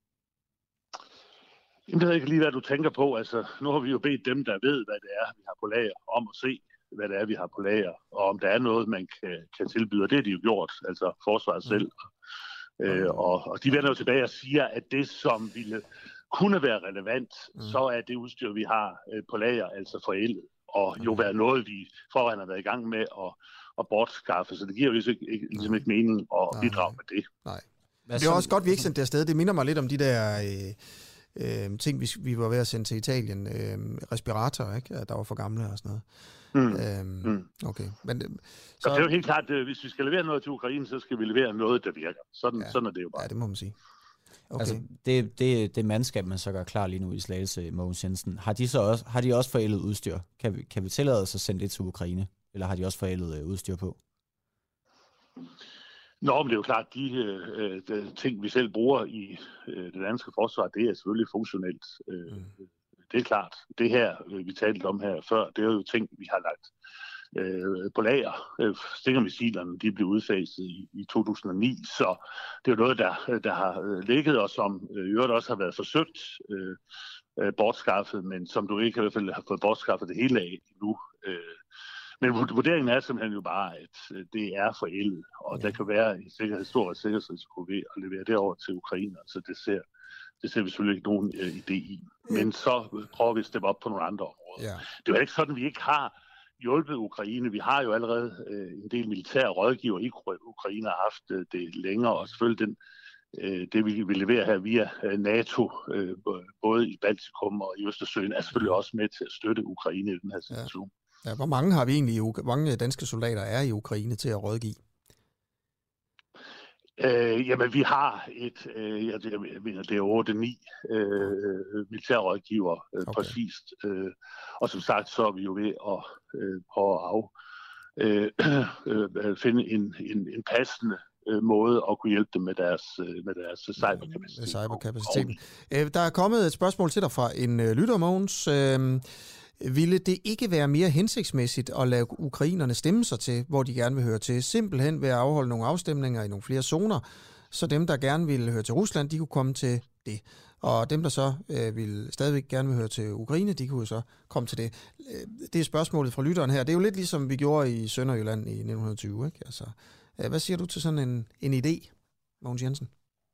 Jamen, det ved ikke lige, hvad du tænker på. Altså, nu har vi jo bedt dem, der ved, hvad det er, vi har på lager, om at se, hvad det er, vi har på lager, og om der er noget, man kan tilbyde. Og det har de jo gjort, altså forsvaret selv. Og de vender jo tilbage og siger, at det, som ville kunne være relevant, så er det udstyr, vi har på lager, altså forældet, og jo være noget, vi forvejen har været i gang med at bortskaffe. Så det giver jo ligesom ikke mening at bidrage med det. Nej. Det er også godt, vi ikke sendte det afsted. Det minder mig lidt om de der ting, vi var ved at sende til Italien. Respiratorer, ikke? Der var for gamle og sådan noget. Okay. Men, så det er jo helt klart, at hvis vi skal levere noget til Ukraine, så skal vi levere noget, der virker. Sådan er det jo bare. Ja, det må man sige. Okay. Altså, det mandskab, man så gør klar lige nu i Slagelse, Mogens Jensen, har de også forældet udstyr? Kan vi tillade os at sende det til Ukraine? Eller har de også forældet udstyr på? Nå, men det er jo klart, de ting, vi selv bruger i det danske forsvar, det er selvfølgelig funktionelt. Det er klart. Det her, vi talte om her før, det er jo ting, vi har lagt på lager. Stingermissilerne, de blev udfaset i 2009, så det er jo noget, der har ligget, og som i øvrigt også har været forsøgt bortskaffet, men som du ikke i hvert fald har fået bortskaffet det hele af nu. Men vurderingen er simpelthen jo bare, at det er forældet, og der kan være en stor sikkerhedsrisiko ved at levere det over til Ukraine, så det ser vi selvfølgelig ikke nogen idé i. Men så prøver vi at steppe op på nogle andre områder. Ja. Det er jo ikke sådan, at vi ikke har hjulpet Ukraine. Vi har jo allerede en del militære rådgiver i Ukraine har haft det længere, og selvfølgelig det vi leverer her via NATO, både i Baltikum og i Østersøen, er selvfølgelig også med til at støtte Ukraine i den her situation. Ja, hvor mange har vi egentlig, hvor mange danske soldater er i Ukraine til at rådgive? Jamen, vi har jeg mener, det er 8-9 militærrådgiver præcist. Og som sagt, så er vi jo ved at prøve at finde en passende måde at kunne hjælpe dem med deres cyberkapacitet. Der er kommet et spørgsmål til dig fra en lytter, Mogens. Ville det ikke være mere hensigtsmæssigt at lade ukrainerne stemme sig til, hvor de gerne vil høre til, simpelthen ved at afholde nogle afstemninger i nogle flere zoner, så dem, der gerne ville høre til Rusland, de kunne komme til det. Og dem, der så ville stadigvæk gerne vil høre til Ukraine, de kunne jo så komme til det. Det er spørgsmålet fra lytteren her. Det er jo lidt ligesom vi gjorde i Sønderjylland i 1920, ikke? Altså, hvad siger du til sådan en idé, Mogens Jensen?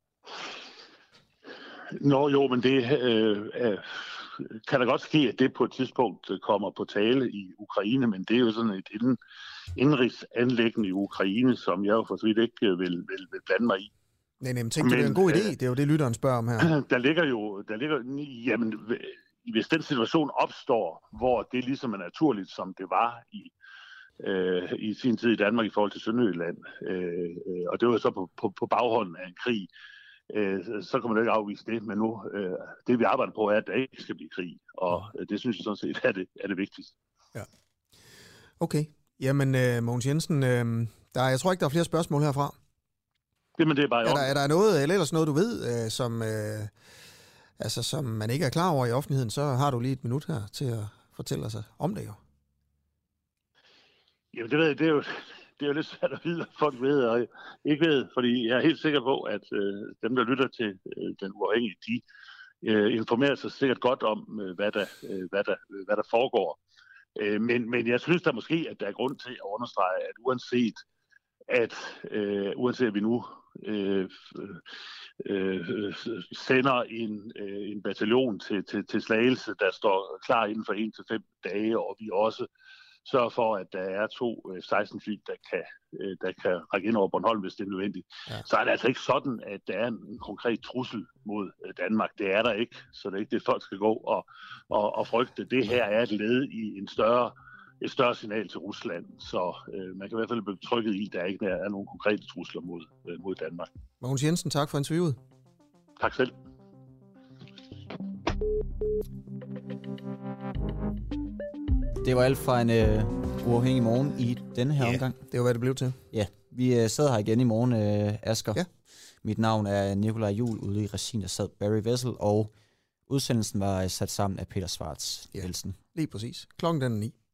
Jo, men det kan da godt ske, at det på et tidspunkt kommer på tale i Ukraine, men det er jo sådan et indrigsanliggende i Ukraine, som jeg jo for så vidt ikke vil blande mig i. Nej, men tænk, det er en god idé. Det er jo det, lytteren spørger om her. Der ligger jamen, hvis den situation opstår, hvor det ligesom er naturligt, som det var i sin tid i Danmark i forhold til Sønderjylland, og det var så på baghånden af en krig, så kan man ikke afvise det, men nu, det vi arbejder på er, at der ikke skal blive krig, og det synes jeg sådan set er det vigtigste. Ja. Okay. Jamen, Mogens Jensen, jeg tror ikke, der er flere spørgsmål herfra. Jamen, det er bare er der noget, eller ellers noget, du ved, som man ikke er klar over i offentligheden, så har du lige et minut her til at fortælle os om det jo. Jamen, det er jo lidt svært at vide, hvad folk ved og ikke ved, fordi jeg er helt sikker på, at dem, der lytter til Den Uafhængige, de informerer sig sikkert godt om, hvad der foregår. Men jeg synes da måske, at der er grund til at understrege, at uanset at vi nu sender en bataljon til Slagelse, der står klar inden for 1 til 5 dage, og vi også sørger for, at der er 2 F-16-fly, der kan række ind over Bornholm, hvis det er nødvendigt. Ja. Så er det altså ikke sådan, at der er en konkret trussel mod Danmark. Det er der ikke, så det er ikke det, folk skal gå og frygte. Det her er et led i et større signal til Rusland, så man kan i hvert fald blive trykket i, at der ikke er nogen konkrete trusler mod Danmark. Mogens Jensen, tak for interviewet. Tak selv. Det var alt fra en uafhængig morgen i denne her omgang. Det var, hvad det blev til. Ja, vi sidder her igen i morgen, Asger. Ja. Mit navn er Nikolaj Juhl, ude i regien, der sad Barry Vessel, og udsendelsen var sat sammen af Peter Schwartz Nielsen. Lige præcis. Klokken den er 9.